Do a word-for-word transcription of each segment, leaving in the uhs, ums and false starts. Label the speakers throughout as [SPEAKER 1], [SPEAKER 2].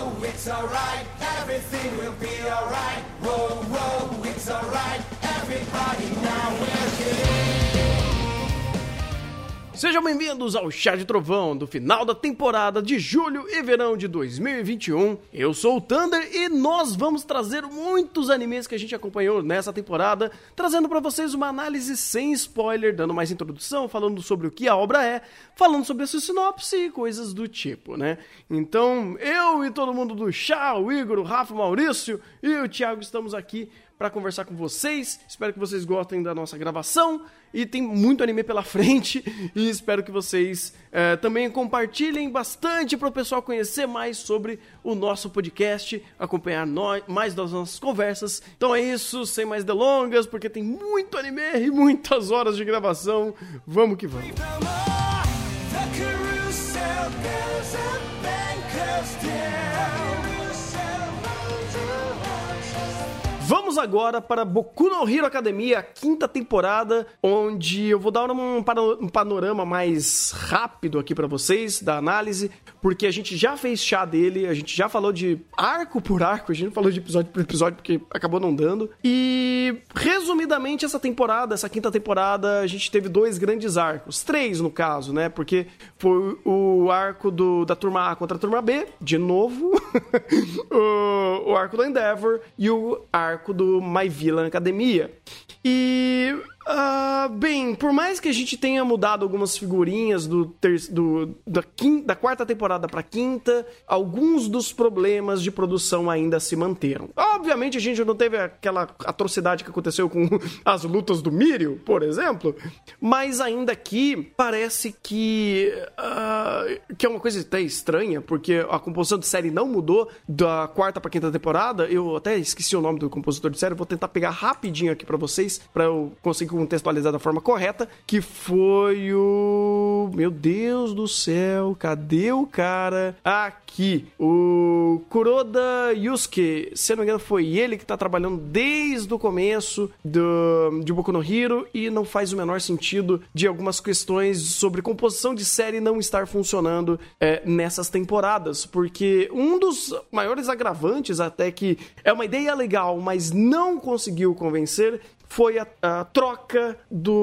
[SPEAKER 1] whoa, it's alright, everything will be alright. Whoa, whoa, it's alright, everybody now we're here.
[SPEAKER 2] Sejam bem-vindos ao Chá de Trovão do final da temporada de julho e verão de dois mil e vinte e um. Eu sou o Thunder e nós vamos trazer muitos animes que a gente acompanhou nessa temporada, trazendo pra vocês uma análise sem spoiler, dando mais introdução, falando sobre o que a obra é, falando sobre a sua sinopse e coisas do tipo, né? Então, eu e todo mundo do Chá, o Igor, o Rafa, o Maurício e o Thiago estamos aqui para conversar com vocês. Espero que vocês gostem da nossa gravação e tem muito anime pela frente e espero que vocês é, também compartilhem bastante para o pessoal conhecer mais sobre o nosso podcast, acompanhar nós, mais das nossas conversas. Então é isso, sem mais delongas, porque tem muito anime e muitas horas de gravação. Vamos que vamos. Vamos agora para Boku no Hero Academia, a quinta temporada, onde eu vou dar um panorama mais rápido aqui para vocês da análise, porque a gente já fez chá dele, a gente já falou de arco por arco, a gente não falou de episódio por episódio porque acabou não dando. E, resumidamente, essa temporada, essa quinta temporada, a gente teve dois grandes arcos, três no caso, né, porque foi o arco do, da turma A contra a turma B, de novo, o, o arco do Endeavor e o arco do My Villain Academia. E, uh, bem, por mais que a gente tenha mudado algumas figurinhas do, ter, do da, quinta, da quarta temporada pra quinta, alguns dos problemas de produção ainda se manteram. Obviamente a gente não teve aquela atrocidade que aconteceu com as lutas do Mirio, por exemplo, mas ainda aqui parece que uh, que é uma coisa até estranha, porque a composição de série não mudou da quarta pra quinta temporada. Eu até esqueci o nome do compositor de série, vou tentar pegar rapidinho aqui pra vocês, pra eu conseguir contextualizar da forma correta, que foi o... Meu Deus do céu, cadê o cara? Aqui, o Kuroda Yusuke, se eu não me engano foi ele que tá trabalhando desde o começo do, de Boku no Hero, e não faz o menor sentido de algumas questões sobre composição de série não estar funcionando é, nessas temporadas, porque um dos maiores agravantes, até que é uma ideia legal, mas não conseguiu convencer, foi a, a troca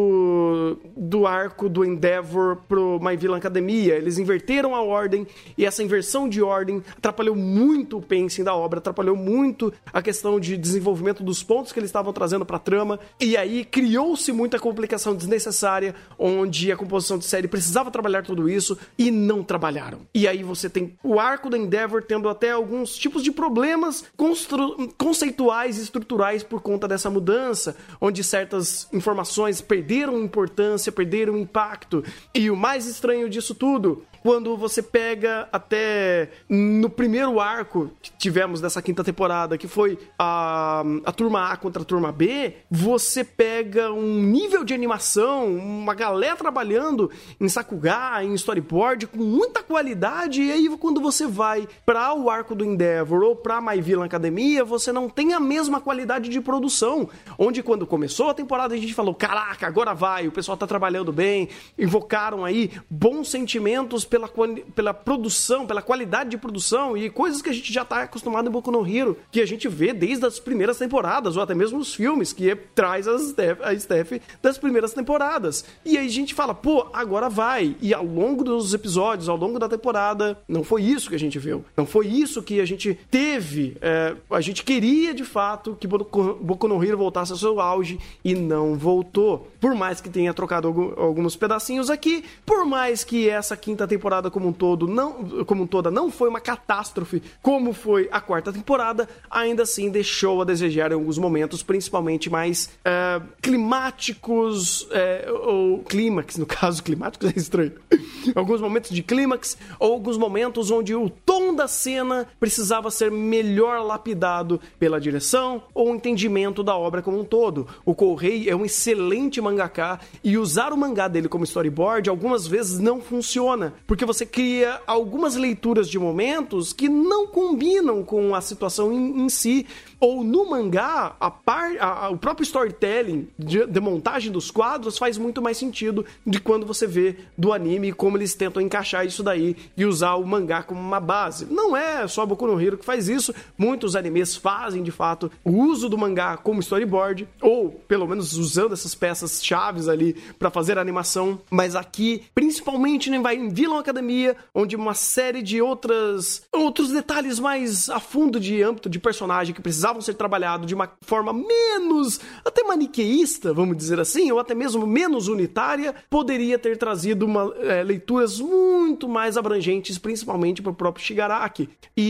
[SPEAKER 2] do, do arco do Endeavor pro My Villain Academia. Eles inverteram a ordem, e essa inversão de ordem atrapalhou muito o pacing da obra, atrapalhou muito a questão de desenvolvimento dos pontos que eles estavam trazendo pra trama, e aí criou-se muita complicação desnecessária, onde a composição de série precisava trabalhar tudo isso, e não trabalharam. E aí você tem o arco do Endeavor tendo até alguns tipos de problemas constru- conceituais e estruturais por conta dessa mudança, onde certas informações perderam importância, perderam impacto. E o mais estranho disso tudo, quando você pega até no primeiro arco que tivemos dessa quinta temporada, que foi a, a turma A contra a turma B, você pega um nível de animação, uma galera trabalhando em Sakuga, em storyboard, com muita qualidade, e aí quando você vai para o arco do Endeavor ou para My Villain Academia, você não tem a mesma qualidade de produção, onde quando começou a temporada a gente falou, caraca, agora vai, o pessoal tá trabalhando bem, invocaram aí bons sentimentos pela, pela produção, pela qualidade de produção e coisas que a gente já tá acostumado em Boku no Hero, que a gente vê desde as primeiras temporadas, ou até mesmo os filmes, que é, traz a Steph, a Steph das primeiras temporadas. E aí a gente fala, pô, agora vai. E ao longo dos episódios, ao longo da temporada, não foi isso que a gente viu. Não foi isso que a gente teve. É, a gente queria, de fato, que Boku no Hero voltasse ao seu auge e não voltou. Por mais que tenha trocado alguns pedacinhos aqui, por mais que essa quinta temporada como um todo não, como um toda não foi uma catástrofe como foi a quarta temporada, ainda assim deixou a desejar em alguns momentos, principalmente mais é, climáticos, é, ou clímax, no caso, climáticos é estranho. Alguns momentos de clímax, ou alguns momentos onde o tom da cena precisava ser melhor lapidado pela direção ou o entendimento da obra como um todo. O Kohei é um excelente mangaka e usar o mangá dele como storyboard algumas vezes não funciona, porque você cria algumas leituras de momentos que não combinam com a situação em, em si. Ou no mangá, a par, a, a, o próprio storytelling de, de montagem dos quadros faz muito mais sentido de quando você vê do anime como eles tentam encaixar isso daí e usar o mangá como uma base. base. Não é só Boku no Hero que faz isso, muitos animes fazem, de fato, o uso do mangá como storyboard, ou pelo menos usando essas peças chaves ali pra fazer a animação, mas aqui, principalmente, né, vai em Villain Academia, onde uma série de outras outros detalhes mais a fundo de âmbito de personagem que precisavam ser trabalhados de uma forma menos, até maniqueísta, vamos dizer assim, ou até mesmo menos unitária, poderia ter trazido uma, é, leituras muito mais abrangentes, principalmente para o próprio Shigaraki.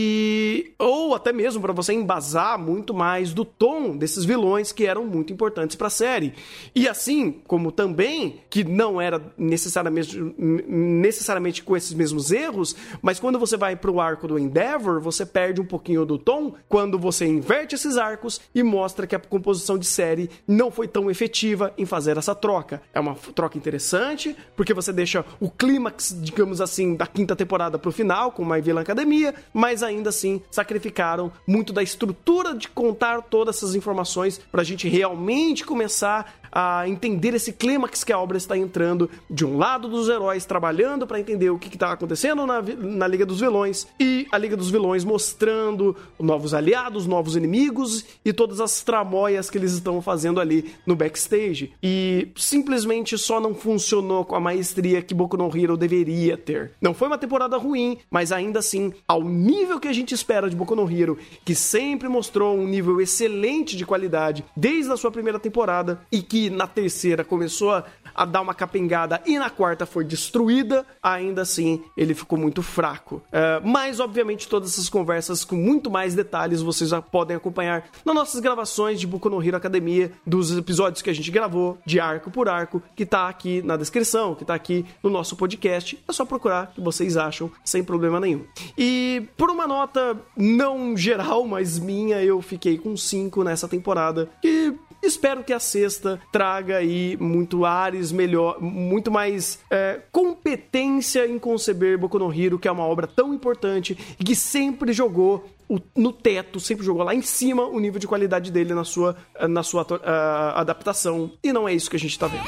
[SPEAKER 2] E, ou até mesmo para você embasar muito mais do tom desses vilões que eram muito importantes para a série. E assim, como também, que não era necessariamente, necessariamente com esses mesmos erros, mas quando você vai pro arco do Endeavor, você perde um pouquinho do tom quando você inverte esses arcos e mostra que a composição de série não foi tão efetiva em fazer essa troca. É uma troca interessante, porque você deixa o clímax, digamos assim, da quinta temporada pro final, com My Villain Academia, mas ainda assim sacrificaram muito da estrutura de contar todas essas informações pra gente realmente começar a entender esse clímax que a obra está entrando, de um lado dos heróis trabalhando para entender o que está acontecendo na, na Liga dos Vilões, e a Liga dos Vilões mostrando novos aliados, novos inimigos e todas as tramóias que eles estão fazendo ali no backstage. E simplesmente só não funcionou com a maestria que Boku no Hero deveria ter. Não foi uma temporada ruim, mas ainda assim, ao nível que a gente espera de Boku no Hero, que sempre mostrou um nível excelente de qualidade desde a sua primeira temporada, e que na terceira começou a, a dar uma capengada e na quarta foi destruída, ainda assim ele ficou muito fraco. Uh, mas obviamente todas essas conversas com muito mais detalhes vocês já podem acompanhar nas nossas gravações de Boku no Hero Academia, dos episódios que a gente gravou de arco por arco, que tá aqui na descrição, que tá aqui no nosso podcast. É só procurar o que vocês acham sem problema nenhum. E por uma nota não geral, mas minha, eu fiquei com cinco nessa temporada, que espero que a sexta traga aí muito ares melhor, muito mais é, competência em conceber Boku no Hero, que é uma obra tão importante e que sempre jogou o, no teto, sempre jogou lá em cima o nível de qualidade dele na sua, na sua uh, adaptação. E não é isso que a gente tá vendo.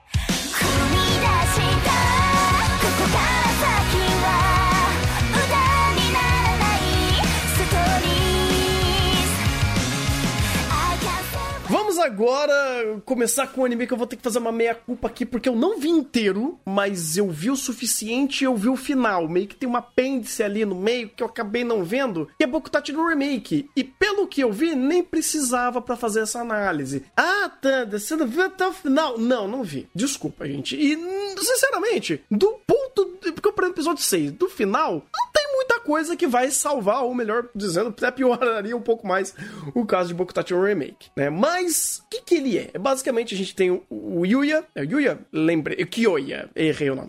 [SPEAKER 2] Vamos agora começar com um anime que eu vou ter que fazer uma meia-culpa aqui, porque eu não vi inteiro, mas eu vi o suficiente e eu vi o final. Meio que tem um apêndice ali no meio que eu acabei não vendo, que é Bokutachi no Remake. E pelo que eu vi, nem precisava pra fazer essa análise. Ah, tá, você não viu até o final? Não, não vi. Desculpa, gente. E, sinceramente, do ponto... Porque eu parei no episódio seis. Do final, não tem muita coisa que vai salvar, ou melhor dizendo, até pioraria um pouco mais o caso de Bokutachi no Remake, né? Mas o que que ele é? Basicamente a gente tem o, o Yuya, é o Yuya? Lembrei, o Kyoya, errei o nome.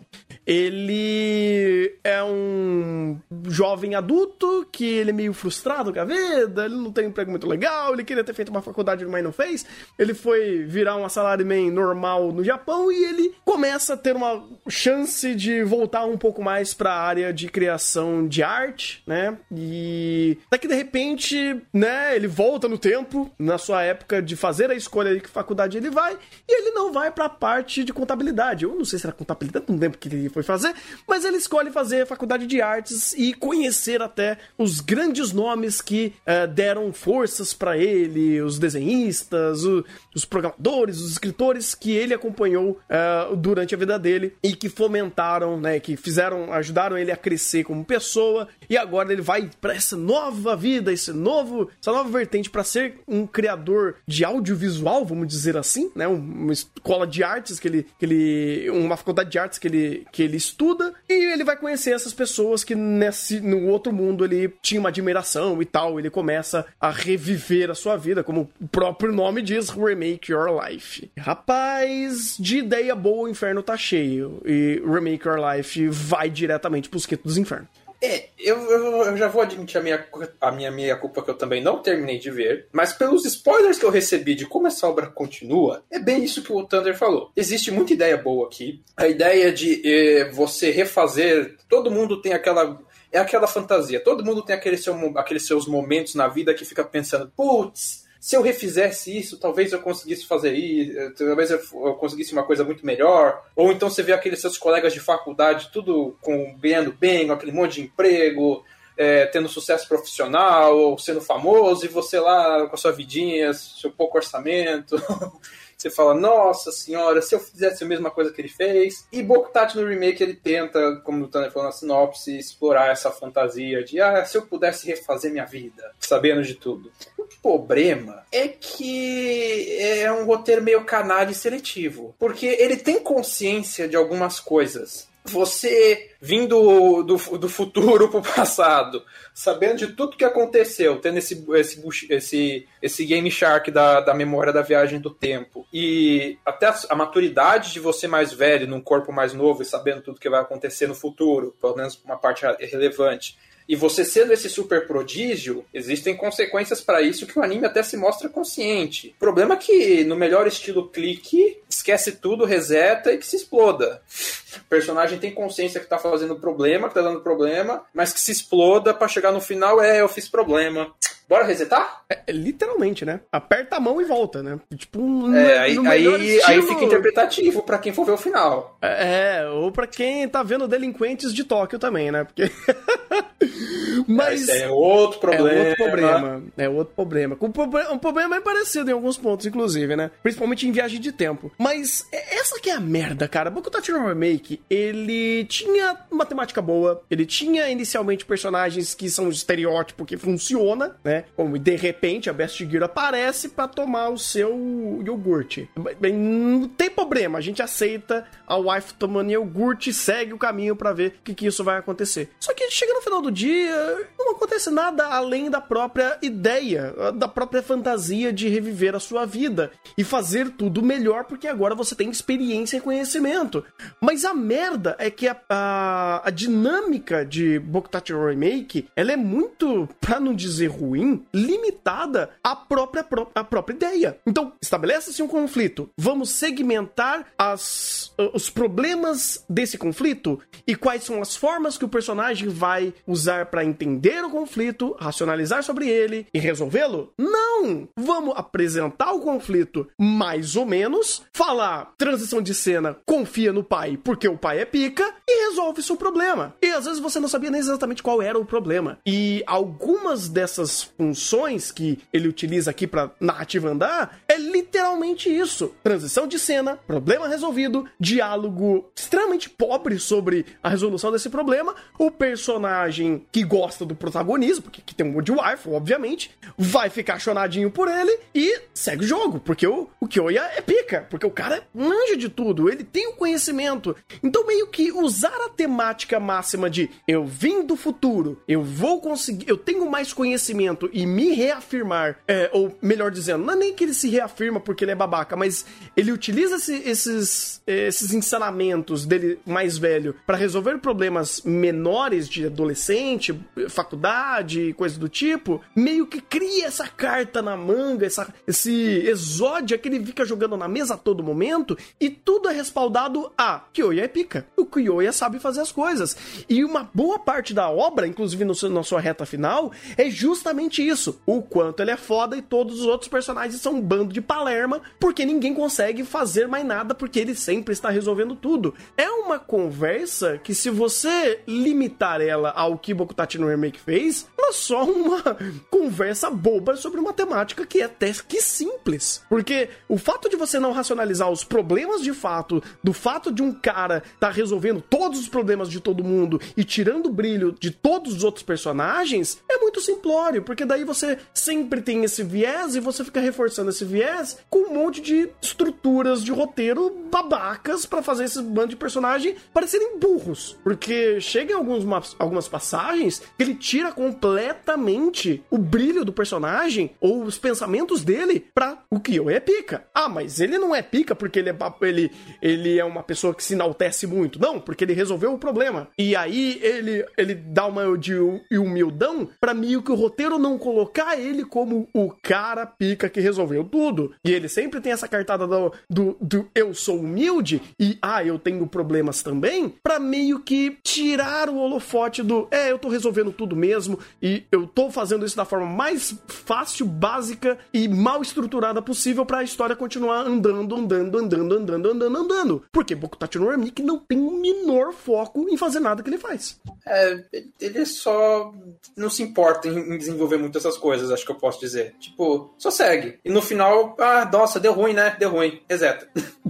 [SPEAKER 2] Ele é um jovem adulto que ele é meio frustrado com a vida, ele não tem um emprego muito legal, ele queria ter feito uma faculdade, mas não fez. Ele foi virar um salaryman normal no Japão e ele começa a ter uma chance de voltar um pouco mais para a área de criação de arte, né? E daqui de repente, né, ele volta no tempo, na sua época de fazer a escolha de que faculdade ele vai, e ele não vai para a parte de contabilidade. Eu não sei se era contabilidade, não lembro o que ele foi fazer, mas ele escolhe fazer a faculdade de artes e conhecer até os grandes nomes que uh, deram forças para ele, os desenhistas, o, os programadores, os escritores que ele acompanhou uh, durante a vida dele e que fomentaram, né, que fizeram, ajudaram ele a crescer como pessoa, e agora ele vai para essa nova vida, esse novo, essa nova vertente para ser um criador de audiovisual, vamos dizer assim, né, uma escola de artes que ele, que ele uma faculdade de artes que ele, que ele estuda, e ele vai conhecer essas pessoas que nesse, no outro mundo ele tinha uma admiração e tal. Ele começa a reviver a sua vida, como o próprio nome diz, Remake Your Life. Rapaz, de ideia boa o inferno tá cheio, e Remake Your Life vai diretamente pros quintos dos infernos.
[SPEAKER 3] É, eu, eu, eu já vou admitir a minha, a minha meia culpa que eu também não terminei de ver, mas pelos spoilers que eu recebi de como essa obra continua, é bem isso que o Thunder falou. Existe muita ideia boa aqui. A ideia de eh, você refazer... Todo mundo tem aquela... É aquela fantasia. Todo mundo tem aquele seu, aqueles seus momentos na vida que fica pensando, putz, se eu refizesse isso, talvez eu conseguisse fazer isso, talvez eu conseguisse uma coisa muito melhor. Ou então você vê aqueles seus colegas de faculdade tudo com, ganhando bem, com aquele monte de emprego, é, tendo sucesso profissional, ou sendo famoso, e você lá com a sua vidinha, seu pouco orçamento... Você fala, nossa senhora, se eu fizesse a mesma coisa que ele fez. E Bokutachi no remake ele tenta, como o Tanner falou na sinopse, explorar essa fantasia de, ah, se eu pudesse refazer minha vida, sabendo de tudo. O problema é que é um roteiro meio canalha e seletivo. Porque ele tem consciência de algumas coisas. Você vindo do, do futuro pro passado, sabendo de tudo que aconteceu, tendo esse, esse, esse, esse Game Shark da, da memória da viagem do tempo, e até a, a maturidade de você mais velho, num corpo mais novo e sabendo tudo que vai acontecer no futuro, pelo menos uma parte relevante, e você sendo esse super prodígio, existem consequências para isso que o anime até se mostra consciente. O problema é que, no melhor estilo clique, esquece tudo, reseta e que se exploda. O personagem tem consciência que tá fazendo problema, que tá dando problema, mas que se exploda pra chegar no final, é, eu fiz problema. Bora resetar?
[SPEAKER 2] É, literalmente, né? Aperta a mão e volta, né? Tipo, um,
[SPEAKER 3] é, aí, aí,
[SPEAKER 2] estilo...
[SPEAKER 3] aí fica interpretativo pra quem for ver o final.
[SPEAKER 2] É, ou pra quem tá vendo Delinquentes de Tóquio também, né? Porque... Mas...
[SPEAKER 3] É outro problema.
[SPEAKER 2] É outro problema. É outro problema. Um problema é parecido em alguns pontos, inclusive, né? Principalmente em viagem de tempo. Mas essa que é a merda, cara. Bokutachi no Remake, ele tinha uma temática boa, ele tinha inicialmente personagens que são de estereótipo que funciona, né? Como de repente a Best Gear aparece pra tomar o seu iogurte. Bem, não tem problema, a gente aceita a wife tomando iogurte e segue o caminho pra ver o que, que isso vai acontecer. Só que chega no final do dia, não acontece nada além da própria ideia, da própria fantasia de reviver a sua vida e fazer tudo melhor, porque agora você tem experiência e conhecimento. Mas a merda é que a, a, a dinâmica de Bokutachi no Remake, ela é muito, pra não dizer ruim, limitada à própria, à própria ideia. Então, estabelece-se um conflito. Vamos segmentar as, os problemas desse conflito e quais são as formas que o personagem vai usar para entender o conflito, racionalizar sobre ele e resolvê-lo? Não! Vamos apresentar o conflito mais ou menos, falar transição de cena, confia no pai porque o pai é pica e resolve seu problema. E às vezes você não sabia nem exatamente qual era o problema. E algumas dessas funções que ele utiliza aqui pra narrativa andar é literalmente isso. Transição de cena, problema resolvido, diálogo extremamente pobre sobre a resolução desse problema, o personagem que gosta do protagonismo, porque que tem um Woodwife, obviamente, vai ficar chonadinho por ele e segue o jogo, porque o, o Kyoya é pica, porque o cara manja de tudo, ele tem o conhecimento. Então meio que usar a temática máxima de eu vim do futuro, eu vou conseguir, eu tenho mais conhecimento e me reafirmar, é, ou melhor dizendo, não é nem que ele se reafirma porque ele é babaca, mas ele utiliza esse, esses, esses ensinamentos dele mais velho para resolver problemas menores de adolescente, faculdade, coisa do tipo, meio que cria essa carta na manga, essa, esse exódio que ele fica jogando na mesa a todo momento, e tudo é respaldado a Kyoya é pica. O Kyoya sabe fazer as coisas. E uma boa parte da obra, inclusive no, na sua reta final, é justamente isso. O quanto ele é foda e todos os outros personagens são um bando de palerma, porque ninguém consegue fazer mais nada, porque ele sempre está resolvendo tudo. É uma conversa que, se você limitar ela ao que Bokutachi no Remake fez, ela é só uma conversa boba sobre uma temática que é até que simples. Porque o fato de você não racionalizar os problemas de fato, do fato de um cara estar tá resolvendo todos os problemas de todo mundo e tirando o brilho de todos os outros personagens, é muito simplório, porque daí você sempre tem esse viés e você fica reforçando esse viés com um monte de estruturas de roteiro babacas pra fazer esse bando de personagem parecerem burros. Porque chega em alguns, algumas passagens que ele tira completamente o brilho do personagem ou os pensamentos dele pra o Kyoya é pica. Ah, mas ele não é pica porque ele é, ele, ele é uma pessoa que se enaltece muito. Não, porque ele resolveu o problema. E aí ele, ele dá uma de humildão pra meio que o roteiro não colocar ele como o cara pica que resolveu tudo. E ele sempre tem essa cartada do, do, do eu sou humilde e ah, eu tenho problemas também, pra meio que tirar o holofote do é, eu tô resolvendo tudo mesmo e eu tô fazendo isso da forma mais fácil, básica e mal estruturada possível pra história continuar andando, andando, andando, andando, andando, andando. Porque Bokutachi no Remake não tem o menor foco em fazer nada que ele faz.
[SPEAKER 3] É, ele só não se importa em desenvolver muito essas coisas, acho que eu posso dizer. Tipo, só segue. E no final, ah, nossa, deu ruim, né? Deu ruim. Reseta.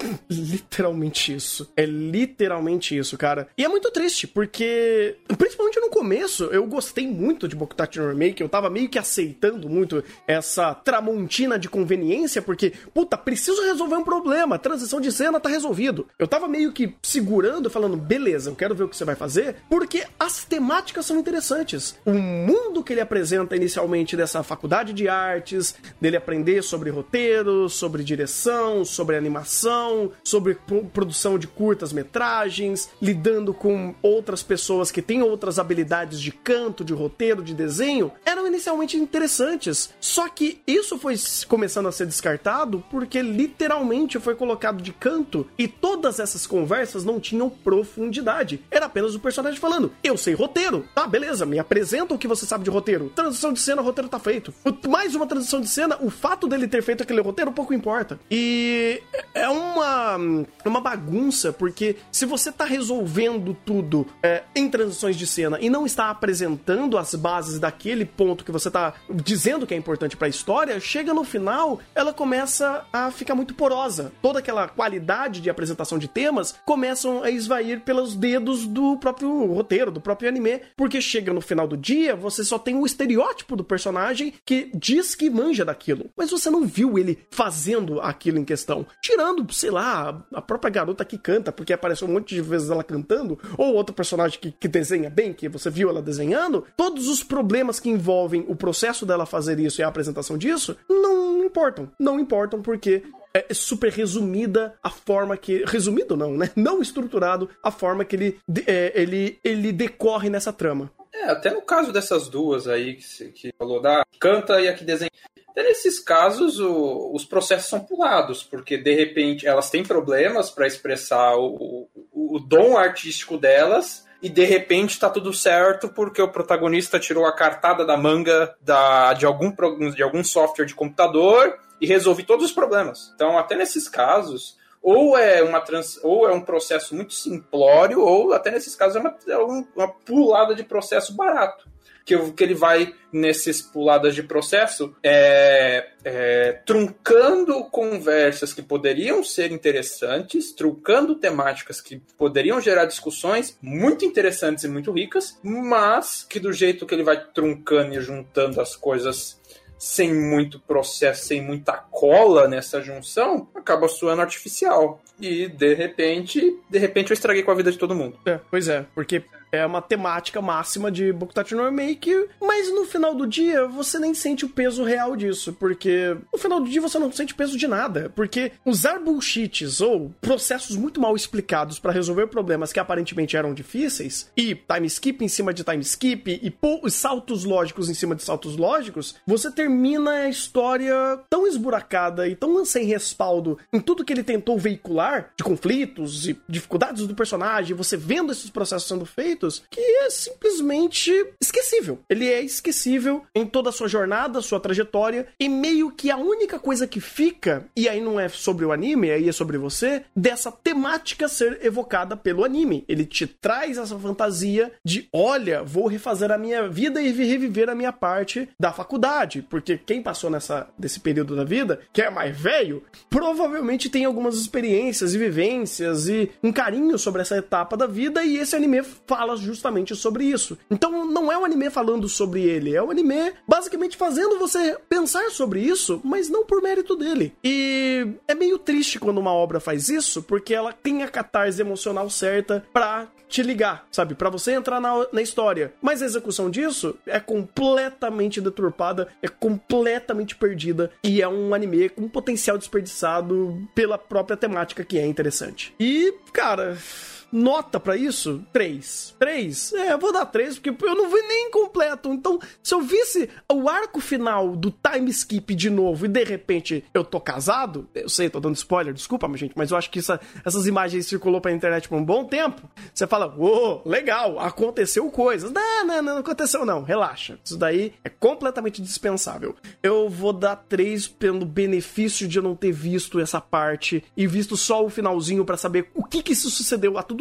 [SPEAKER 2] Literalmente isso. É literalmente isso, cara. E é muito triste, porque, principalmente no começo, eu gostei muito de Boku no Remake, eu tava meio que aceitando muito essa tramontina de conveniência, porque, puta, preciso resolver um problema, a transição de cena tá resolvido. Eu tava meio que segurando, falando, beleza, eu quero ver o que você vai fazer, porque as temáticas são interessantes. O mundo que ele apresenta inicialmente dessa faculdade de artes, dele aprender sobre roteiro, sobre direção, sobre animação, sobre produção de curtas-metragens, lidando com outras pessoas que têm outras habilidades de canto, de roteiro, de desenho, eram inicialmente interessantes. Só que isso foi começando a ser descartado porque literalmente foi colocado de canto e todas essas conversas não tinham profundidade. Era apenas o personagem falando, eu sei roteiro, tá, beleza, me apresenta o que você sabe de roteiro. Transição de cena, o roteiro tá feito. Mais uma transição de cena, o fato dele ter feito aquele roteiro pouco importa. E é uma, uma bagunça, porque se você tá resolvendo tudo é, em transições de cena e não está apresentando as bases daquele ponto que você tá dizendo que é importante pra história, chega no final, ela começa a ficar muito porosa. Toda aquela qualidade de apresentação de temas começam a esvair pelos dedos do próprio roteiro, do próprio anime, porque chega no final do dia, você só tem o estereótipo do personagem que diz que manja daquilo, mas você não viu ele fazendo aquilo em questão. Tirando, sei lá, a própria garota que canta, porque apareceu um monte de vezes ela cantando, ou outro personagem que, que desenha bem, que você viu ela desenhando, todos os problemas que envolvem o processo dela fazer isso e a apresentação disso, não importam. Não importam porque é super resumida a forma que... Resumido não, né? Não estruturado a forma que ele, é, ele, ele decorre nessa trama.
[SPEAKER 3] É, até no caso dessas duas aí que você que falou, da canta e a que desenha. Até nesses casos, o, os processos são pulados, porque de repente elas têm problemas para expressar o, o, o dom artístico delas, e de repente tá tudo certo porque o protagonista tirou a cartada da manga da, de, algum, de algum software de computador e resolve todos os problemas. Então, até nesses casos, ou é, uma trans, ou é um processo muito simplório, ou até nesses casos é uma, é uma pulada de processo barato. Que, que ele vai, nesses puladas de processo, é, é, truncando conversas que poderiam ser interessantes, truncando temáticas que poderiam gerar discussões muito interessantes e muito ricas, mas que do jeito que ele vai truncando e juntando as coisas sem muito processo, sem muita cola nessa junção, acaba soando artificial. E, de repente, de repente eu estraguei com a vida de todo mundo.
[SPEAKER 2] É, pois é, porque é uma temática máxima de Boku no Remake, mas no final do dia você nem sente o peso real disso, porque no final do dia você não sente peso de nada, porque usar bullshits ou processos muito mal explicados pra resolver problemas que aparentemente eram difíceis, e time skip em cima de time skip, e pô, saltos lógicos em cima de saltos lógicos, você termina a história tão esburacada e tão sem respaldo em tudo que ele tentou veicular, de conflitos e dificuldades do personagem, você vendo esses processos sendo feitos, que é simplesmente esquecível. Ele é esquecível em toda a sua jornada, sua trajetória, e meio que a única coisa que fica, e aí não é sobre o anime, aí é sobre você, dessa temática ser evocada pelo anime. Ele te traz essa fantasia de, olha, vou refazer a minha vida e reviver a minha parte da faculdade, porque quem passou nessa, desse período da vida, que é mais velho, provavelmente tem algumas experiências e vivências e um carinho sobre essa etapa da vida, e esse anime fala justamente sobre isso. Então não é um anime falando sobre ele, é um anime basicamente fazendo você pensar sobre isso, mas não por mérito dele. E é meio triste quando uma obra faz isso, porque ela tem a catarse emocional certa pra te ligar, sabe? Pra você entrar na, na história. Mas a execução disso é completamente deturpada, é completamente perdida, e é um anime com potencial desperdiçado pela própria temática que é interessante. E, cara... Nota pra isso? Três. Três? É, eu vou dar três, porque eu não vi nem completo. Então, se eu visse o arco final do time skip de novo e de repente eu tô casado, eu sei, tô dando spoiler, desculpa, minha gente, mas eu acho que essa, essas imagens circulou pra internet por um bom tempo. Você fala, uou, legal, aconteceu coisas. Não, não, não, não aconteceu não, relaxa. Isso daí é completamente dispensável. Eu vou dar três pelo benefício de eu não ter visto essa parte e visto só o finalzinho pra saber o que que isso sucedeu a tudo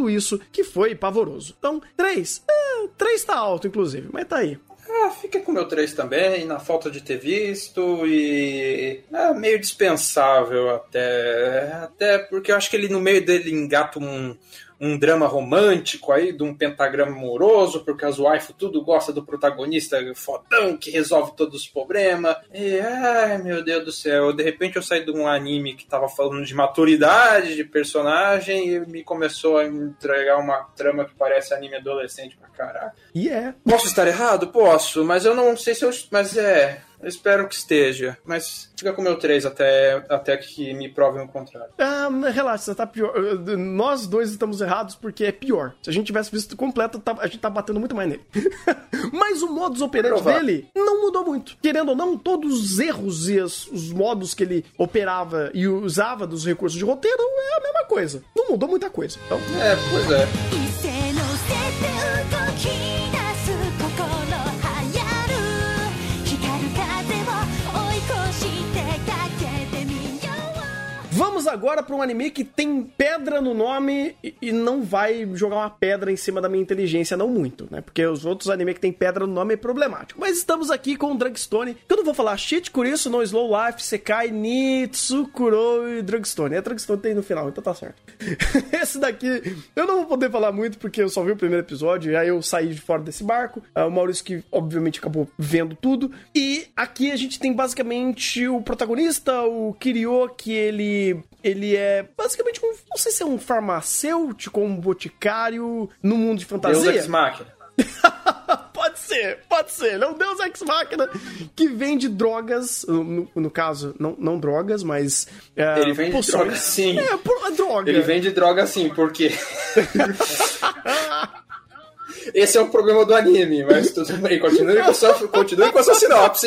[SPEAKER 2] tudo isso que foi pavoroso. Então, três. É, três tá alto, inclusive, mas tá aí.
[SPEAKER 3] Ah, fica com o meu três também, na falta de ter visto, e é meio dispensável até, até porque eu acho que ele no meio dele engata um, um drama romântico aí, de um pentagrama amoroso, porque as waifu tudo gosta do protagonista fodão que resolve todos os problemas, e ai meu Deus do céu, de repente eu saí de um anime que tava falando de maturidade de personagem e me começou a entregar uma trama que parece anime adolescente pra caralho.
[SPEAKER 2] E é.
[SPEAKER 3] Posso estar errado? Posso, mas eu não sei se eu... Mas é... Eu espero que esteja, mas fica com o meu três até, até que me provem o contrário.
[SPEAKER 2] Ah, relaxa, você tá pior. Nós dois estamos errados porque é pior. Se a gente tivesse visto completo, a gente tá batendo muito mais nele. Mas o modus operandi Provar. dele não mudou muito. Querendo ou não, todos os erros e as, os modos que ele operava e usava dos recursos de roteiro é a mesma coisa. Não mudou muita coisa. Então...
[SPEAKER 3] É, pois é.
[SPEAKER 2] Vamos agora para um anime que tem pedra no nome e, e não vai jogar uma pedra em cima da minha inteligência, não muito, né? Porque os outros animes que tem pedra no nome é problemático. Mas estamos aqui com o Drugstone, que eu não vou falar shit, Kurisu, no Slow Life, Sekai, Nitsukuro e Drugstone. É, Drugstone tem no final, então tá certo. Esse daqui eu não vou poder falar muito porque eu só vi o primeiro episódio e aí eu saí de fora desse barco. Uh, o Maurício que obviamente acabou vendo tudo. E aqui a gente tem basicamente o protagonista, o Kiryu, que ele Ele é basicamente um, não sei se é um farmacêutico ou um boticário no mundo de fantasia.
[SPEAKER 3] Deus Ex Machina.
[SPEAKER 2] Pode ser, pode ser. Ele é um Deus Ex Machina que vende drogas, no, no caso, não, não drogas, mas... É,
[SPEAKER 3] ele vende poções. droga sim.
[SPEAKER 2] É, por, droga.
[SPEAKER 3] Ele vende droga sim, porque... Esse é o problema do anime, mas tudo bem, continue com a sua, continue com a sua sinopse.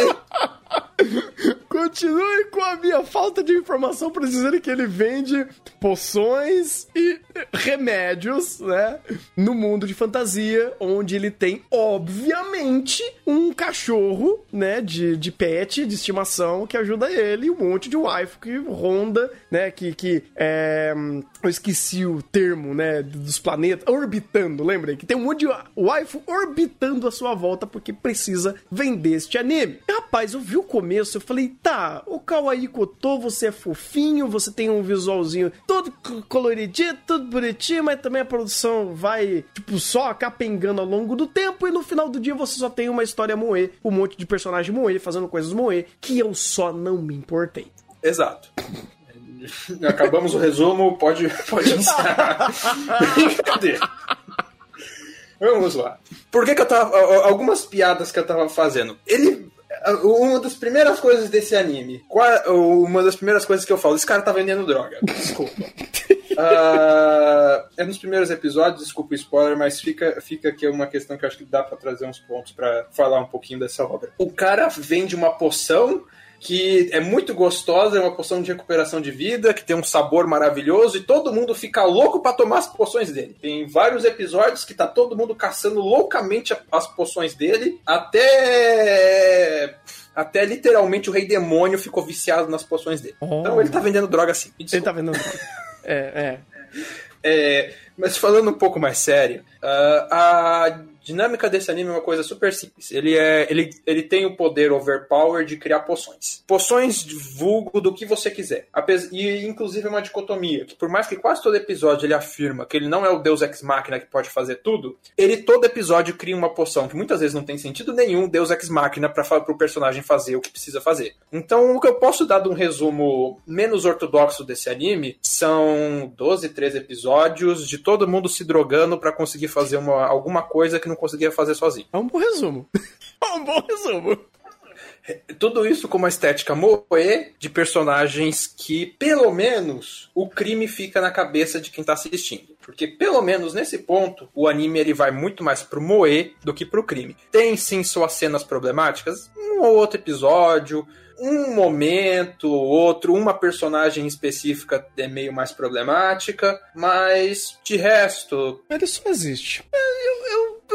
[SPEAKER 2] Continue com a minha falta de informação para dizer que ele vende poções e remédios, né? No mundo de fantasia, onde ele tem, obviamente, um cachorro, né? De, de pet, de estimação, que ajuda ele, e um monte de waifu que ronda, né? Que, que é... Eu esqueci o termo, né? Dos planetas, orbitando, lembra? Que tem um monte de waifu orbitando a sua volta porque precisa vender este anime. E, rapaz, eu vi o começo, eu falei, tá, o Kawaii Koto, você é fofinho, você tem um visualzinho todo coloridinho, tudo bonitinho, mas também a produção vai, tipo, só capengando ao longo do tempo e no final do dia você só tem uma história moe, um monte de personagem moe, fazendo coisas moe, que eu só não me importei.
[SPEAKER 3] Exato. Acabamos o resumo, pode, pode encerrar. Cadê? Vamos lá. Por que que eu tava... Algumas piadas que eu tava fazendo. Ele... Uma das primeiras coisas desse anime, uma das primeiras coisas que eu falo, esse cara tá vendendo droga. Desculpa. uh, é nos primeiros episódios, desculpa o spoiler, mas fica, fica aqui uma questão que eu acho que dá pra trazer uns pontos pra falar um pouquinho dessa obra. O cara vende uma poção que é muito gostosa, é uma poção de recuperação de vida, que tem um sabor maravilhoso, e todo mundo fica louco pra tomar as poções dele. Tem vários episódios que tá todo mundo caçando loucamente as poções dele, até... Até literalmente o Rei Demônio ficou viciado nas poções dele. Oh. Então ele tá vendendo droga sim.
[SPEAKER 2] Ele tá vendendo droga. é,
[SPEAKER 3] é. é... Mas falando um pouco mais sério, uh, a dinâmica desse anime é uma coisa super simples. Ele, é, ele, ele tem o poder overpower de criar poções. Poções de vulgo do que você quiser. Apes- e inclusive é uma dicotomia, que por mais que quase todo episódio ele afirma que ele não é o Deus Ex Machina que pode fazer tudo, ele todo episódio cria uma poção que muitas vezes não tem sentido nenhum Deus Ex Machina para o personagem fazer o que precisa fazer. Então o que eu posso dar de um resumo menos ortodoxo desse anime são doze, treze episódios de todo mundo se drogando pra conseguir fazer uma, alguma coisa que não conseguia fazer sozinho.
[SPEAKER 2] É um bom resumo. É um bom resumo.
[SPEAKER 3] Tudo isso com uma estética moe de personagens que, pelo menos, o crime fica na cabeça de quem tá assistindo. Porque, pelo menos nesse ponto, o anime ele vai muito mais pro moe do que pro crime. Tem, sim, suas cenas problemáticas, um ou outro episódio... Um momento, outro, uma personagem específica é meio mais problemática, mas de resto...
[SPEAKER 2] Ele só existe. Eu, eu, eu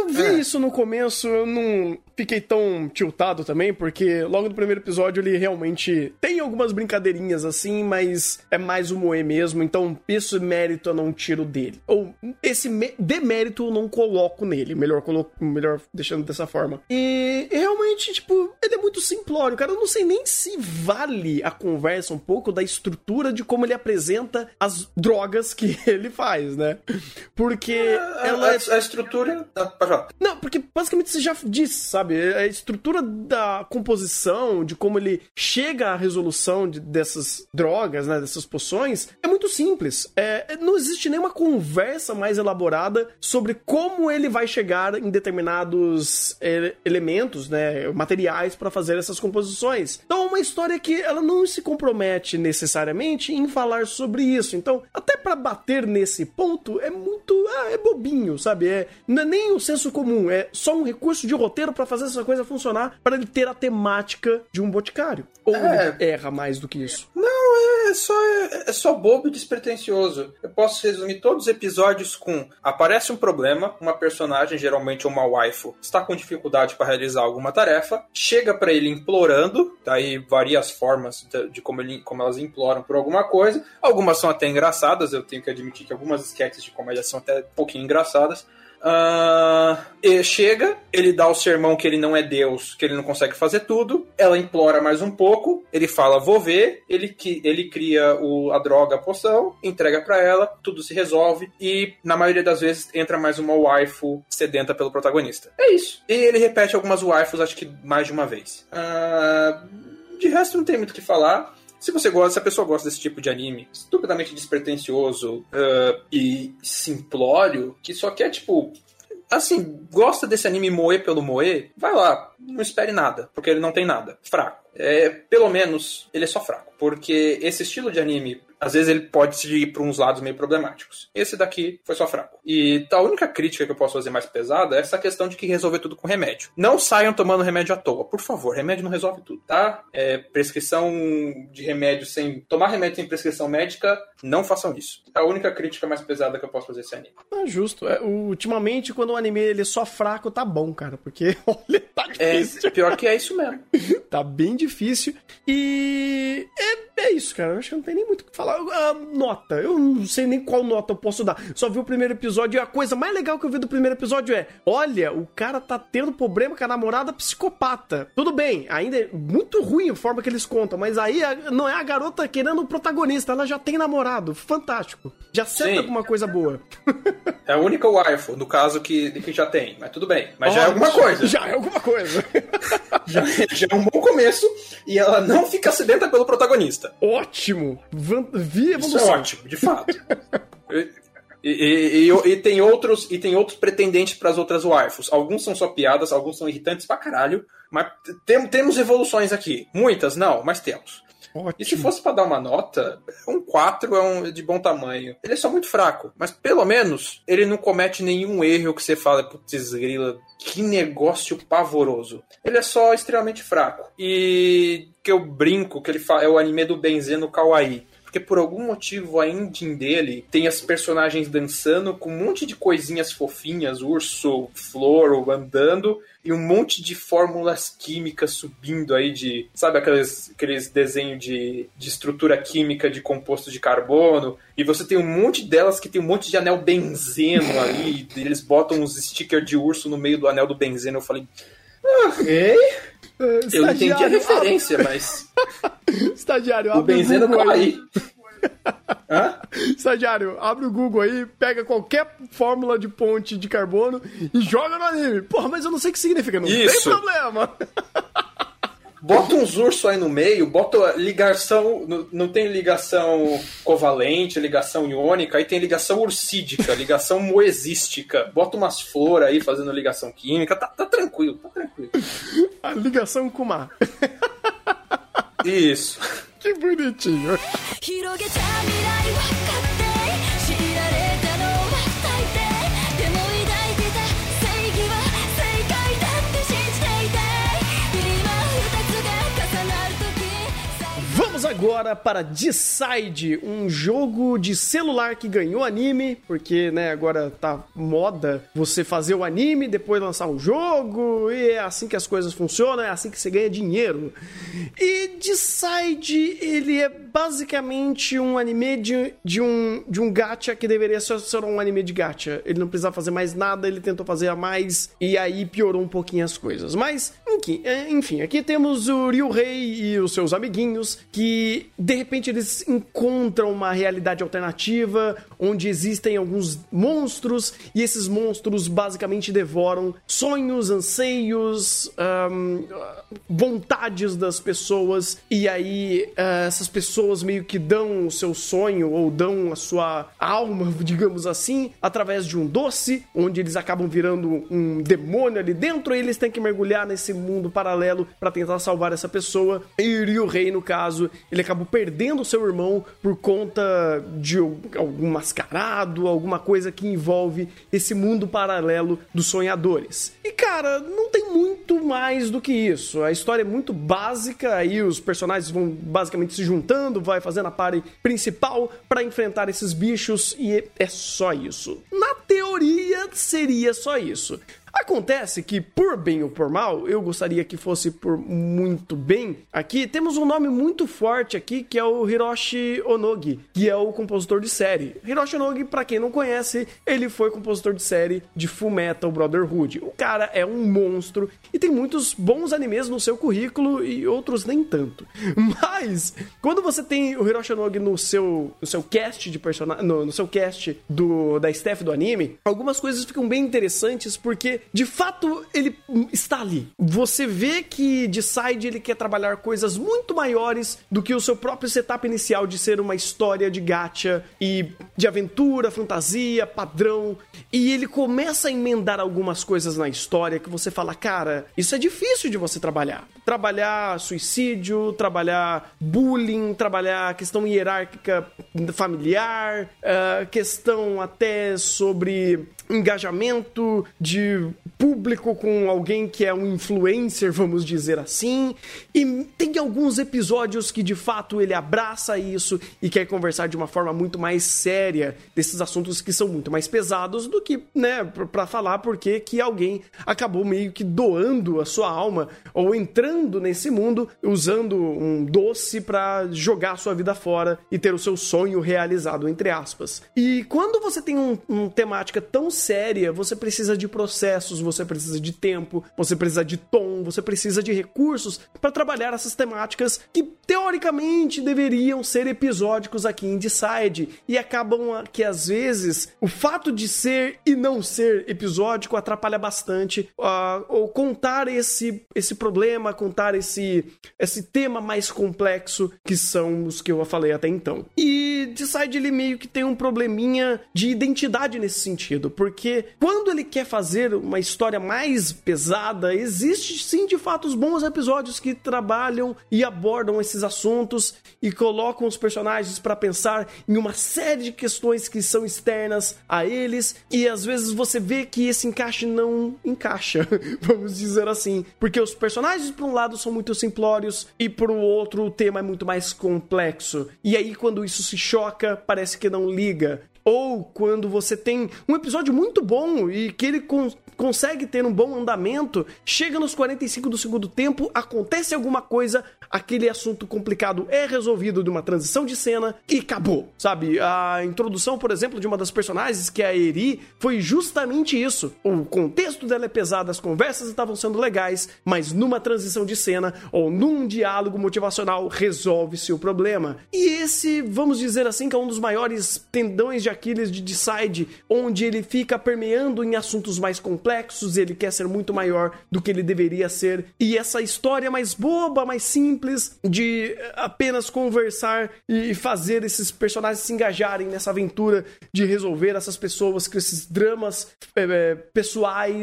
[SPEAKER 2] vi
[SPEAKER 3] É.
[SPEAKER 2] isso no começo, eu não fiquei tão tiltado também, porque logo no primeiro episódio ele realmente tem algumas brincadeirinhas assim, mas é mais o moe mesmo, então esse mérito eu não tiro dele. Ou esse me- demérito eu não coloco nele, melhor, colo- melhor deixando dessa forma. E realmente, tipo, ele é muito simplório, cara, eu não sei nem se vale a conversa um pouco da estrutura de como ele apresenta as drogas que ele faz, né? Porque
[SPEAKER 3] A,
[SPEAKER 2] ela
[SPEAKER 3] a-
[SPEAKER 2] é...
[SPEAKER 3] a estrutura. Ah, pode falar.
[SPEAKER 2] Não, porque basicamente você já disse, sabe? A estrutura da composição, de como ele chega à resolução de- dessas drogas, né? Dessas poções, é muito simples. É, não existe nenhuma conversa mais elaborada sobre como ele vai chegar em determinados é, elementos, né? Materiais para fazer essas composições. Então é uma história que ela não se compromete necessariamente em falar sobre isso. Então, até para bater nesse ponto, é muito... Ah, é bobinho, sabe? É, não é nem o senso comum, é só um recurso de roteiro pra fazer essa coisa funcionar, para ele ter a temática de um boticário. Ou
[SPEAKER 3] É.
[SPEAKER 2] ele erra mais do que isso?
[SPEAKER 3] Não, é só, é, é só bobo e despretensioso. Eu posso resumir todos os episódios com: aparece um problema, uma personagem, geralmente uma waifu, está com dificuldade para realizar alguma tarefa, chega pra ele implorando, daí varia as formas de, de como, ele, como elas imploram por alguma coisa. Algumas são até engraçadas, eu tenho que admitir que algumas sketches de comédia são até um pouquinho engraçadas. Uh, ele chega, ele dá o sermão que ele não é Deus, que ele não consegue fazer tudo. Ela implora mais um pouco, ele fala, vou ver. Ele, ele cria o, a droga, a poção, entrega pra ela, tudo se resolve. E na maioria das vezes entra mais uma waifu sedenta pelo protagonista. É isso. E ele repete algumas waifus, acho que mais de uma vez. uh, De resto não tem muito o que falar. Se você gosta, se a pessoa gosta desse tipo de anime estupidamente despretensioso uh, e simplório, que só quer, tipo... Assim, gosta desse anime moe pelo moe, vai lá, não espere nada, porque ele não tem nada. Fraco. É, pelo menos, ele é só fraco. Porque esse estilo de anime, às vezes ele pode ir para uns lados meio problemáticos. Esse daqui foi só fraco. E a única crítica que eu posso fazer mais pesada é essa questão de que resolver tudo com remédio. Não saiam tomando remédio à toa. Por favor, remédio não resolve tudo, tá? É, prescrição de remédio sem... Tomar remédio sem prescrição médica, não façam isso. É a única crítica mais pesada que eu posso fazer a esse anime.
[SPEAKER 2] É justo. É, ultimamente, quando o anime ele é só fraco, tá bom, cara. Porque, olha, tá difícil.
[SPEAKER 3] É, pior que é isso mesmo.
[SPEAKER 2] Tá bem difícil. E é, é isso, cara. Eu acho que não tem nem muito o que falar. A nota. Eu não sei nem qual nota eu posso dar. Só vi o primeiro episódio e a coisa mais legal que eu vi do primeiro episódio é: olha, o cara tá tendo problema com a namorada psicopata. Tudo bem, ainda é muito ruim a forma que eles contam, mas aí a- não é a garota querendo o protagonista, ela já tem namorado. Fantástico. Já senta
[SPEAKER 3] Sim.
[SPEAKER 2] alguma coisa boa.
[SPEAKER 3] É a única waifu, no caso, que, que já tem. Mas tudo bem. Mas já é alguma coisa.
[SPEAKER 2] Já é alguma coisa.
[SPEAKER 3] Já, já é um bom começo. E ela não fica sedenta pelo protagonista.
[SPEAKER 2] Ótimo. Van- Vi
[SPEAKER 3] Isso
[SPEAKER 2] evolução.
[SPEAKER 3] é ótimo, de fato. E, e- e- e tem outros, e tem outros pretendentes para as outras waifus. Alguns são só piadas, alguns são irritantes pra caralho. Mas tem- temos evoluções aqui. Muitas, não, mas temos.
[SPEAKER 2] Ótimo.
[SPEAKER 3] E se fosse pra dar uma nota, um quatro é um de bom tamanho. Ele é só muito fraco, mas pelo menos ele não comete nenhum erro que você fala, putz, grila, que negócio pavoroso. Ele é só extremamente fraco. E que eu brinco que ele fala, é o anime do Benzeno Kawaii. Porque por algum motivo a engine dele tem as personagens dançando com um monte de coisinhas fofinhas, urso, flor andando, e um monte de fórmulas químicas subindo aí de... Sabe aqueles, aqueles desenhos de, de estrutura química de composto de carbono? E você tem um monte delas que tem um monte de anel benzeno ali, e eles botam uns stickers de urso no meio do anel do benzeno. Eu falei... Ok... Eu não entendi a referência, mas...
[SPEAKER 2] Estagiário,
[SPEAKER 3] O
[SPEAKER 2] abre o,
[SPEAKER 3] benzeno
[SPEAKER 2] Google aí.
[SPEAKER 3] Kawaii. Hã?
[SPEAKER 2] Estagiário, abre o Google aí, pega qualquer fórmula de ponte de carbono e joga no anime. Porra, mas eu não sei o que significa. Não
[SPEAKER 3] Isso.
[SPEAKER 2] tem problema.
[SPEAKER 3] Bota uns ursos aí no meio, bota ligação... Não, não tem ligação covalente, ligação iônica, aí tem ligação ursídica, ligação moesística. Bota umas flores aí fazendo ligação química. Tá, tá tranquilo, tá tranquilo.
[SPEAKER 2] A ligação com o mar.
[SPEAKER 3] Isso.
[SPEAKER 2] Que bonitinho.
[SPEAKER 4] 広げちゃ未来分かって知られたのは大抵でも抱いてた正義は正解だって信じていて今二つが重なる時
[SPEAKER 2] Vamos agora para Decide, um jogo de celular que ganhou anime, porque, né, agora tá moda você fazer o anime, depois lançar um jogo, e é assim que as coisas funcionam, é assim que você ganha dinheiro. E Decide, ele é basicamente um anime de, de, um, de um gacha que deveria ser só um anime de gacha. Ele não precisava fazer mais nada, ele tentou fazer a mais, e aí piorou um pouquinho as coisas. Mas, enfim, enfim aqui temos o Ryuhei e os seus amiguinhos, que de repente eles encontram uma realidade alternativa, onde existem alguns monstros, e esses monstros basicamente devoram sonhos, anseios, um, vontades das pessoas, e aí uh, essas pessoas meio que dão o seu sonho, ou dão a sua alma, digamos assim, através de um doce, onde eles acabam virando um demônio ali dentro, e eles têm que mergulhar nesse mundo paralelo para tentar salvar essa pessoa. E o Ryuhei, no caso, ele acabou perdendo o seu irmão por conta de algum mascarado, alguma coisa que envolve esse mundo paralelo dos sonhadores. E cara, não tem muito mais do que isso. A história é muito básica, aí os personagens vão basicamente se juntando, vai fazendo a party principal para enfrentar esses bichos, e é só isso. Na teoria, seria só isso. Acontece que, por bem ou por mal, eu gostaria que fosse por muito bem, aqui temos um nome muito forte aqui, que é o Hiroshi Onogi, que é o compositor de série. Hiroshi Onogi, pra quem não conhece, ele foi compositor de série de Fullmetal Brotherhood. O cara é um monstro e tem muitos bons animes no seu currículo e outros nem tanto. Mas, quando você tem o Hiroshi Onogi no seu, no seu cast de personagem, no, no seu cast do, da staff do anime, algumas coisas ficam bem interessantes, porque de fato, ele está ali. Você vê que Decide ele quer trabalhar coisas muito maiores do que o seu próprio setup inicial de ser uma história de gacha e de aventura, fantasia, padrão. E ele começa a emendar algumas coisas na história que você fala, cara, isso é difícil de você trabalhar. Trabalhar suicídio, trabalhar bullying, trabalhar questão hierárquica familiar, uh, questão até sobre engajamento de público com alguém que é um influencer, vamos dizer assim, e tem alguns episódios que de fato ele abraça isso e quer conversar de uma forma muito mais séria desses assuntos que são muito mais pesados do que, né, pra falar porque que alguém acabou meio que doando a sua alma ou entrando nesse mundo usando um doce pra jogar a sua vida fora e ter o seu sonho realizado, entre aspas. E quando você tem um, uma temática tão séria, você precisa de processos, você precisa de tempo, você precisa de tom, você precisa de recursos para trabalhar essas temáticas que teoricamente deveriam ser episódicos aqui em Decide, e acabam que às vezes o fato de ser e não ser episódico atrapalha bastante uh, ou contar esse, esse problema, contar esse, esse tema mais complexo que são os que eu falei até então. E Decide ele meio que tem um probleminha de identidade nesse sentido, porque Porque quando ele quer fazer uma história mais pesada, existe sim de fato os bons episódios que trabalham e abordam esses assuntos e colocam os personagens para pensar em uma série de questões que são externas a eles, e às vezes você vê que esse encaixe não encaixa, vamos dizer assim, porque os personagens por um lado são muito simplórios e por outro o tema é muito mais complexo, e aí quando isso se choca, parece que não liga. Ou quando você tem um episódio muito bom e que ele con- consegue ter um bom andamento, chega nos quarenta e cinco do segundo tempo, acontece alguma coisa, aquele assunto complicado é resolvido de uma transição de cena e acabou, sabe? A introdução, por exemplo, de uma das personagens, que é a Eri, foi justamente isso. O contexto dela é pesado, as conversas estavam sendo legais, mas numa transição de cena ou num diálogo motivacional resolve-se o problema. E esse, vamos dizer assim, que é um dos maiores tendões de Aquiles de Decide, onde ele fica permeando em assuntos mais complexos, ele quer ser muito maior do que ele deveria ser, e essa história mais boba, mais simples, de apenas conversar e fazer esses personagens se engajarem nessa aventura de resolver essas pessoas com esses dramas é, pessoais,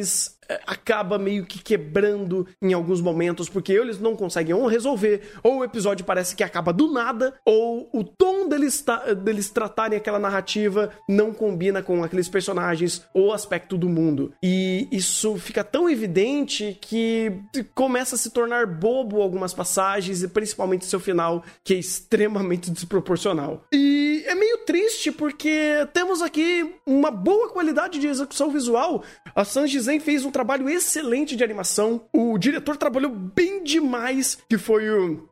[SPEAKER 2] é, acaba meio que quebrando em alguns momentos, porque eles não conseguem ou resolver, ou o episódio parece que acaba do nada, ou o tom deles, ta- deles tratarem aquela narrativa não combina com aqueles personagens ou aspecto do mundo. E isso fica tão evidente que começa a se tornar bobo algumas passagens, e principalmente seu final, que é extremamente desproporcional. E é meio triste, porque temos aqui uma boa qualidade de execução visual. A Sanji Zen fez um trabalho excelente de animação. O diretor trabalhou bem demais, que foi o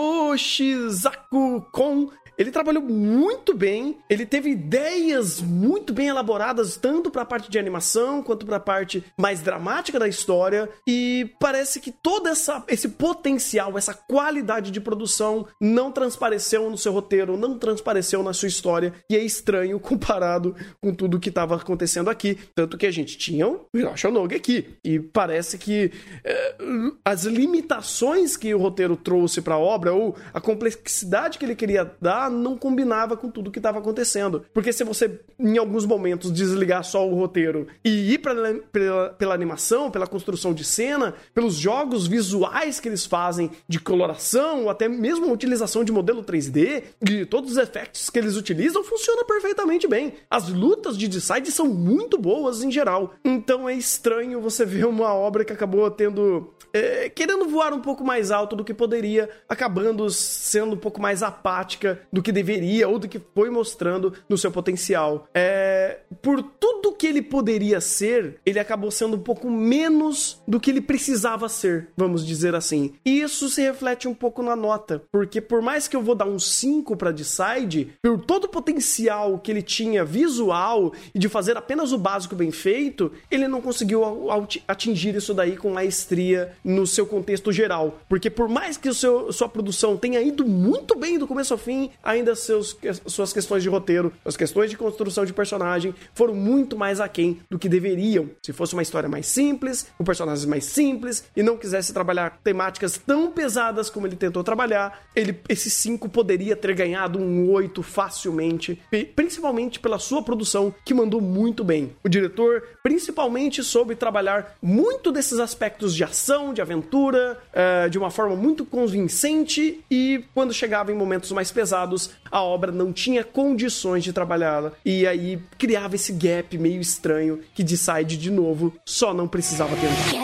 [SPEAKER 2] Yoshizaku Kon. Ele trabalhou muito bem, ele teve ideias muito bem elaboradas, tanto para a parte de animação, quanto para a parte mais dramática da história, e parece que todo essa, esse potencial, essa qualidade de produção não transpareceu no seu roteiro, não transpareceu na sua história, e é estranho comparado com tudo que estava acontecendo aqui, tanto que a gente tinha o Hiroshi Onogi aqui, e parece que é, as limitações que o roteiro trouxe para a obra, ou a complexidade que ele queria dar, não combinava com tudo que estava acontecendo. Porque se você, em alguns momentos, desligar só o roteiro e ir pra, pela, pela animação, pela construção de cena, pelos jogos visuais que eles fazem de coloração, ou até mesmo a utilização de modelo três D, e todos os efeitos que eles utilizam, funciona perfeitamente bem. As lutas de Decide são muito boas em geral. Então é estranho você ver uma obra que acabou tendo... É, querendo voar um pouco mais alto do que poderia, acabando sendo um pouco mais apática do que deveria, ou do que foi mostrando no seu potencial. É, por tudo que ele poderia ser, ele acabou sendo um pouco menos do que ele precisava ser, vamos dizer assim. E isso se reflete um pouco na nota, porque por mais que eu vou dar um cinco para Decide, por todo o potencial que ele tinha visual e de fazer apenas o básico bem feito, ele não conseguiu atingir isso daí com maestria no seu contexto geral. Porque por mais que o seu, sua produção tenha ido muito bem do começo ao fim, ainda seus, suas questões de roteiro, as questões de construção de personagem foram muito mais aquém do que deveriam. Se fosse uma história mais simples, com personagens mais simples, e não quisesse trabalhar temáticas tão pesadas como ele tentou trabalhar, ele, esse cinco poderia ter ganhado um oito facilmente, principalmente pela sua produção, que mandou muito bem. O diretor principalmente soube trabalhar muito desses aspectos de ação, de aventura, uh, de uma forma muito convincente, e quando chegava em momentos mais pesados, a obra não tinha condições de trabalhá-la, e aí criava esse gap meio estranho que Decide, de novo, só não precisava tentar.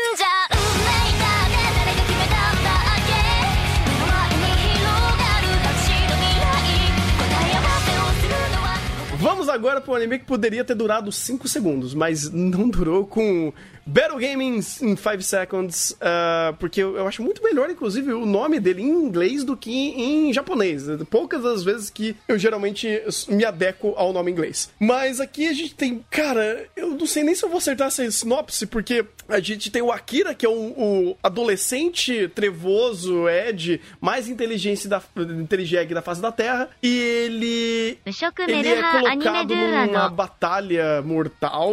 [SPEAKER 2] Vamos agora para um anime que poderia ter durado cinco segundos, mas não durou, com Battle Gaming in five seconds, uh, porque eu, eu acho muito melhor, inclusive, o nome dele em inglês do que em japonês. Poucas das vezes que eu geralmente me adequo ao nome inglês. Mas aqui a gente tem, cara, eu não sei nem se eu vou acertar essa sinopse, porque a gente tem o Akira, que é o, o adolescente trevoso, Ed, mais inteligente da, inteligente da face da Terra, e ele, ele é colocado numa batalha mortal.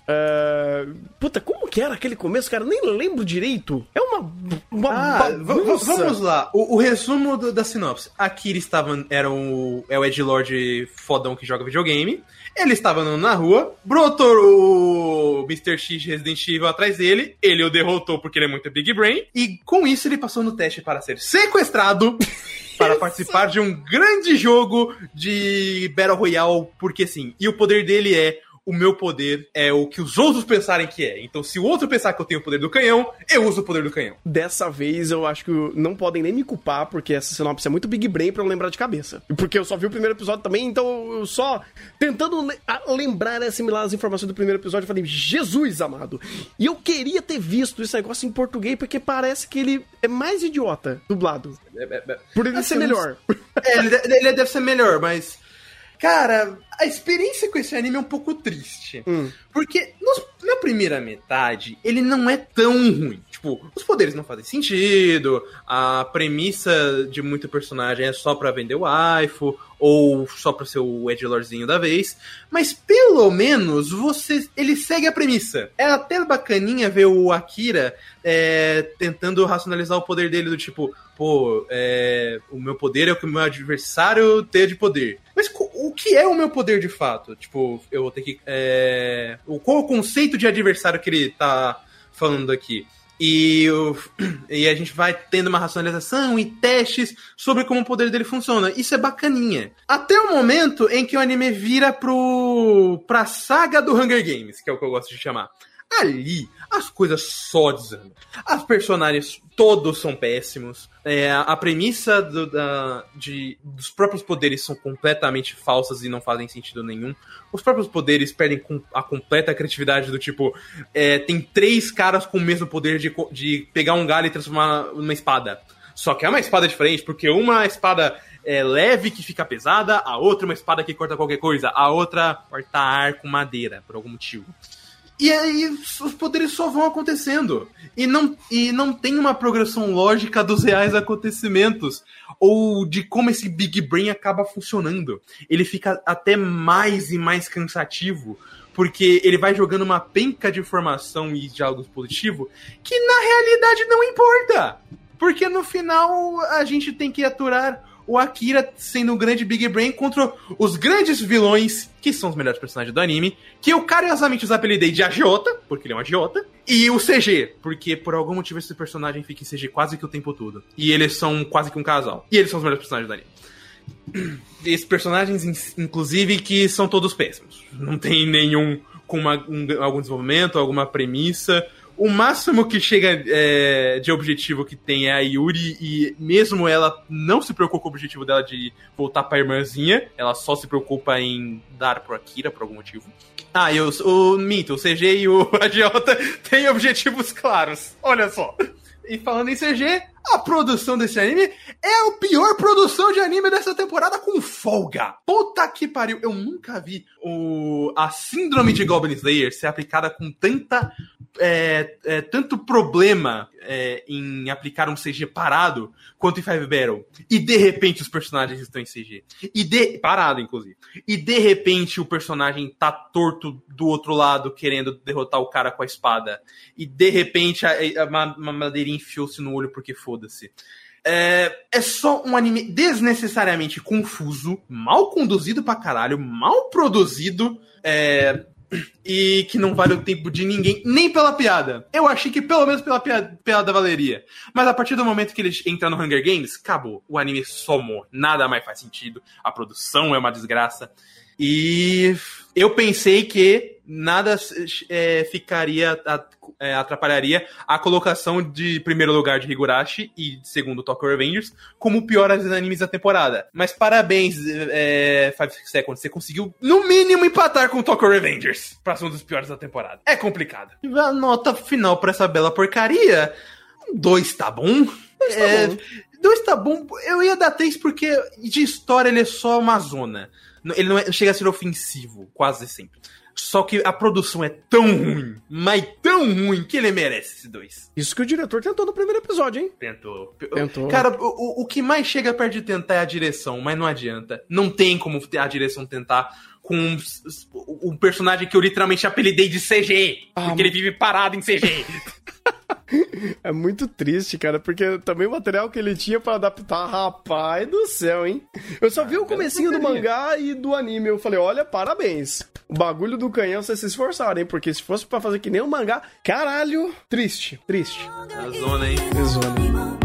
[SPEAKER 2] Uh, puta, como que era aquele começo, cara? Eu nem lembro direito. É uma, uma
[SPEAKER 5] ah,
[SPEAKER 2] bagunça.
[SPEAKER 5] Vamos lá. O, o resumo do, da sinopse. Akira estava, era um, é o edgelord fodão que joga videogame. Ele estava andando na rua, brotou o mister X de Resident Evil atrás dele, ele o derrotou porque ele é muito Big Brain, e com isso ele passou no teste para ser sequestrado para participar de um grande jogo de Battle Royale, porque sim, e o poder dele é: o meu poder é o que os outros pensarem que é. Então, se o outro pensar que eu tenho o poder do canhão, eu uso o poder do canhão.
[SPEAKER 2] Dessa vez, eu acho que não podem nem me culpar, porque essa sinopse é muito Big Brain pra eu lembrar de cabeça. Porque eu só vi o primeiro episódio também, então eu só tentando le- lembrar e assimilar as informações do primeiro episódio, eu falei, Jesus amado. E eu queria ter visto esse negócio em português, porque parece que ele é mais idiota dublado.
[SPEAKER 5] É, é, é.
[SPEAKER 2] Por ele
[SPEAKER 5] assim,
[SPEAKER 2] ser melhor.
[SPEAKER 5] É, ele, ele deve ser melhor, mas... Cara, a experiência com esse anime é um pouco triste.
[SPEAKER 2] Hum.
[SPEAKER 5] Porque nos, na primeira metade, ele não é tão ruim. Tipo, os poderes não fazem sentido, a premissa de muito personagem é só pra vender o waifu, ou só pra ser o edgelordzinho da vez. Mas pelo menos você, ele segue a premissa. É até bacaninha ver o Akira é, tentando racionalizar o poder dele do tipo... Pô, é, o meu poder é o que o meu adversário tem de poder. Mas co- o, o que é o meu poder de fato? Tipo, eu vou ter que... É, o, qual é o conceito de adversário que ele tá falando aqui? E, o, e a gente vai tendo uma racionalização e testes sobre como o poder dele funciona. Isso é bacaninha. Até o momento em que o anime vira pro, pra saga do Hunger Games, que é o que eu gosto de chamar. Ali, as coisas só desandam. As personagens todos são péssimos. É, a premissa do, da, de, dos próprios poderes são completamente falsas e não fazem sentido nenhum. Os próprios poderes perdem com a completa criatividade do tipo... É, tem três caras com o mesmo poder de, de pegar um galho e transformar numa espada. Só que é uma espada diferente, porque uma espada é leve que fica pesada, a outra é uma espada que corta qualquer coisa, a outra corta ar com madeira, por algum motivo. E aí os poderes só vão acontecendo. E não, e não tem uma progressão lógica dos reais acontecimentos. Ou de como esse Big Brain acaba funcionando. Ele fica até mais e mais cansativo. Porque ele vai jogando uma penca de informação e diálogos positivos que na realidade não importa. Porque no final a gente tem que aturar o Akira sendo um grande Big Brain contra os grandes vilões, que são os melhores personagens do anime, que eu carinhosamente os apelidei de agiota, porque ele é um agiota, e o C G, porque por algum motivo esse personagem fica em C G quase que o tempo todo. E eles são quase que um casal. E eles são os melhores personagens do anime. Esses personagens, inclusive, que são todos péssimos. Não tem nenhum com uma, um, algum desenvolvimento, alguma premissa. O máximo que chega é, de objetivo que tem é a Yuri, e mesmo ela não se preocupa com o objetivo dela de voltar pra irmãzinha, ela só se preocupa em dar pro Akira por algum motivo. Ah, e o, o Minto, o C G e o Agiota têm objetivos claros, olha só. E falando em C G, a produção desse anime é a pior produção de anime dessa temporada com folga. Puta que pariu, eu nunca vi o, a síndrome de Goblin Slayer ser aplicada com tanta... É, é, tanto problema é, em aplicar um C G parado quanto em Five Battle. E de repente os personagens estão em C G. E de... Parado, inclusive. E de repente o personagem tá torto do outro lado, querendo derrotar o cara com a espada. E de repente a, a, a madeirinha enfiou-se no olho porque foda-se. É, é só um anime desnecessariamente confuso, mal conduzido pra caralho, mal produzido, é... e que não vale o tempo de ninguém, nem pela piada. Eu achei que pelo menos pela piada, piada valeria. Mas a partir do momento que ele entra no Hunger Games, acabou. O anime somou. Nada mais faz sentido. A produção é uma desgraça. E eu pensei que nada é, ficaria, é, atrapalharia a colocação de primeiro lugar de Higurashi e de segundo Tokyo Revengers como o pior animes da temporada. Mas parabéns, é, Five Seconds, você conseguiu no mínimo empatar com o Tokyo Revengers pra ser um dos piores da temporada. É complicado. A nota final pra essa bela porcaria, dois tá bom. Dois tá é, bom. Dois tá bom. Eu ia dar três porque de história ele é só uma zona. Ele não, é, não chega a ser ofensivo, quase sempre. Só que a produção é tão ruim, mas tão ruim, que ele merece esse dois.
[SPEAKER 2] Isso que o diretor tentou no primeiro episódio, hein?
[SPEAKER 5] Tentou.
[SPEAKER 2] Tentou.
[SPEAKER 5] Cara, o, o que mais chega perto de tentar é a direção, mas não adianta. Não tem como a direção tentar com um, um personagem que eu literalmente apelidei de C G. Ah, porque ele vive parado em C G.
[SPEAKER 2] É muito triste, cara, porque também o material que ele tinha pra adaptar, rapaz do céu, hein? Eu só vi o comecinho do mangá e do anime, eu falei, olha, parabéns. O bagulho do canhão, vocês se esforçaram, hein? Porque se fosse pra fazer que nem o mangá, caralho, triste, triste.
[SPEAKER 5] É zona, hein?
[SPEAKER 2] É zona.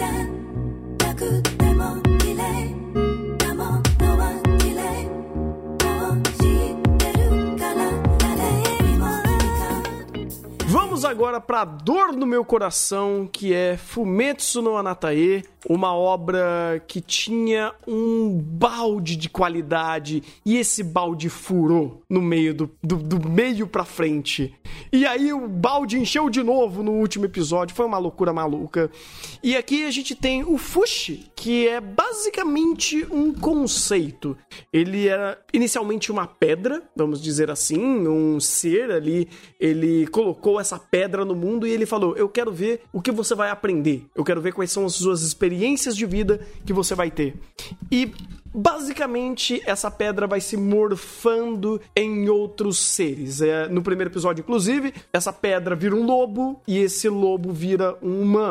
[SPEAKER 2] Vamos agora pra dor no meu coração, que é Fumetsu no Anatae, uma obra que tinha um balde de qualidade e esse balde furou no meio do, do, do meio pra frente. E aí o balde encheu de novo no último episódio, foi uma loucura maluca. E aqui a gente tem o Fushi, que é basicamente um conceito. Ele era inicialmente uma pedra, vamos dizer assim, um ser ali, ele colocou essa pedra no mundo e ele falou, eu quero ver o que você vai aprender, eu quero ver quais são as suas experiências de vida que você vai ter. E basicamente essa pedra vai se morfando em outros seres. É, no primeiro episódio, inclusive, essa pedra vira um lobo e esse lobo vira um humano.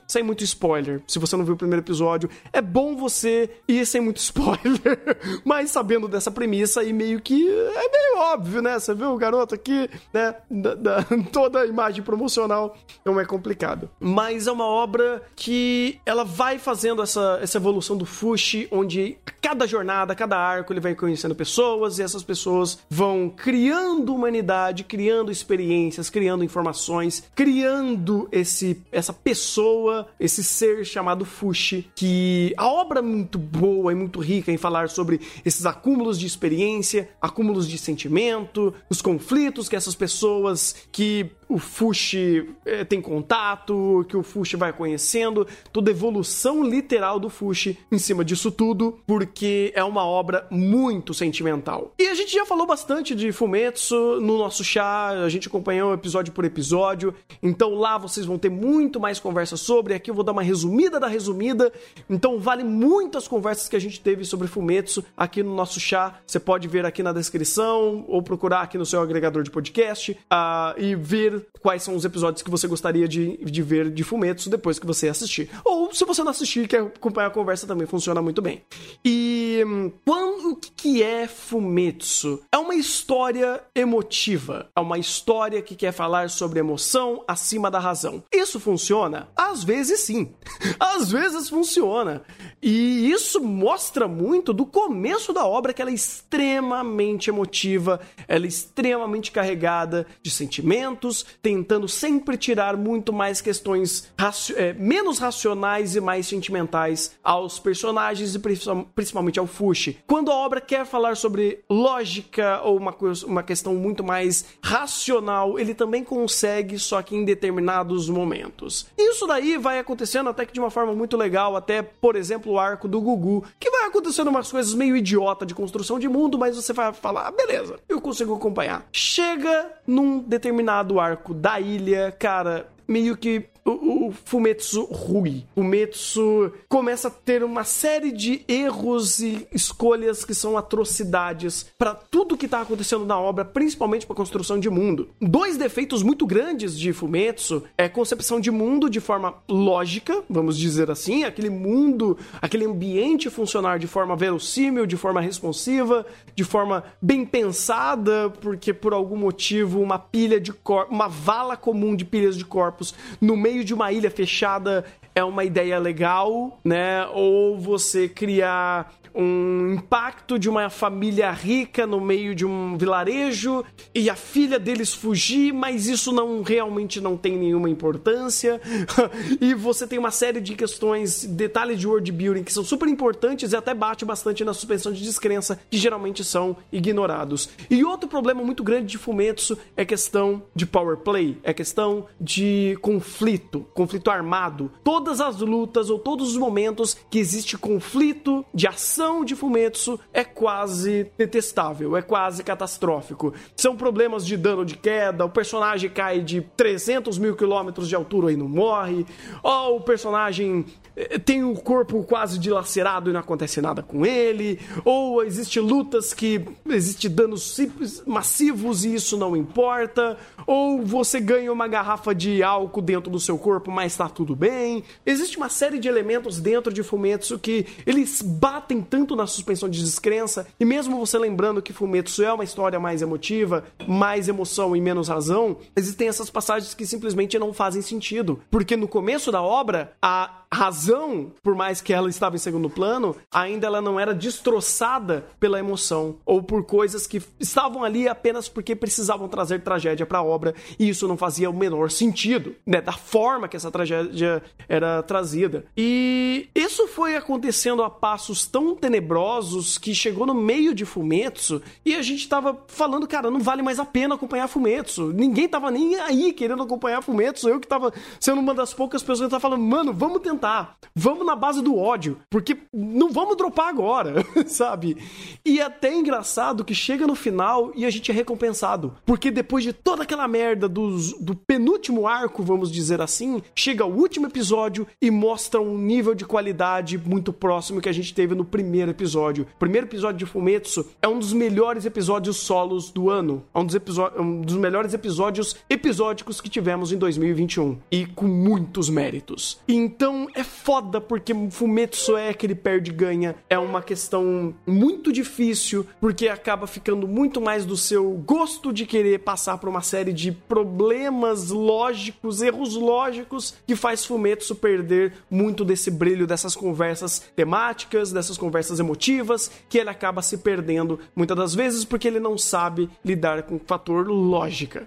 [SPEAKER 2] sem muito spoiler. Se você não viu o primeiro episódio, é bom você ir sem muito spoiler, mas sabendo dessa premissa e meio que é meio óbvio, né? Você viu o garoto aqui, né? Da, da, toda a imagem promocional, então é complicado. Mas é uma obra que ela vai fazendo essa, essa evolução do Fushi, onde cada jornada, cada arco, ele vai conhecendo pessoas e essas pessoas vão criando humanidade, criando experiências, criando informações, criando esse, essa pessoa, esse ser chamado Fushi, que a obra é muito boa e muito rica em falar sobre esses acúmulos de experiência, acúmulos de sentimento, os conflitos que essas pessoas que o Fushi é, tem contato, que o Fushi vai conhecendo, toda a evolução literal do Fushi em cima disso tudo, porque é uma obra muito sentimental. E a gente já falou bastante de Fumetsu no nosso chá, a gente acompanhou episódio por episódio, então lá vocês vão ter muito mais conversa sobre, aqui eu vou dar uma resumida da resumida, então vale muito as conversas que a gente teve sobre Fumetsu aqui no nosso chá, você pode ver aqui na descrição, ou procurar aqui no seu agregador de podcast, uh, e ver quais são os episódios que você gostaria de, de ver de Fumetsu depois que você assistir. Ou se você não assistir e quer acompanhar a conversa também, funciona muito bem. E quando, o que é Fumetsu? É uma história emotiva. É uma história que quer falar sobre emoção acima da razão. Isso funciona? Às vezes sim. Às vezes funciona. E isso mostra muito do começo da obra, que ela é extremamente emotiva, ela é extremamente carregada de sentimentos, tentando sempre tirar muito mais questões raci- é, menos racionais e mais sentimentais aos personagens e principalmente ao Fushi. Quando a obra quer falar sobre lógica ou uma, coisa, uma questão muito mais racional, ele também consegue, só que em determinados momentos. Isso daí vai acontecendo até que de uma forma muito legal, até, por exemplo, o arco do Gugu, que vai acontecendo umas coisas meio idiota de construção de mundo, mas você vai falar, ah, beleza, eu consigo acompanhar. Chega num determinado arco da ilha, cara, meio que o, o Fumetsu rui. Fumetsu começa a ter uma série de erros e escolhas que são atrocidades para tudo que tá acontecendo na obra, principalmente para construção de mundo. Dois defeitos muito grandes de Fumetsu é concepção de mundo de forma lógica, vamos dizer assim, aquele mundo, aquele ambiente funcionar de forma verossímil, de forma responsiva, de forma bem pensada, porque por algum motivo uma pilha de corpos, uma vala comum de pilhas de corpos no meio de uma ilha fechada é uma ideia legal, né? Ou você criar um impacto de uma família rica no meio de um vilarejo e a filha deles fugir, mas isso não realmente não tem nenhuma importância. E você tem uma série de questões, detalhes de world building que são super importantes e até bate bastante na suspensão de descrença, que geralmente são ignorados. E outro problema muito grande de Fumetsu é questão de power play, é questão de conflito, conflito armado. Todas as lutas ou todos os momentos que existe conflito de ação de Fumetsu é quase detestável, é quase catastrófico. São problemas de dano de queda, o personagem cai de trezentos mil quilômetros de altura e não morre, ou o personagem tem o corpo quase dilacerado e não acontece nada com ele, ou existe lutas que existe danos massivos e isso não importa, ou você ganha uma garrafa de álcool dentro do seu corpo, mas tá tudo bem. Existe uma série de elementos dentro de Fumetsu que eles batem tanto na suspensão de descrença, e mesmo você lembrando que Fumetsu é uma história mais emotiva, mais emoção e menos razão, existem essas passagens que simplesmente não fazem sentido, porque no começo da obra, a razão, por mais que ela estava em segundo plano, ainda ela não era destroçada pela emoção, ou por coisas que estavam ali apenas porque precisavam trazer tragédia para a obra, e isso não fazia o menor sentido, né, da forma que essa tragédia era trazida. E isso foi acontecendo a passos tão tenebrosos que chegou no meio de Fumetsu e a gente tava falando, cara, não vale mais a pena acompanhar Fumetsu. Ninguém tava nem aí querendo acompanhar Fumetsu. Eu que tava sendo uma das poucas pessoas que tava falando, mano, vamos tentar argumentar. Vamos na base do ódio, porque não vamos dropar agora, sabe? E é até engraçado que chega no final e a gente é recompensado, porque depois de toda aquela merda dos, do penúltimo arco, vamos dizer assim, chega o último episódio e mostra um nível de qualidade muito próximo que a gente teve no primeiro episódio. O primeiro episódio de Fumetsu é um dos melhores episódios solos do ano, é um dos, um dos melhores episódios episódicos que tivemos em dois mil e vinte e um, e com muitos méritos. Então é foda, porque Fumetsu é aquele perde-ganha, é uma questão muito difícil, porque acaba ficando muito mais do seu gosto de querer passar por uma série de problemas lógicos, erros lógicos, que faz Fumetsu perder muito desse brilho, dessas conversas temáticas, dessas conversas emotivas, que ele acaba se perdendo muitas das vezes, porque ele não sabe lidar com o fator lógica.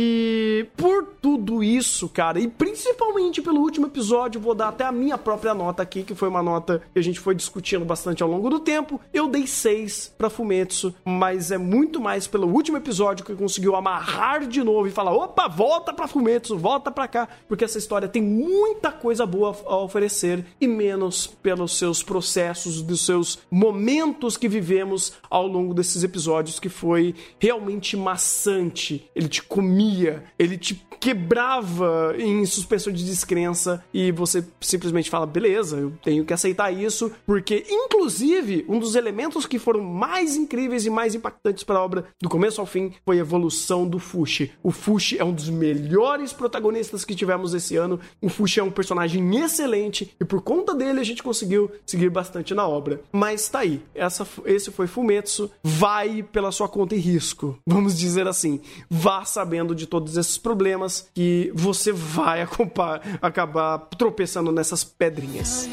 [SPEAKER 2] E por tudo isso, cara, e principalmente pelo último episódio, vou dar até a minha própria nota aqui, que foi uma nota que a gente foi discutindo bastante ao longo do tempo. Eu dei seis pra Fumetsu, mas é muito mais pelo último episódio que conseguiu amarrar de novo e falar, opa, volta pra Fumetsu, volta pra cá, porque essa história tem muita coisa boa a oferecer e menos pelos seus processos, dos seus momentos que vivemos ao longo desses episódios, que foi realmente maçante. Ele te comia, ele te quebrava em suspensão de descrença e você simplesmente fala, beleza, eu tenho que aceitar isso, porque inclusive um dos elementos que foram mais incríveis e mais impactantes para a obra do começo ao fim foi a evolução do Fushi. O Fushi é um dos melhores protagonistas que tivemos esse ano. O Fushi é um personagem excelente e por conta dele a gente conseguiu seguir bastante na obra. Mas tá aí, essa, esse foi Fumetsu. Vai pela sua conta e risco, vamos dizer assim. Vá sabendo de todos esses problemas que você vai acabar, acabar tropeçando nessas pedrinhas.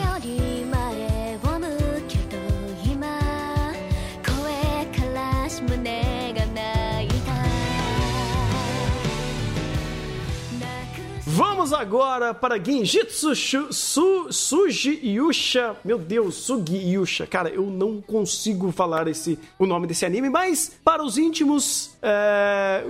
[SPEAKER 2] Vamos agora para Genjitsu Shu, Su, Sugiyusha. Meu Deus, Sugiyusha. Cara, eu não consigo falar esse, o nome desse anime, mas para os íntimos, é,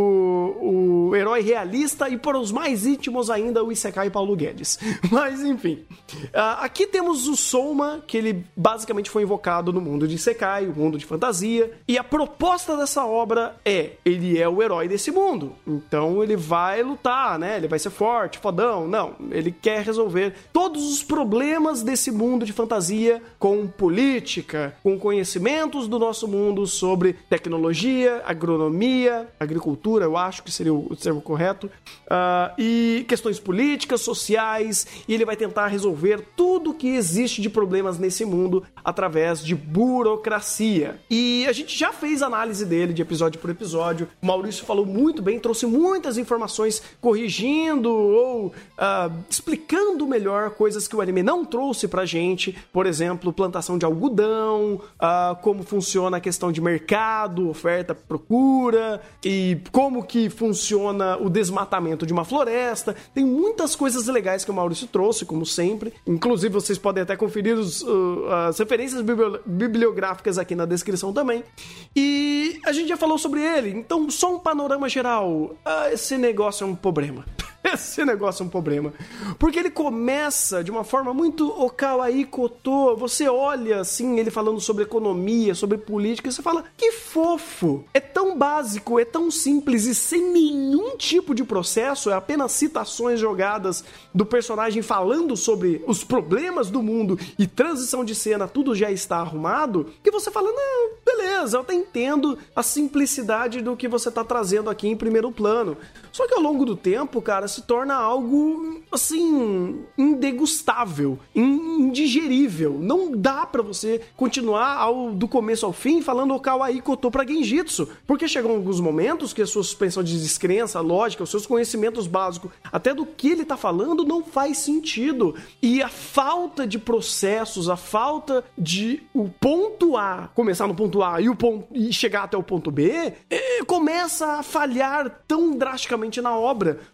[SPEAKER 2] o, o herói realista, e para os mais íntimos ainda, o Isekai Paulo Guedes. Mas, enfim. Uh, aqui temos o Soma, que ele basicamente foi invocado no mundo de Isekai, o mundo de fantasia, e a proposta dessa obra é, ele é o herói desse mundo. Então ele vai lutar, né? Ele vai ser forte, fodão. Não, ele quer resolver todos os problemas desse mundo de fantasia com política, com conhecimentos do nosso mundo sobre tecnologia, agronomia, agricultura, eu acho que seria o termo correto, uh, e questões políticas, sociais, e ele vai tentar resolver tudo que existe de problemas nesse mundo através de burocracia. E a gente já fez análise dele de episódio por episódio. O Maurício falou muito bem, trouxe muitas informações corrigindo ou uh, explicando melhor coisas que o anime não trouxe pra gente. Por exemplo, plantação de algodão, uh, como funciona a questão de mercado, oferta, procura, e como que funciona o desmatamento de uma floresta. Tem muitas coisas legais que o Maurício trouxe, como sempre. Inclusive, vocês podem até conferir os, uh, as referências bibli- bibliográficas aqui na descrição também. E a gente já falou sobre ele, então só um panorama geral. Uh, esse negócio é um problema. Esse negócio é um problema. Porque ele começa de uma forma muito o kawaii koto. Você olha assim, ele falando sobre economia, sobre política, e você fala, que fofo. É tão básico, é tão simples e sem nenhum tipo de processo. É apenas citações jogadas do personagem falando sobre os problemas do mundo e transição de cena, tudo já está arrumado, que você fala, não, beleza, eu até entendo a simplicidade do que você está trazendo aqui em primeiro plano. Só que ao longo do tempo, cara, se torna algo, assim, indegustável, indigerível. Não dá pra você continuar ao, do começo ao fim falando o kawaii koto pra Genjitsu, porque chegam alguns momentos que a sua suspensão de descrença, lógica, os seus conhecimentos básicos, até do que ele tá falando, não faz sentido. E a falta de processos, a falta de o ponto A, começar no ponto A e, o ponto, e chegar até o ponto B, é, começa a falhar tão drasticamente na obra, onde a gente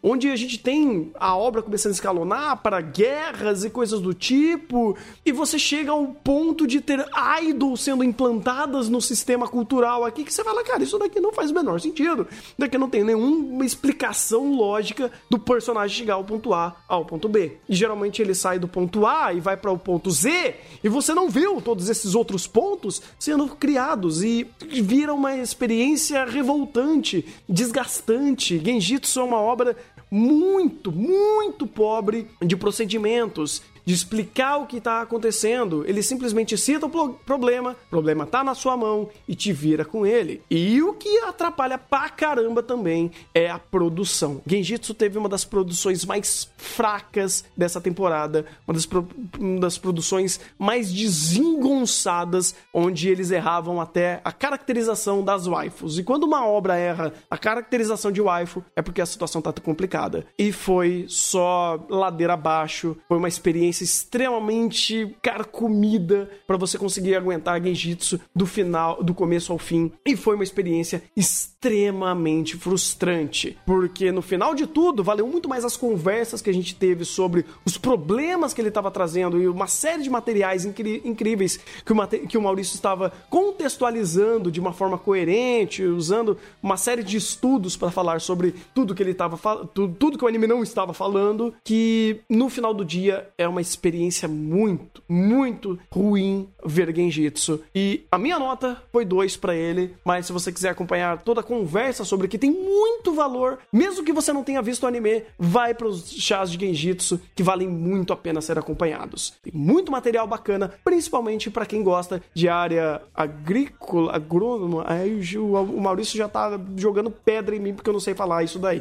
[SPEAKER 2] gente tem a obra começando a escalonar para guerras e coisas do tipo, e você chega ao ponto de ter idols sendo implantadas no sistema cultural aqui, que você fala, cara, isso daqui não faz o menor sentido. Isso daqui não tem nenhuma explicação lógica do personagem chegar ao ponto A ao ponto B. E geralmente ele sai do ponto A e vai para o ponto Z, e você não viu todos esses outros pontos sendo criados, e vira uma experiência revoltante, desgastante. Genjitsu é uma obra muito, muito pobre de procedimentos, de explicar o que está acontecendo. Ele simplesmente cita o pro- problema, o problema tá na sua mão e te vira com ele. E o que atrapalha pra caramba também é a produção. Genjitsu teve uma das produções mais fracas dessa temporada, uma das, pro- uma das produções mais desengonçadas, onde eles erravam até a caracterização das waifus. E quando uma obra erra a caracterização de waifu, é porque a situação tá complicada. E foi só ladeira abaixo, foi uma experiência extremamente carcomida para você conseguir aguentar Genjitsu do final, do começo ao fim, e foi uma experiência extremamente frustrante, porque no final de tudo valeu muito mais as conversas que a gente teve sobre os problemas que ele estava trazendo e uma série de materiais incri- incríveis que o, mate- que o Maurício estava contextualizando de uma forma coerente, usando uma série de estudos para falar sobre tudo que ele estava fal- tudo, tudo que o anime não estava falando, que no final do dia é uma experiência muito, muito ruim ver Genjitsu. E a minha nota foi dois pra ele, mas se você quiser acompanhar toda a conversa sobre que tem muito valor, mesmo que você não tenha visto o anime, vai pros chás de Genjitsu, que valem muito a pena ser acompanhados. Tem muito material bacana, principalmente pra quem gosta de área agrícola, agrônoma. Aí o o Maurício já tá jogando pedra em mim porque eu não sei falar isso daí.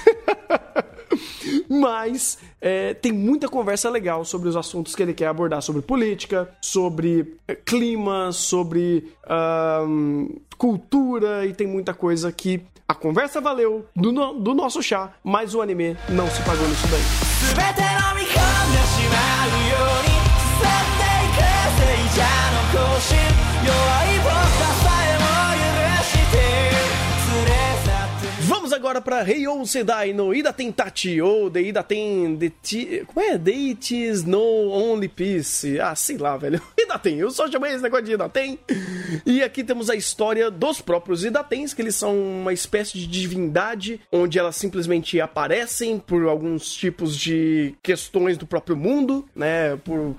[SPEAKER 2] Mas é, tem muita conversa legal sobre os assuntos que ele quer abordar, sobre política, sobre é, clima, sobre um, cultura, e tem muita coisa que a conversa valeu do, no, do nosso chá, mas o anime não se pagou nisso daí.
[SPEAKER 1] 全て飲み込んでしまうように進んでいく聖者の行進弱い僕らさえも許して連れ去って
[SPEAKER 2] Vamos agora pra Heiou Sedai no Idaten Tachi, ou The Idaten... The Ti... Como é? Deities No Only Peace. Ah, sei lá, velho. Idaten, eu só chamei esse negócio de Idaten. E aqui temos a história dos próprios Idatens, que eles são uma espécie de divindade, onde elas simplesmente aparecem por alguns tipos de questões do próprio mundo, né? Por, uh,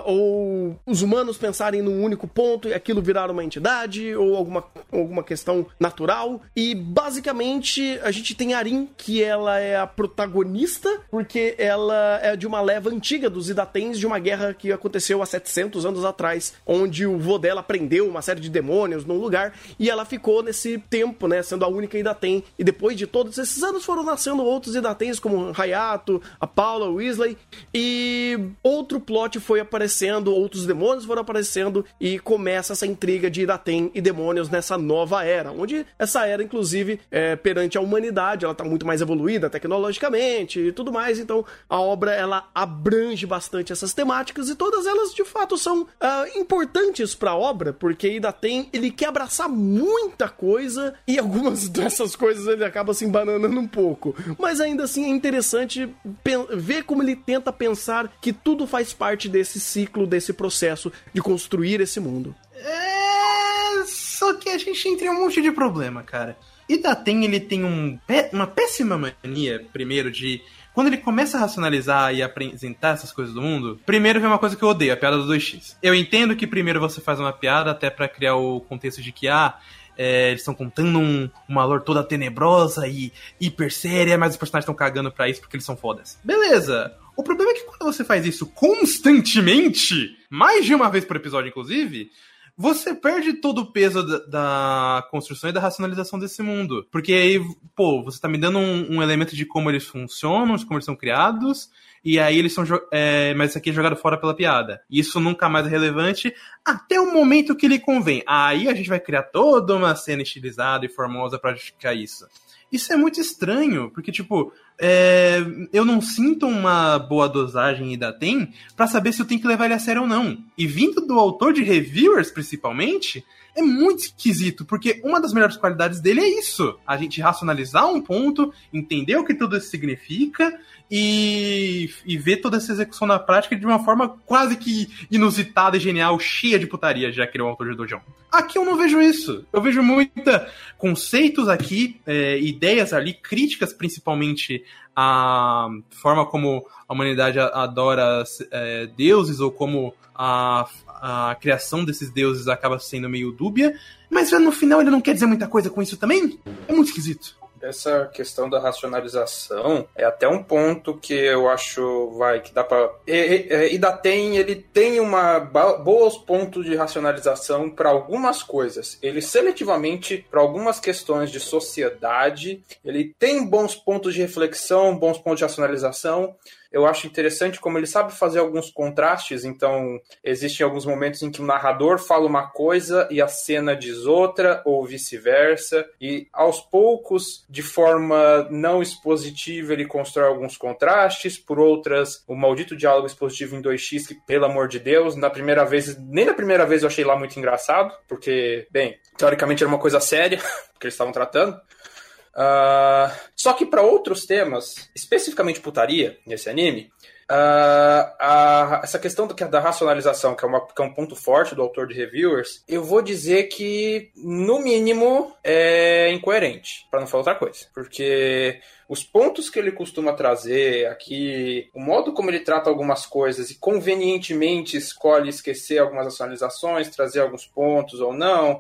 [SPEAKER 2] ou os humanos pensarem num único ponto e aquilo virar uma entidade, ou alguma, alguma questão natural. E, basicamente, a gente tem a Arin, que ela é a protagonista, porque ela é de uma leva antiga dos Idatens, de uma guerra que aconteceu há setecentos anos atrás, onde o vô dela prendeu uma série de demônios num lugar, e ela ficou nesse tempo, né, sendo a única Idaten, e depois de todos esses anos foram nascendo outros Idatens, como Hayato, a Paula, o Weasley, e outro plot foi aparecendo, outros demônios foram aparecendo, e começa essa intriga de Idaten e demônios nessa nova era, onde essa era, inclusive, é, perante a humanidade, ela tá muito mais evoluída tecnologicamente e tudo mais, então a obra, ela abrange bastante essas temáticas, e todas elas, de fato, são uh, importantes pra obra, porque Idaten, ele quer abraçar muita coisa, e algumas dessas coisas ele acaba se embananando um pouco, mas ainda assim é interessante ver como ele tenta pensar que tudo faz parte desse ciclo, desse processo de construir esse mundo.
[SPEAKER 5] É... Só que a gente entra em um monte de problema, cara. Idaten, ele tem um, uma péssima mania, primeiro, de... Quando ele começa a racionalizar e apresentar essas coisas do mundo, primeiro vem uma coisa que eu odeio, a piada do dois x. Eu entendo que primeiro você faz uma piada até pra criar o contexto de que, ah, é, eles estão contando um, uma lore toda tenebrosa e hiper séria, mas os personagens estão cagando pra isso porque eles são fodas. Beleza. O problema é que quando você faz isso constantemente, mais de uma vez por episódio, inclusive... você perde todo o peso da, da construção e da racionalização desse mundo. Porque aí, pô, você tá me dando um, um elemento de como eles funcionam, de como eles são criados, e aí eles são... É, mas isso aqui é jogado fora pela piada. Isso nunca mais é relevante até o momento que ele convém. Aí a gente vai criar toda uma cena estilizada e formosa pra justificar isso. Isso é muito estranho, porque, tipo... É, eu não sinto uma boa dosagem em Idaten pra saber se eu tenho que levar ele a sério ou não. E vindo do autor de Reviewers, principalmente, é muito esquisito, porque uma das melhores qualidades dele é isso. A gente racionalizar um ponto, entender o que tudo isso significa e, e ver toda essa execução na prática de uma forma quase que inusitada e genial, cheia de putaria, já que ele é o autor de Dojão. Aqui eu não vejo isso. Eu vejo muita conceitos aqui, é, ideias ali, críticas principalmente à forma como a humanidade adora é, deuses ou como a, a criação desses deuses acaba sendo meio dúbia, mas no final ele não quer dizer muita coisa com isso também? É muito esquisito.
[SPEAKER 3] Essa questão da racionalização é até um ponto que eu acho vai que dá pra... Idaten, ele tem uma bons pontos de racionalização para algumas coisas. Ele seletivamente, para algumas questões de sociedade, ele tem bons pontos de reflexão, bons pontos de racionalização. Eu acho interessante como ele sabe fazer alguns contrastes, então existem alguns momentos em que o narrador fala uma coisa e a cena diz outra, ou vice-versa, e aos poucos, de forma não expositiva, ele constrói alguns contrastes, por outras, o maldito diálogo expositivo em dois x, que, pelo amor de Deus, na primeira vez, nem na primeira vez eu achei lá muito engraçado, porque, bem, teoricamente era uma coisa séria, que eles estavam tratando. Uh, só que para outros temas, especificamente putaria, nesse anime, uh, a, essa questão do, da racionalização, que é, uma, que é um ponto forte do autor de Reviewers, eu vou dizer que, no mínimo, é incoerente, para não falar outra coisa. Porque os pontos que ele costuma trazer aqui, o modo como ele trata algumas coisas e convenientemente escolhe esquecer algumas racionalizações, trazer alguns pontos ou não,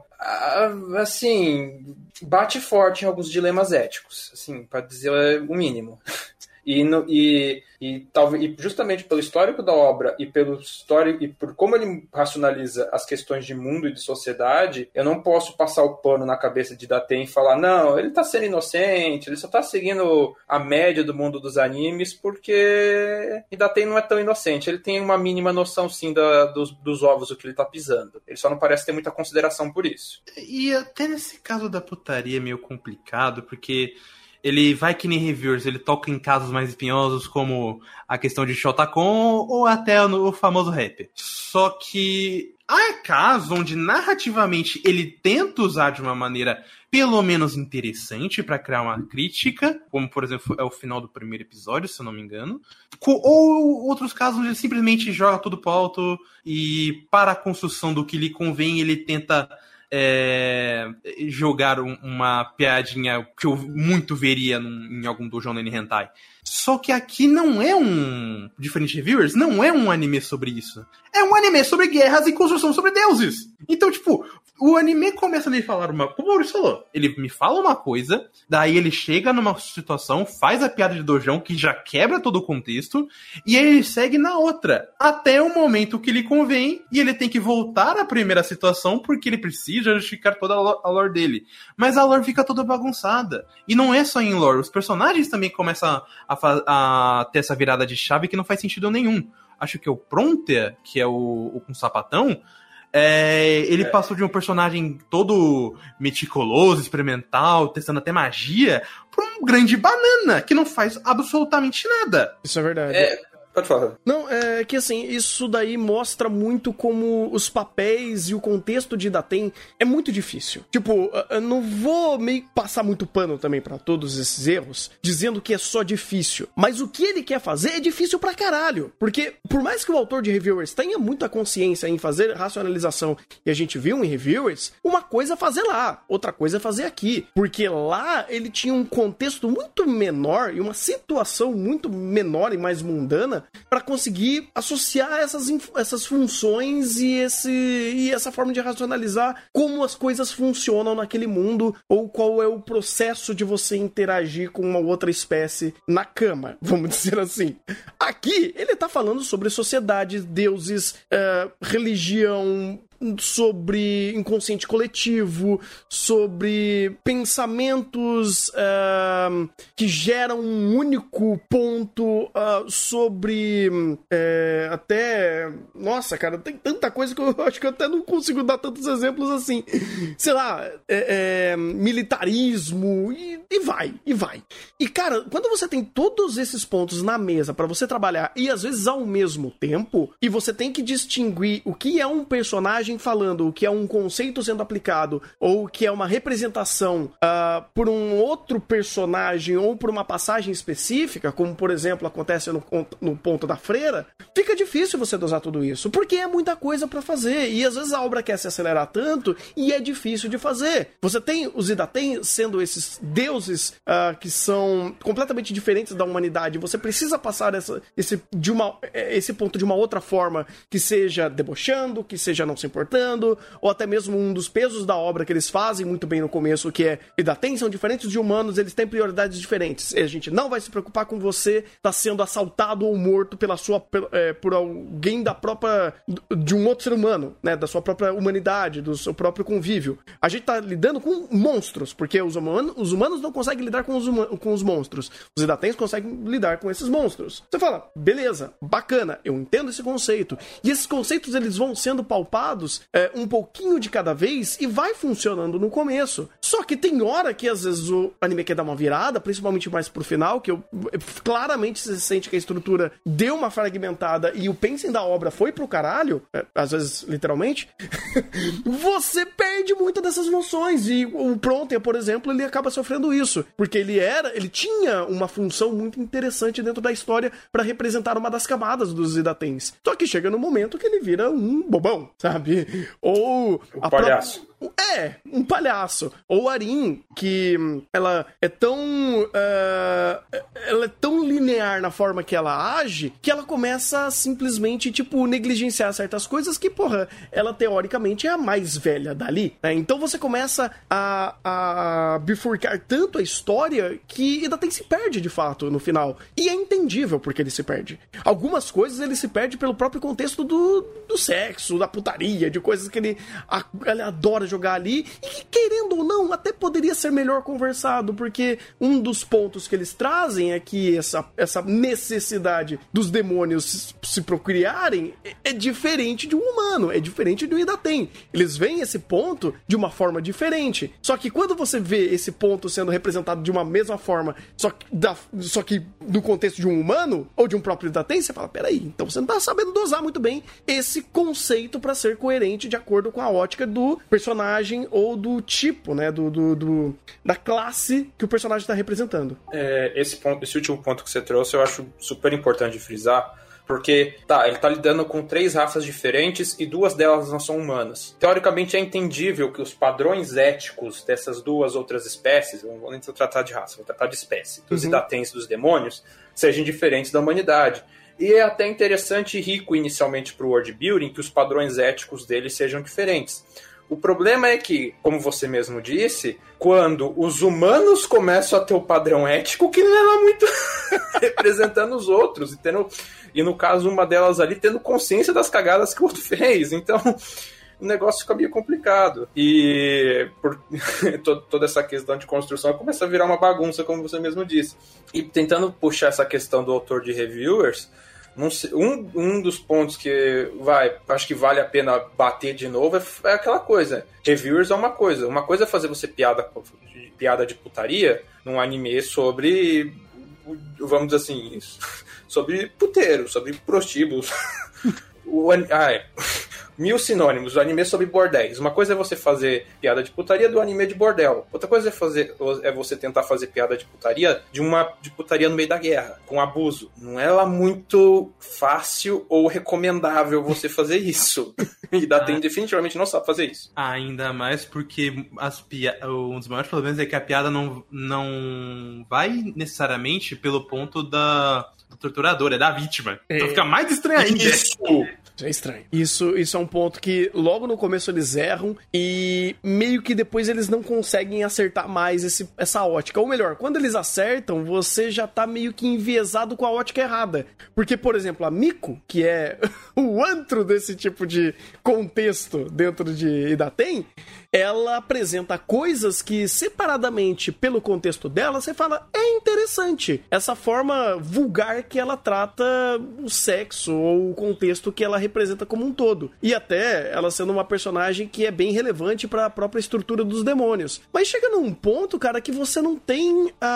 [SPEAKER 3] assim, bate forte em alguns dilemas éticos, assim, para dizer o mínimo. E, no, e, e, talvez, e justamente pelo histórico da obra e pelo histórico, e por como ele racionaliza as questões de mundo e de sociedade, eu não posso passar o pano na cabeça de Idaten e falar, não, ele tá sendo inocente, ele só tá seguindo a média do mundo dos animes, porque Idaten não é tão inocente, ele tem uma mínima noção sim da, dos, dos ovos do que ele tá pisando. Ele só não parece ter muita consideração por isso.
[SPEAKER 5] E até nesse caso da putaria é meio complicado, porque ele vai que nem Reviewers, ele toca em casos mais espinhosos como a questão de Shotacon ou até o famoso rap. Só que há casos onde narrativamente ele tenta usar de uma maneira pelo menos interessante para criar uma crítica, como por exemplo é o final do primeiro episódio, se eu não me engano, ou outros casos onde ele simplesmente joga tudo pro alto e para a construção do que lhe convém ele tenta É, jogar um, uma piadinha que eu muito veria num, em algum doujão no hentai. Só que aqui não é um... Diferente de Reviewers, não é um anime sobre isso. É um anime sobre guerras e construção sobre deuses. Então, tipo, o anime começa a me falar uma... Como o Maurício falou, ele me fala uma coisa, daí ele chega numa situação, faz a piada de doujão, que já quebra todo o contexto, e ele segue na outra. Até o momento que lhe convém, e ele tem que voltar à primeira situação, porque ele precisa justificar toda a lore dele. Mas a lore fica toda bagunçada. E não é só em lore, os personagens também começam a a ter essa virada de chave que não faz sentido nenhum. Acho que o Pronter, que é o, o com sapatão, é, ele é. passou de um personagem todo meticuloso, experimental, testando até magia, pra um grande banana, que não faz absolutamente nada.
[SPEAKER 2] Isso é verdade.
[SPEAKER 3] É... Pode falar.
[SPEAKER 2] Não, é que assim, isso daí mostra muito como os papéis e o contexto de Idaten é muito difícil. Tipo, eu não vou meio passar muito pano também pra todos esses erros, dizendo que é só difícil. Mas o que ele quer fazer é difícil pra caralho. Porque, por mais que o autor de Reviewers tenha muita consciência em fazer racionalização, e a gente viu em Reviewers, uma coisa é fazer lá, outra coisa é fazer aqui. Porque lá ele tinha um contexto muito menor e uma situação muito menor e mais mundana para conseguir associar essas, essas funções e, esse, e essa forma de racionalizar como as coisas funcionam naquele mundo ou qual é o processo de você interagir com uma outra espécie na cama, vamos dizer assim. Aqui, ele tá falando sobre sociedade, deuses, uh, religião, sobre inconsciente coletivo, sobre pensamentos uh, que geram um único ponto, uh, sobre uh, até... Nossa, cara, tem tanta coisa que eu acho que eu até não consigo dar tantos exemplos assim. Sei lá, é, é, militarismo, e, e vai, e vai. E, cara, quando você tem todos esses pontos na mesa pra você trabalhar, e às vezes ao mesmo tempo, e você tem que distinguir o que é um personagem personagem falando o que é um conceito sendo aplicado ou o que é uma representação uh, por um outro personagem ou por uma passagem específica, como por exemplo acontece no, no Ponto da Freira, fica difícil você dosar tudo isso, porque é muita coisa pra fazer e às vezes a obra quer se acelerar tanto e é difícil de fazer. Você tem os Idaten sendo esses deuses uh, que são completamente diferentes da humanidade, você precisa passar essa, esse, de uma, esse ponto de uma outra forma, que seja debochando, que seja não se importando, ou até mesmo um dos pesos da obra que eles fazem muito bem no começo, que é Idaten são diferentes de humanos, eles têm prioridades diferentes. A gente não vai se preocupar com você tá sendo assaltado ou morto pela sua, é, por alguém da própria, de um outro ser humano, né, da sua própria humanidade, do seu próprio convívio. A gente tá lidando com monstros, porque os humanos, os humanos não conseguem lidar com os, huma, com os monstros. Os Idatens conseguem lidar com esses monstros. Você fala, beleza, bacana, eu entendo esse conceito. E esses conceitos, eles vão sendo palpados é, um pouquinho de cada vez e vai funcionando no começo. Só que tem hora que às vezes o anime quer dar uma virada, principalmente mais pro final, que eu, claramente se sente que a estrutura deu uma fragmentada e o pacing da obra foi pro caralho, é, às vezes literalmente, você perde muito dessas noções. E o Pronther, por exemplo, ele acaba sofrendo isso, porque ele era, ele tinha uma função muito interessante dentro da história para representar uma das camadas dos Idatens. Só que chega no momento que ele vira um bobão, sabe? Ou
[SPEAKER 3] um
[SPEAKER 2] a
[SPEAKER 3] palhaço.
[SPEAKER 2] Pro... É, um palhaço. Ou Arin, que ela é tão... Uh, ela é tão linear na forma que ela age, que ela começa a simplesmente, tipo, negligenciar certas coisas que, porra, ela teoricamente é a mais velha dali, né? Então você começa a, a bifurcar tanto a história que ainda tem se perde, de fato, no final. E é entendível porque ele se perde. Algumas coisas ele se perde pelo próprio contexto do, do sexo, da putaria, de coisas que ele, a, ele adora jogar ali, e que, querendo ou não, até poderia ser melhor conversado, porque um dos pontos que eles trazem é que essa, essa necessidade dos demônios se, se procriarem é, é diferente de um humano, é diferente de um Idaten. Eles veem esse ponto de uma forma diferente. Só que quando você vê esse ponto sendo representado de uma mesma forma, só que, da, só que no contexto de um humano, ou de um próprio Idaten, você fala, peraí, então você não tá sabendo dosar muito bem esse conceito pra ser coerente de acordo com a ótica do personagem ou do tipo, né, do, do, do da classe que o personagem está representando.
[SPEAKER 3] É, esse, ponto, esse último ponto que você trouxe eu acho super importante de frisar, porque, tá, ele tá lidando com três raças diferentes e duas delas não são humanas. Teoricamente é entendível que os padrões éticos dessas duas outras espécies, não vou nem tratar de raça, vou tratar de espécie, dos uhum. Idatens e dos demônios, sejam diferentes da humanidade. E é até interessante e rico inicialmente pro world building que os padrões éticos deles sejam diferentes. O problema é que, como você mesmo disse, quando os humanos começam a ter o padrão ético, que não é lá muito representando os outros, e, tendo, e no caso uma delas ali tendo consciência das cagadas que o outro fez, então o negócio fica meio complicado. E por toda essa questão de construção começa a virar uma bagunça, como você mesmo disse. E tentando puxar essa questão do autor de reviewers, Um, um dos pontos que vai, acho que vale a pena bater de novo é, é aquela coisa. Reviewers é uma coisa. Uma coisa é fazer você piada, piada de putaria num anime sobre, vamos dizer assim, sobre puteiro, sobre prostíbulos. o, ai, mil sinônimos. O anime sobre bordéis. Uma coisa é você fazer piada de putaria do anime de bordel. Outra coisa é, fazer, é você tentar fazer piada de putaria de uma de putaria no meio da guerra, com abuso. Não é lá muito fácil ou recomendável você fazer isso. E Idaten ah, definitivamente não sabe fazer isso.
[SPEAKER 5] Ainda mais porque as pia... um dos maiores problemas é que a piada não, não vai necessariamente pelo ponto da do torturador, é da vítima. É. Então fica mais estranho ainda.
[SPEAKER 2] Isso! É estranho. Isso, isso é um ponto que logo no começo eles erram e meio que depois eles não conseguem acertar mais esse, essa ótica. Ou melhor, quando eles acertam, você já tá meio que enviesado com a ótica errada. Porque, por exemplo, a Miko, que é o antro desse tipo de contexto dentro de Idaten, ela apresenta coisas que separadamente, pelo contexto dela, você fala, é interessante. Essa forma vulgar que ela trata o sexo ou o contexto que ela representa como um todo. E até ela sendo uma personagem que é bem relevante para a própria estrutura dos demônios. Mas chega num ponto, cara, que você não tem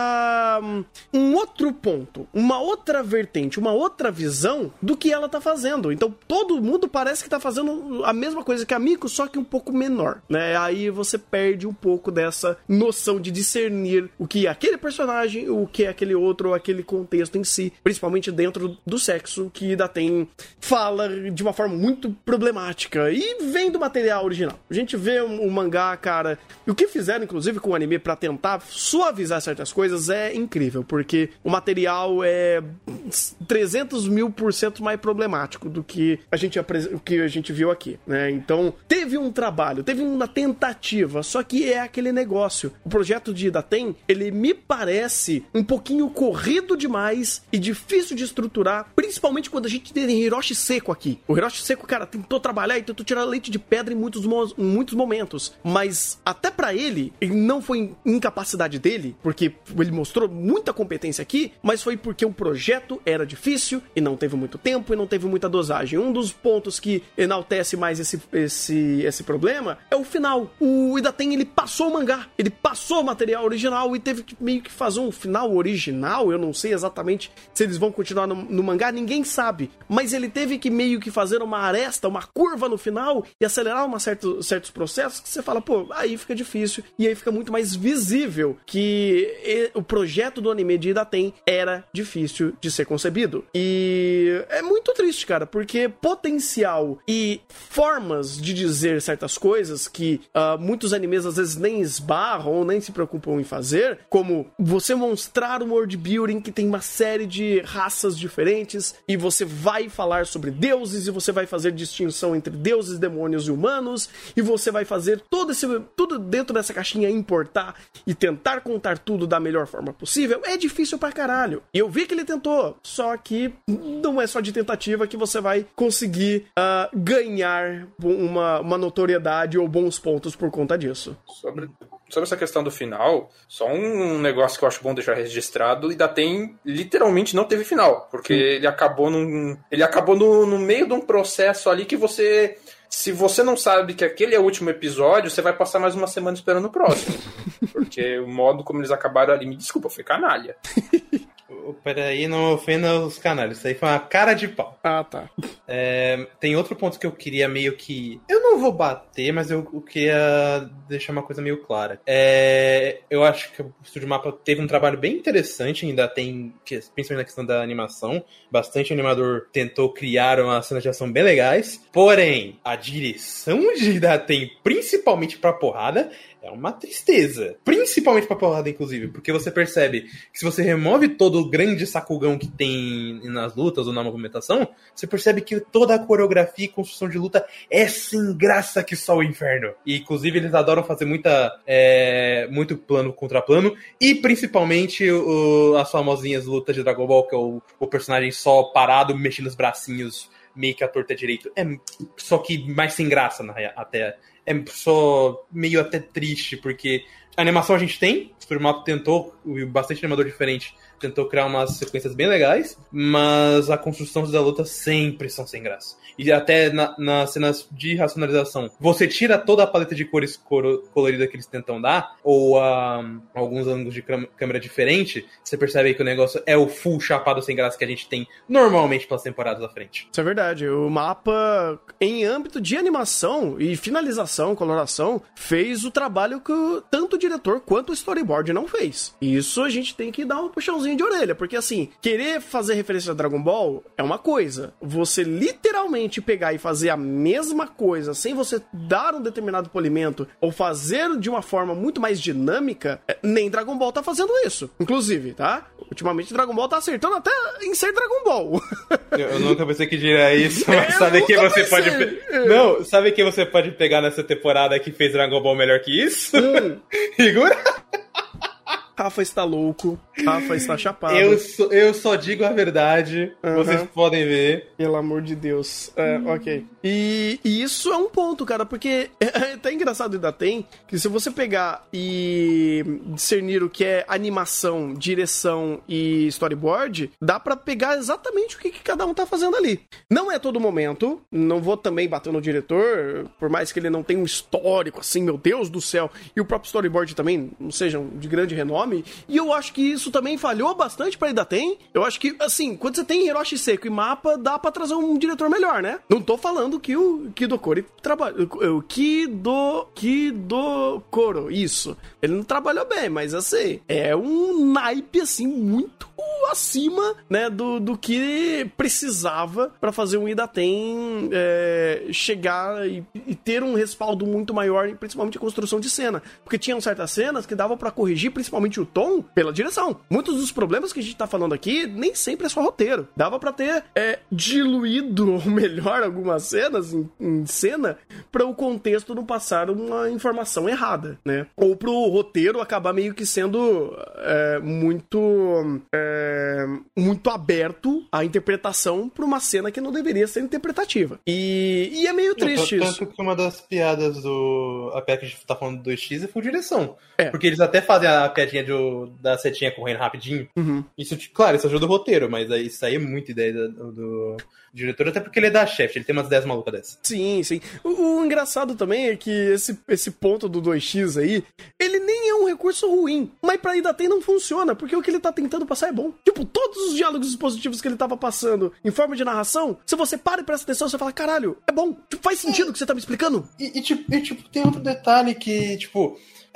[SPEAKER 2] uh, um outro ponto, uma outra vertente, uma outra visão do que ela tá fazendo. Então todo mundo parece que tá fazendo a mesma coisa que a Miko, só que um pouco menor, né? Aí você perde um pouco dessa noção de discernir o que é aquele personagem, o que é aquele outro, ou aquele contexto em si, principalmente dentro do sexo, que Daten fala de uma forma muito problemática e vem do material original. A gente vê o um, um mangá, cara, e o que fizeram, inclusive, com o anime pra tentar suavizar certas coisas é incrível, porque o material é trezentos mil por cento mais problemático do que a gente, o que a gente viu aqui, né? Então, teve um trabalho, teve uma tentativa, só que é aquele negócio. O projeto de Daten, ele me parece um pouquinho corrido demais e difícil de estruturar, principalmente quando a gente tem Hiroshi Seko aqui. O Hiroshi Seko, cara, tentou trabalhar e tentou tirar leite de pedra em muitos, mo- em muitos momentos, mas até pra ele, ele não foi incapacidade dele, porque ele mostrou muita competência aqui, mas foi porque o projeto era difícil e não teve muito tempo e não teve muita dosagem. Um dos pontos que enaltece mais esse, esse, esse problema é o final. O Idaten, ele passou o mangá, ele passou o material original e teve que meio que fazer um final original. Eu não sei exatamente se eles vão continuar no, no mangá, ninguém sabe, mas ele teve que meio que fazer uma aresta, uma curva no final e acelerar uma certo, certos processos que você fala, pô, aí fica difícil e aí fica muito mais visível que o projeto do anime de Idaten era difícil de ser concebido. E é muito triste, cara, porque potencial e formas de dizer certas coisas que uh, muitos animes às vezes nem esbarram ou nem se preocupam em fazer, como você mostrar um world building que tem uma série de raças diferentes e você vai falar sobre deuses e você vai fazer distinção entre deuses, demônios e humanos e você vai fazer todo esse, tudo dentro dessa caixinha, importar e tentar contar tudo da melhor forma possível, é difícil pra caralho. E eu vi que ele tentou, só que não é só de tentativa que você vai conseguir uh, ganhar uma, uma notoriedade ou bons pontos por conta disso.
[SPEAKER 3] Sobre, sobre essa questão do final, só um negócio que eu acho bom deixar registrado, ainda tem, literalmente não teve final, porque Sim. ele acabou num, ele acabou no, no meio de um processo ali que você... Se você não sabe que aquele é o último episódio, você vai passar mais uma semana esperando o próximo. Porque o modo como eles acabaram ali, me desculpa, foi canalha.
[SPEAKER 5] Peraí, não ofenda os canalhas. Isso aí foi uma cara de pau.
[SPEAKER 2] Ah, tá.
[SPEAKER 5] É, tem outro ponto que eu queria meio que... Eu não vou bater, mas eu, eu queria deixar uma coisa meio clara. É, eu acho que o Estúdio Mapa teve um trabalho bem interessante, ainda tem, principalmente na questão da animação. Bastante animador tentou criar umas cenas de ação bem legais. Porém, a direção de Daten, principalmente pra porrada, é uma tristeza. Principalmente pra porrada, inclusive. Porque você percebe que se você remove todo o grande sacugão que tem nas lutas ou na movimentação, você percebe que toda a coreografia e construção de luta é sem graça que só o inferno. E, inclusive, eles adoram fazer muita, é, muito plano contra plano. E, principalmente, o, as famosinhas lutas de Dragon Ball, que é o, o personagem só parado, mexendo os bracinhos meio que a torta direito. É só que mais sem graça, na, até... É só meio até triste, porque a animação a gente tem, o Estúdio Mapa tentou, bastante animador diferente, tentou criar umas sequências bem legais, mas a construção da luta sempre são sem graça. E até na, nas cenas de racionalização, você tira toda a paleta de cores coro, colorida que eles tentam dar, ou uh, alguns ângulos de câmera diferente, você percebe que o negócio é o full chapado sem graça que a gente tem normalmente pelas temporadas à frente.
[SPEAKER 2] Isso é verdade. O mapa, em âmbito de animação e finalização, coloração, fez o trabalho que tanto o diretor quanto o storyboard não fez. E isso a gente tem que dar um puxãozinho de orelha, porque assim, querer fazer referência a Dragon Ball é uma coisa. Você literalmente pegar e fazer a mesma coisa sem você dar um determinado polimento ou fazer de uma forma muito mais dinâmica, nem Dragon Ball tá fazendo isso. Inclusive, tá? Ultimamente Dragon Ball tá acertando até em ser Dragon Ball.
[SPEAKER 5] Eu, eu nunca pensei que diria isso, mas sabe que você pensei. pode... Pe... Não, sabe que você pode pegar nessa temporada que fez Dragon Ball melhor que isso? Hum. Figura?
[SPEAKER 2] Rafa está louco, Rafa está chapado.
[SPEAKER 5] Eu só, eu só digo a verdade,
[SPEAKER 2] Uhum.
[SPEAKER 5] vocês podem ver.
[SPEAKER 2] Pelo amor de Deus. É, ok. E, e isso é um ponto, cara, porque é até engraçado ainda tem que se você pegar e discernir o que é animação, direção e storyboard, dá pra pegar exatamente o que, que cada um tá fazendo ali. Não é todo momento, não vou também bater no diretor, por mais que ele não tenha um histórico assim, meu Deus do céu, e o próprio storyboard também não sejam de grande renome, e eu acho que isso também falhou bastante pra Idaten. Eu acho que, assim, quando você tem Hiroshi Seiko e mapa, dá pra trazer um diretor melhor, né? Não tô falando que o Kidokoro trabalha, o Kido, Kidokoro, isso. Ele não trabalhou bem, mas assim, é um naipe, assim, muito acima, né, do, do que precisava pra fazer um Idaten é, chegar e, e ter um respaldo muito maior, principalmente a construção de cena. Porque tinham certas cenas que dava pra corrigir, principalmente o tom, pela direção. Muitos dos problemas que a gente tá falando aqui, nem sempre é só roteiro. Dava pra ter é, diluído, ou melhor, algumas cenas em, em cena, pra o contexto não passar uma informação errada, né? Ou pro roteiro acabar meio que sendo é, muito... É, muito aberto à interpretação pra uma cena que não deveria ser interpretativa. E, e é meio triste
[SPEAKER 5] tanto,
[SPEAKER 2] isso.
[SPEAKER 5] Tanto que uma das piadas do... A piada que a gente tá falando do dois x foi direção.
[SPEAKER 2] É.
[SPEAKER 5] Porque eles até fazem a piadinha do, da setinha correndo rapidinho.
[SPEAKER 2] Uhum.
[SPEAKER 5] Isso, claro, isso ajuda o roteiro, mas aí, isso aí é muita ideia do, do diretor, até porque ele é da chefe, ele tem umas ideias malucas dessas.
[SPEAKER 2] Sim, sim. O, o engraçado também é que esse, esse ponto do dois x aí, ele nem é um recurso ruim, mas pra Idaten não funciona, porque o que ele tá tentando passar é bom. Tipo, todos os diálogos expositivos que ele tava passando em forma de narração, se você para e presta atenção, você fala, caralho, é bom. Tipo, faz sentido o que você tá me explicando?
[SPEAKER 5] E, e, tipo, e, tipo, tem outro detalhe que, tipo...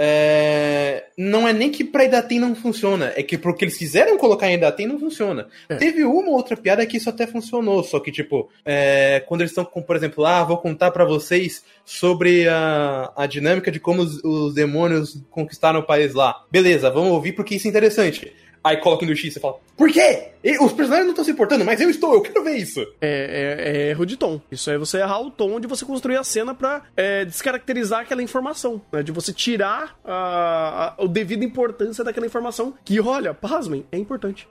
[SPEAKER 5] É... não é nem que pra Idaten não funciona, é que pro que eles quiseram colocar em Idaten não funciona. É. Teve uma outra piada que isso até funcionou, só que, tipo, é... quando eles estão com, por exemplo, ah, vou contar pra vocês sobre a, a dinâmica de como os, os demônios conquistaram o país lá. Beleza, vamos ouvir porque isso é interessante. Aí coloca no X e fala, por quê? E, os personagens não estão se importando, mas eu estou, eu quero ver isso.
[SPEAKER 2] É, é, é erro de tom. Isso é você errar o tom de você construir a cena pra é, descaracterizar aquela informação, né? De você tirar a, a, a devida importância daquela informação, que, olha, pasmem, é importante.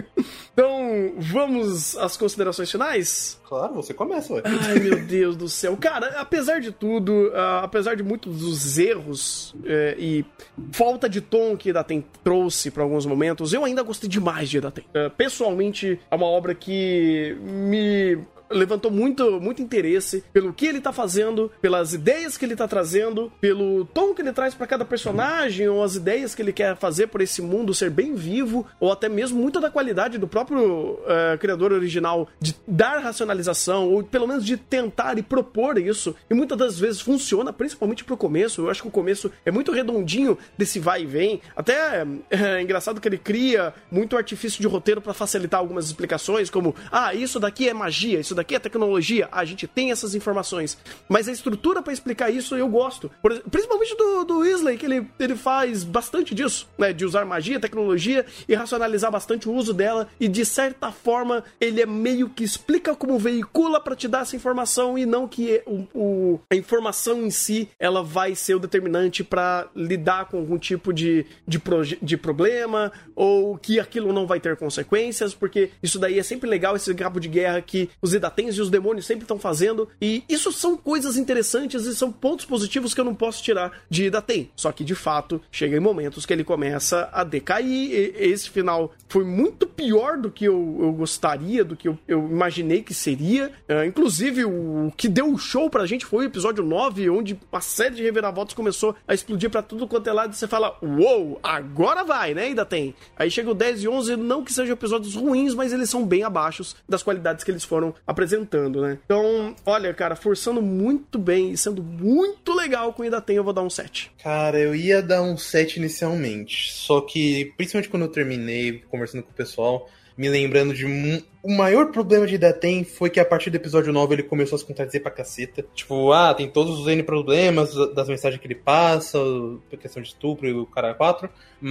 [SPEAKER 2] Então, vamos às considerações finais?
[SPEAKER 5] Claro, você começa, ué.
[SPEAKER 2] Ai, meu Deus do céu. Cara, apesar de tudo, uh, apesar de muitos dos erros uh, e falta de tom que Idaten trouxe pra alguns momentos, eu ainda gostei demais de Idaten. Uh, pessoalmente, é uma obra que me... levantou muito, muito interesse pelo que ele tá fazendo, pelas ideias que ele tá trazendo, pelo tom que ele traz pra cada personagem, ou as ideias que ele quer fazer por esse mundo ser bem vivo, ou até mesmo muita da qualidade do próprio uh, criador original de dar racionalização, ou pelo menos de tentar e propor isso, e muitas das vezes funciona, principalmente pro começo. Eu acho que o começo é muito redondinho desse vai e vem, até é engraçado que ele cria muito artifício de roteiro pra facilitar algumas explicações, como, ah, isso daqui é magia, isso daqui Aqui é tecnologia, a gente tem essas informações, mas a estrutura pra explicar isso eu gosto. Por, principalmente do, do Weasley, que ele, ele faz bastante disso, né? De usar magia, tecnologia e racionalizar bastante o uso dela, e de certa forma ele é meio que explica como veicula pra te dar essa informação, e não que o, o, a informação em si ela vai ser o determinante pra lidar com algum tipo de, de, proje- de problema, ou que aquilo não vai ter consequências, porque isso daí é sempre legal, esse cabo de guerra que os Idatens e os demônios sempre estão fazendo, e isso são coisas interessantes e são pontos positivos que eu não posso tirar de Idaten. Só que, de fato, chega em momentos que ele começa a decair, e esse final foi muito pior do que eu, eu gostaria, do que eu, eu imaginei que seria. Uh, inclusive, o, o que deu o show pra gente foi o episódio nove, onde uma série de reviravoltas começou a explodir pra tudo quanto é lado, e você fala, uou, agora vai, né, Idaten? Aí chega o dez e onze, não que sejam episódios ruins, mas eles são bem abaixo das qualidades que eles foram apresentando, né? Então, olha, cara, forçando muito bem e sendo muito legal com o Idaten, eu vou dar um sete.
[SPEAKER 5] Cara, eu ia dar um sete inicialmente, só que, principalmente quando eu terminei, conversando com o pessoal, me lembrando de um... O maior problema de Idaten foi que a partir do episódio nove ele começou a se contradizer pra caceta. Tipo, ah, tem todos os N problemas das mensagens que ele passa, a questão de estupro e o cara quatro,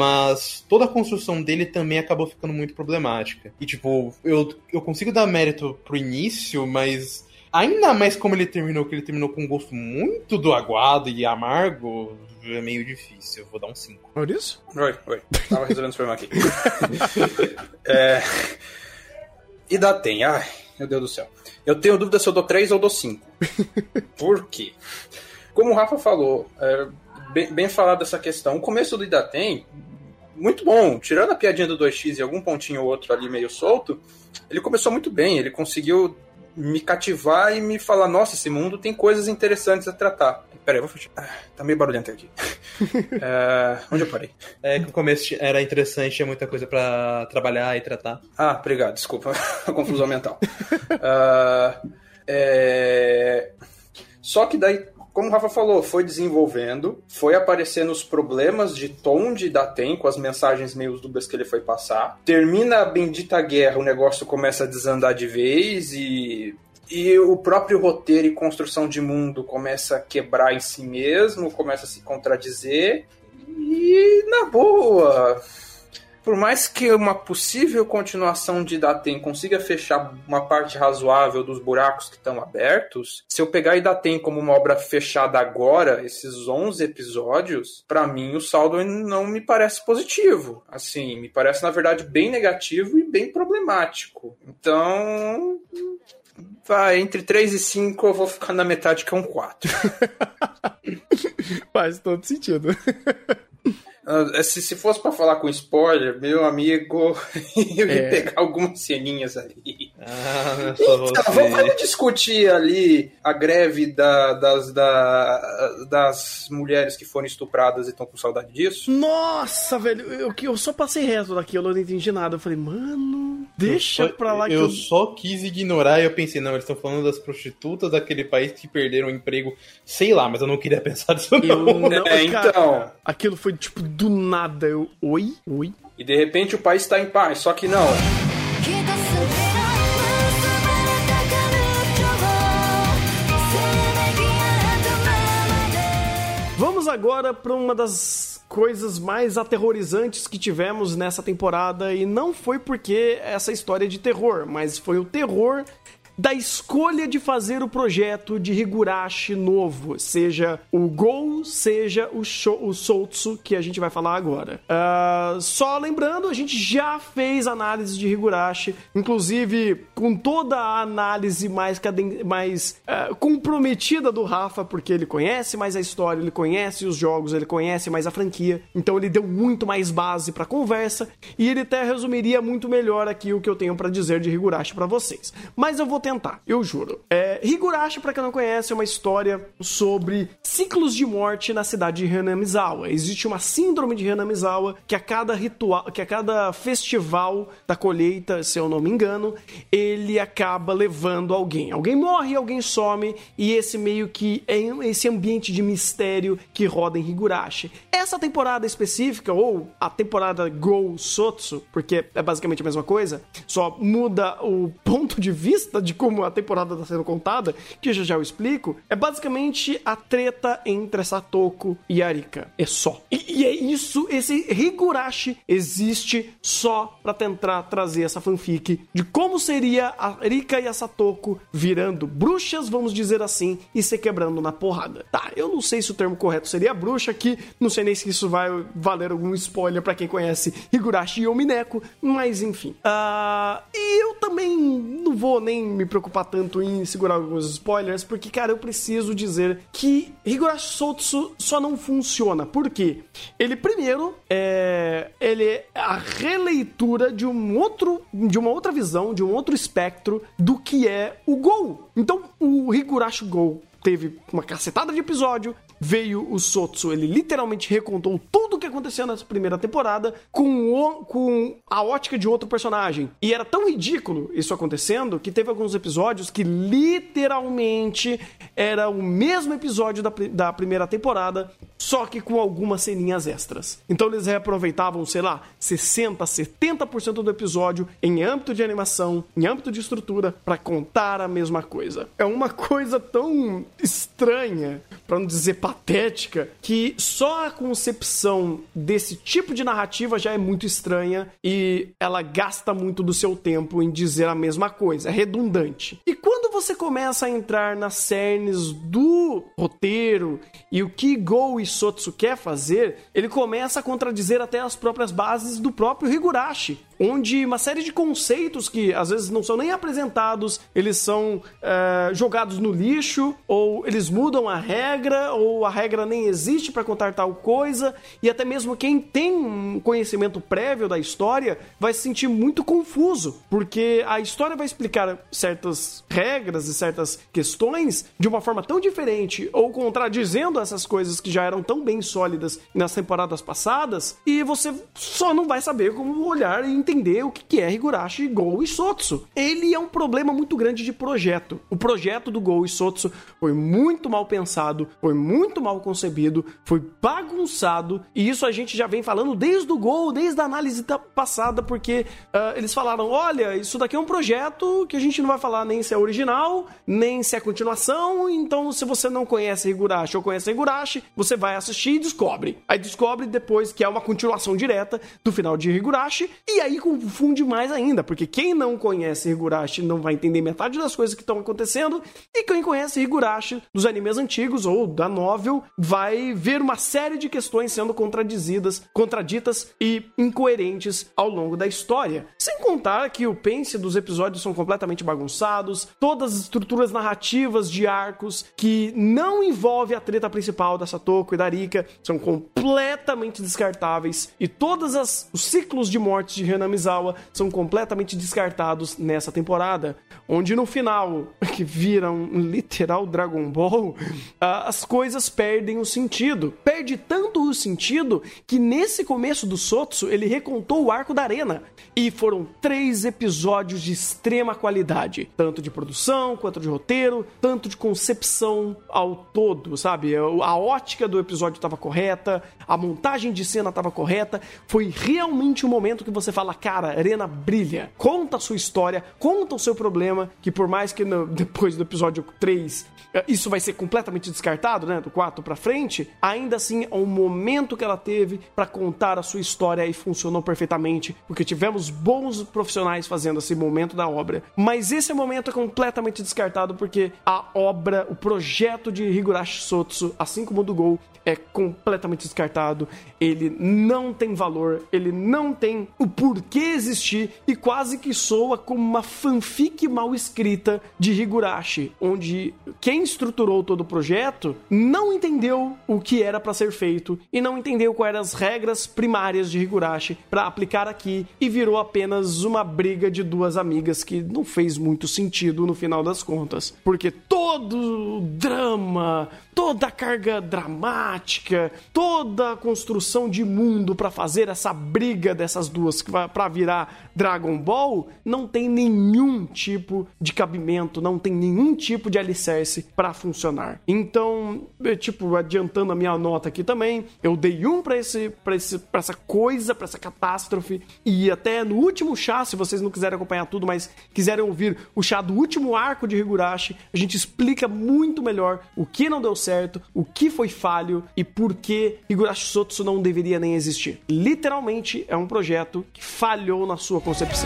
[SPEAKER 5] mas toda a construção dele também acabou ficando muito problemática. E tipo, eu, eu consigo dar mérito pro início, mas... Ainda mais como ele terminou, que ele terminou com um gosto muito doaguado e amargo, é meio difícil. Eu vou dar um cinco.
[SPEAKER 2] Maurício?
[SPEAKER 3] Oi, oi. Tava resolvendo esse problema aqui. é... E dá tem. Ai, meu Deus do céu. Eu tenho dúvida se eu dou três ou dou cinco. Por quê? Como o Rafa falou, é, bem, bem falado dessa questão, o começo do Idaten, muito bom. Tirando a piadinha do dois x e algum pontinho ou outro ali meio solto, ele começou muito bem. Ele conseguiu me cativar e me falar, nossa, esse mundo tem coisas interessantes a tratar. Peraí, eu vou fechar. Ah, tá meio barulhento aqui. é, onde eu parei?
[SPEAKER 5] É que o começo era interessante, tinha muita coisa pra trabalhar e tratar.
[SPEAKER 3] Ah, obrigado, desculpa a confusão mental. uh, é... Só que daí, como o Rafa falou, foi desenvolvendo, foi aparecendo os problemas de tom de Idaten com as mensagens meio dúbias que ele foi passar. Termina a bendita guerra, o negócio começa a desandar de vez e... E o próprio roteiro e construção de mundo começa a quebrar em si mesmo, começa a se contradizer. E, na boa, por mais que uma possível continuação de Idaten consiga fechar uma parte razoável dos buracos que estão abertos, se eu pegar Idaten como uma obra fechada agora, esses onze episódios, pra mim o saldo não me parece positivo. Assim, me parece, na verdade, bem negativo e bem problemático. Então... Vai, entre três e cinco eu vou ficar na metade, que é um quatro.
[SPEAKER 2] Faz todo sentido.
[SPEAKER 3] Uh, se, se fosse pra falar com spoiler, meu amigo, eu ia
[SPEAKER 2] É.
[SPEAKER 3] pegar algumas ceninhas ali.
[SPEAKER 5] Ah, só
[SPEAKER 3] Então,
[SPEAKER 5] você.
[SPEAKER 3] vamos, vamos discutir ali a greve da- das, da- das mulheres que foram estupradas e estão com saudade disso?
[SPEAKER 2] Nossa, velho, eu, eu só passei reto daqui, eu não entendi nada. Eu falei, mano, deixa
[SPEAKER 5] Só-
[SPEAKER 2] pra lá que
[SPEAKER 5] eu
[SPEAKER 2] eu...
[SPEAKER 5] só quis ignorar e eu pensei, não, eles estão falando das prostitutas daquele país que perderam o emprego, sei lá, mas eu não queria pensar nisso
[SPEAKER 2] Eu
[SPEAKER 5] não.
[SPEAKER 2] não,
[SPEAKER 3] É,
[SPEAKER 2] cara,
[SPEAKER 3] então.
[SPEAKER 2] aquilo foi tipo do nada. Eu, oi? Oi?
[SPEAKER 3] E de repente o país tá em paz, só que não.
[SPEAKER 4] 「ひとすべら結ばれた彼女をせめぎ合ったままで」
[SPEAKER 2] Vamos agora pra uma das coisas mais aterrorizantes que tivemos nessa temporada, e não foi porque essa história é de terror, mas foi o terror da escolha de fazer o projeto de Higurashi novo, seja o Gou, seja o, Sho, o Soutsu, que a gente vai falar agora. Ah, só lembrando, a gente já fez análise de Higurashi, inclusive com toda a análise mais, caden- mais ah, comprometida do Rafa, porque ele conhece mais a história, ele conhece os jogos, ele conhece mais a franquia, então ele deu muito mais base pra conversa, e ele até resumiria muito melhor aqui o que eu tenho pra dizer de Higurashi pra vocês. Mas eu vou tentar, eu juro. É, Higurashi, pra quem não conhece, é uma história sobre ciclos de morte na cidade de Hanamizawa. Existe uma síndrome de Hanamizawa que a cada ritual, que a cada festival da colheita, se eu não me engano, ele acaba levando alguém. Alguém morre, alguém some, e esse meio que é esse ambiente de mistério que roda em Higurashi. Essa temporada específica, ou a temporada Go Sotsu, porque é basicamente a mesma coisa, só muda o ponto de vista de como a temporada está sendo contada, que já já eu explico, é basicamente a treta entre Satoko e Arika. É só. E, e é isso, esse Higurashi existe só pra tentar trazer essa fanfic de como seria a Arika e a Satoko virando bruxas, vamos dizer assim, e se quebrando na porrada. Tá, eu não sei se o termo correto seria bruxa aqui, não sei nem se isso vai valer algum spoiler pra quem conhece Higurashi e Omineko, mas enfim. Ah, e eu também não vou nem me preocupar tanto em segurar alguns spoilers, porque, cara, eu preciso dizer que Higurashi Soutsu só não funciona. Por quê? Ele, primeiro, é... ele é a releitura de um outro, de uma outra visão, de um outro espectro do que é o Gou. Então, o Higurashi Gou teve uma cacetada de episódio, veio o Sotsu, ele literalmente recontou tudo o que aconteceu nessa primeira temporada com, o, com a ótica de outro personagem. E era tão ridículo isso acontecendo que teve alguns episódios que literalmente era o mesmo episódio da, da primeira temporada, só que com algumas ceninhas extras. Então eles reaproveitavam, sei lá, sessenta, setenta por cento do episódio em âmbito de animação, em âmbito de estrutura, pra contar a mesma coisa. É uma coisa tão estranha, pra não dizer patética, que só a concepção desse tipo de narrativa já é muito estranha e ela gasta muito do seu tempo em dizer a mesma coisa, é redundante. E quando você começa a entrar nas cernes do roteiro e o que Go Isotsu quer fazer, ele começa a contradizer até as próprias bases do próprio Higurashi, onde uma série de conceitos que às vezes não são nem apresentados, eles são é, jogados no lixo, ou eles mudam a regra, ou a regra nem existe para contar tal coisa, e até mesmo quem tem um conhecimento prévio da história vai se sentir muito confuso, porque a história vai explicar certas regras e certas questões de uma forma tão diferente, ou contradizendo essas coisas que já eram tão bem sólidas nas temporadas passadas, e você só não vai saber como olhar e entender o que é Higurashi Go Isotsu. Ele é um problema muito grande de projeto. O projeto do Go Isotsu foi muito mal pensado, foi muito mal concebido, foi bagunçado, e isso a gente já vem falando desde o Go, desde a análise passada, porque uh, eles falaram, olha, isso daqui é um projeto que a gente não vai falar nem se é original, nem se é continuação, então se você não conhece Higurashi ou conhece Higurashi, você vai assistir e descobre. Aí descobre depois que é uma continuação direta do final de Higurashi, e aí confunde mais ainda, porque quem não conhece Higurashi não vai entender metade das coisas que estão acontecendo, e quem conhece Higurashi dos animes antigos ou da novel vai ver uma série de questões sendo contradizidas, contraditas e incoerentes ao longo da história. Sem contar que o pace dos episódios são completamente bagunçados, todas as estruturas narrativas de arcos que não envolvem a treta principal da Satoko e da Rika são completamente descartáveis, e todos as, os ciclos de mortes de Hanamizawa são completamente descartados nessa temporada, onde no final, que vira um literal Dragon Ball, as coisas perdem o sentido. Perde tanto o sentido que nesse começo do Sotsu ele recontou o arco da arena, e foram três episódios de extrema qualidade, tanto de produção quanto de roteiro, tanto de concepção ao todo, sabe? A ótica do episódio estava correta, a montagem de cena estava correta, foi realmente um momento que você fala, cara, Arena brilha, conta a sua história, conta o seu problema, que por mais que no, depois do episódio três isso vai ser completamente descartado, né, do quatro pra frente, ainda assim é um momento que ela teve pra contar a sua história e funcionou perfeitamente, porque tivemos bons profissionais fazendo esse momento da obra. Mas esse momento é completamente descartado porque a obra, o projeto de Higurashi Sotsu, assim como o do Go, é completamente descartado, ele não tem valor, ele não tem o porquê existir, e quase que soa como uma fanfic mal escrita de Higurashi, onde quem estruturou todo o projeto não entendeu o que era para ser feito e não entendeu quais eram as regras primárias de Higurashi para aplicar aqui, e virou apenas uma briga de duas amigas que não fez muito sentido no final das contas, porque todo o drama, toda a carga dramática, toda a construção de mundo para fazer essa briga dessas duas para virar Dragon Ball não tem nenhum tipo de cabimento, não tem nenhum tipo de alicerce para funcionar. Então, tipo, adiantando a minha nota aqui também, eu dei um para esse, para esse, para essa coisa, para essa catástrofe, e até no último chá, se vocês não quiserem acompanhar tudo, mas quiserem ouvir o chá do último arco de Higurashi, a gente explica muito melhor o que não deu certo, o que foi falho e por que Higurashi Sotsu não deveria nem existir. Literalmente é um projeto que falhou na sua concepção.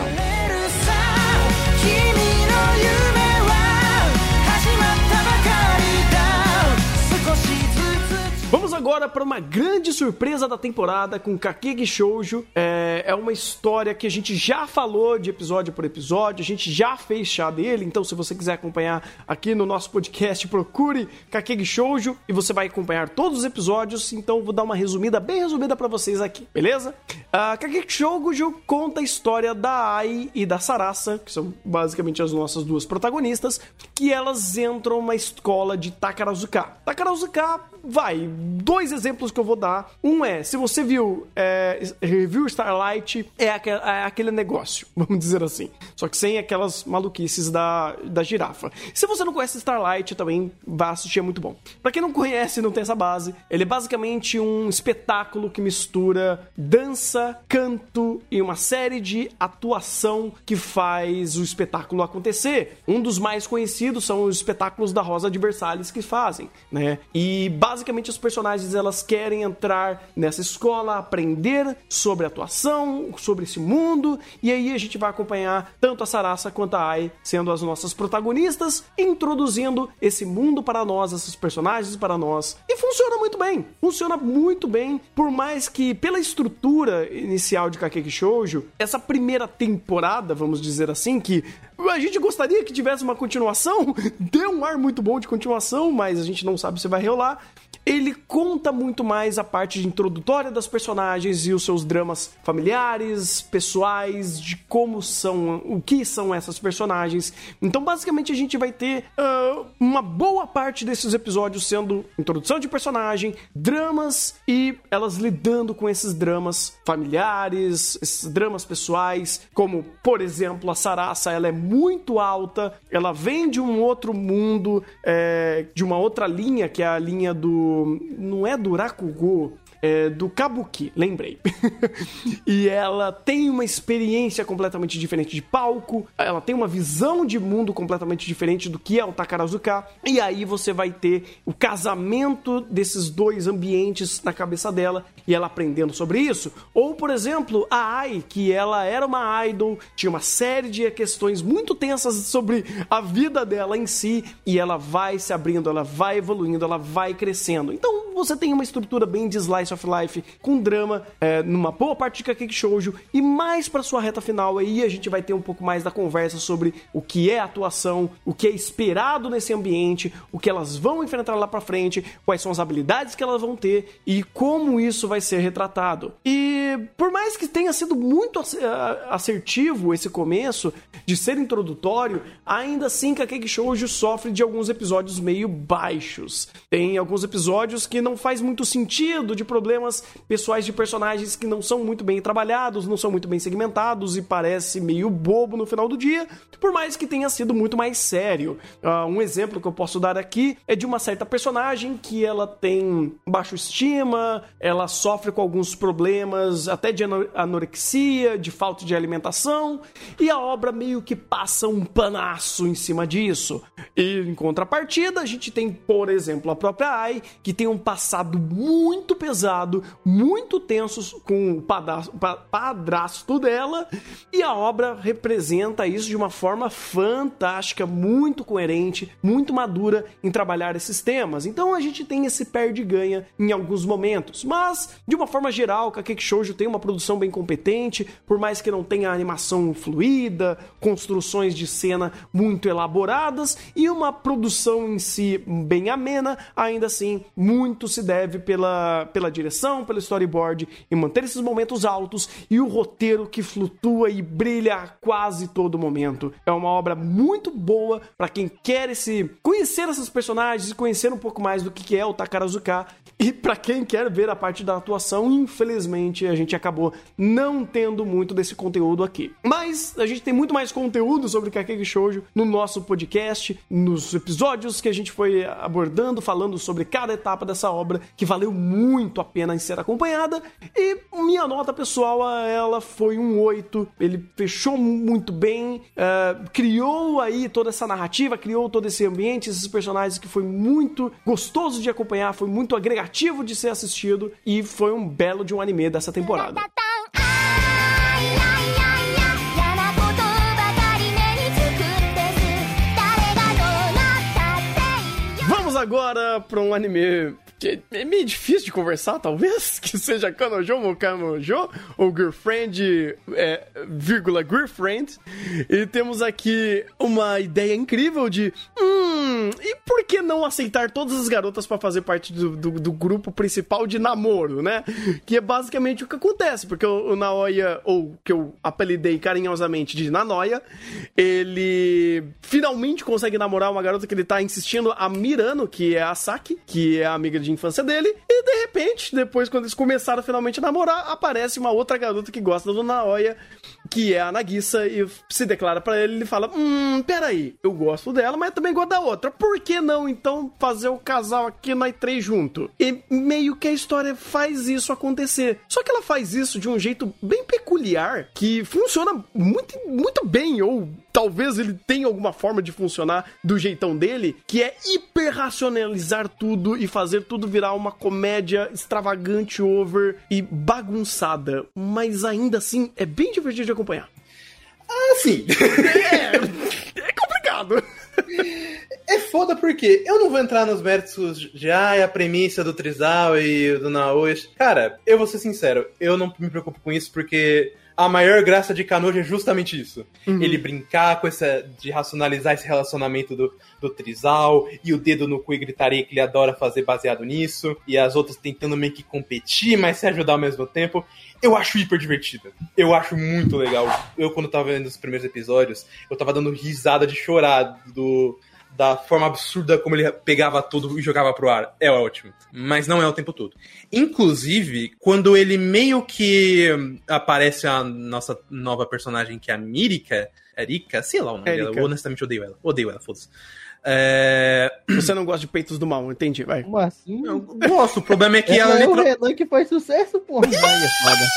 [SPEAKER 2] Vamos agora para uma grande surpresa da temporada com Kakegi Shoujo. É, é uma história que a gente já falou de episódio por episódio, a gente já fez chá dele, então se você quiser acompanhar aqui no nosso podcast, procure Kakegi Shoujo e você vai acompanhar todos os episódios, então vou dar uma resumida, bem resumida para vocês aqui, beleza? Uh, Kakegi Shoujo conta a história da Ai e da Sarasa, que são basicamente as nossas duas protagonistas, que elas entram numa escola de Takarazuka. Takarazuka, vai, dois exemplos que eu vou dar. Um é, se você viu é, Review Starlight, é aquele, é aquele negócio, vamos dizer assim. Só que sem aquelas maluquices da, da girafa. Se você não conhece Starlight, também vai assistir, é muito bom. Pra quem não conhece, não tem essa base, ele é basicamente um espetáculo que mistura dança, canto e uma série de atuação que faz o espetáculo acontecer. Um dos mais conhecidos são os espetáculos da Rosa de Versalhes que fazem, né? E basicamente os personagens elas querem entrar nessa escola, aprender sobre atuação, sobre esse mundo, e aí a gente vai acompanhar tanto a Sarasa quanto a Ai sendo as nossas protagonistas, introduzindo esse mundo para nós, esses personagens para nós. E funciona muito bem, funciona muito bem, por mais que pela estrutura inicial de Kakeki Shoujo, essa primeira temporada, vamos dizer assim, que a gente gostaria que tivesse uma continuação, deu um ar muito bom de continuação, mas a gente não sabe se vai rolar. Ele conta muito mais a parte de introdutória das personagens e os seus dramas familiares, pessoais, de como são, o que são essas personagens. Então, basicamente, a gente vai ter uh, uma boa parte desses episódios sendo introdução de personagem, dramas e elas lidando com esses dramas familiares, esses dramas pessoais, como, por exemplo, a Sarasa, ela é muito alta, ela vem de um outro mundo, é, de uma outra linha, que é a linha do... não é do Rakugo, é do Kabuki, lembrei. E ela tem uma experiência completamente diferente de palco, ela tem uma visão de mundo completamente diferente do que é o Takarazuka, e aí você vai ter o casamento desses dois ambientes na cabeça dela, e ela aprendendo sobre isso. Ou, por exemplo, a Ai, que ela era uma idol, tinha uma série de questões muito tensas sobre a vida dela em si, e ela vai se abrindo, ela vai evoluindo, ela vai crescendo. Então, você tem uma estrutura bem de slice of life, com drama, é, numa boa parte de Kakeki Shoujo, e mais pra sua reta final, aí a gente vai ter um pouco mais da conversa sobre o que é atuação, o que é esperado nesse ambiente, o que elas vão enfrentar lá pra frente, quais são as habilidades que elas vão ter, e como isso vai ser retratado. E por mais que tenha sido muito assertivo esse começo, de ser introdutório, ainda assim Kakeki Shoujo sofre de alguns episódios meio baixos. Tem alguns episódios que não faz muito sentido, de problemas pessoais de personagens que não são muito bem trabalhados, não são muito bem segmentados e parece meio bobo no final do dia, por mais que tenha sido muito mais sério. Uh, um exemplo que eu posso dar aqui é de uma certa personagem que ela tem baixa estima, ela sofre com alguns problemas até de anorexia, de falta de alimentação, e a obra meio que passa um panaço em cima disso. E em contrapartida, a gente tem, por exemplo, a própria Ai, que tem um passado muito pesado, muito tenso com o padrasto dela, e a obra representa isso de uma forma fantástica, muito coerente, muito madura em trabalhar esses temas. Então a gente tem esse perde-ganha em alguns momentos, mas de uma forma geral, Kakeki Shoujo tem uma produção bem competente, por mais que não tenha animação fluida, construções de cena muito elaboradas e uma produção em si bem amena, ainda assim muito se deve pela, pela direção, pelo storyboard, e manter esses momentos altos, e o roteiro que flutua e brilha a quase todo momento. É uma obra muito boa para quem quer esse, conhecer esses personagens e conhecer um pouco mais do que é o Takarazuka, e para quem quer ver a parte da atuação. Infelizmente a gente acabou não tendo muito desse conteúdo aqui, mas a gente tem muito mais conteúdo sobre Kakeki Shoujo no nosso podcast, nos episódios que a gente foi abordando, falando sobre cada etapa dessa obra, que valeu muito a pena em ser acompanhada. E minha nota pessoal, ela foi um oito. Ele fechou muito bem, uh, criou aí toda essa narrativa, criou todo esse ambiente, esses personagens, que foi muito gostoso de acompanhar, foi muito agregativo de ser assistido, e foi um belo de um anime dessa temporada. Vamos agora para um anime que é meio difícil de conversar, talvez, que seja Kanojo Mokanojo, ou Girlfriend, é, vírgula, Girlfriend. E temos aqui uma ideia incrível de, hum, e por que não aceitar todas as garotas para fazer parte do, do, do grupo principal de namoro, né? Que é basicamente o que acontece, porque o, o Naoya, ou que eu apelidei carinhosamente de Nanoya, ele finalmente consegue namorar uma garota que ele tá insistindo, a Mirano, que é a Saki, que é a amiga de infância dele, e de repente, depois, quando eles começaram finalmente a namorar, aparece uma outra garota que gosta do Naoya, que é a Nagisa, e se declara pra ele, ele fala, hum, peraí, eu gosto dela, mas também gosto da outra, por que não, então, fazer o casal aqui, nós três junto? E meio que a história faz isso acontecer, só que ela faz isso de um jeito bem peculiar, que funciona muito, muito bem, ou talvez ele tenha alguma forma de funcionar do jeitão dele, que é hiperracionalizar tudo e fazer tudo virar uma comédia extravagante, over e bagunçada. Mas ainda assim, é bem divertido de acompanhar.
[SPEAKER 5] Ah, sim.
[SPEAKER 2] É, é complicado.
[SPEAKER 5] É foda porque eu não vou entrar nos méritos de ah, a premissa do Trizal e do Naoshi. Cara, eu vou ser sincero, eu não me preocupo com isso porque a maior graça de Kanojo é justamente isso. Uhum. Ele brincar com essa, de racionalizar esse relacionamento do, do Trizal e o dedo no cu e gritaria que ele adora fazer baseado nisso, e as outras tentando meio que competir, mas se ajudar ao mesmo tempo. Eu acho hiper divertida. Eu acho muito legal. Eu, quando tava vendo os primeiros episódios, eu tava dando risada de chorar do... da forma absurda como ele pegava tudo e jogava pro ar. É ótimo. Mas não é o tempo todo. Inclusive, quando ele meio que aparece a nossa nova personagem, que é a Mirika, Erika, sei lá o nome Erika. dela, eu honestamente odeio ela. Odeio ela, foda-se. É...
[SPEAKER 2] Você não gosta de peitos do mal, entendi, vai.
[SPEAKER 6] Como assim?
[SPEAKER 5] Eu gosto, o problema é que ela...
[SPEAKER 6] É
[SPEAKER 5] literal...
[SPEAKER 6] o Renan que faz sucesso, porra. Vai, é foda.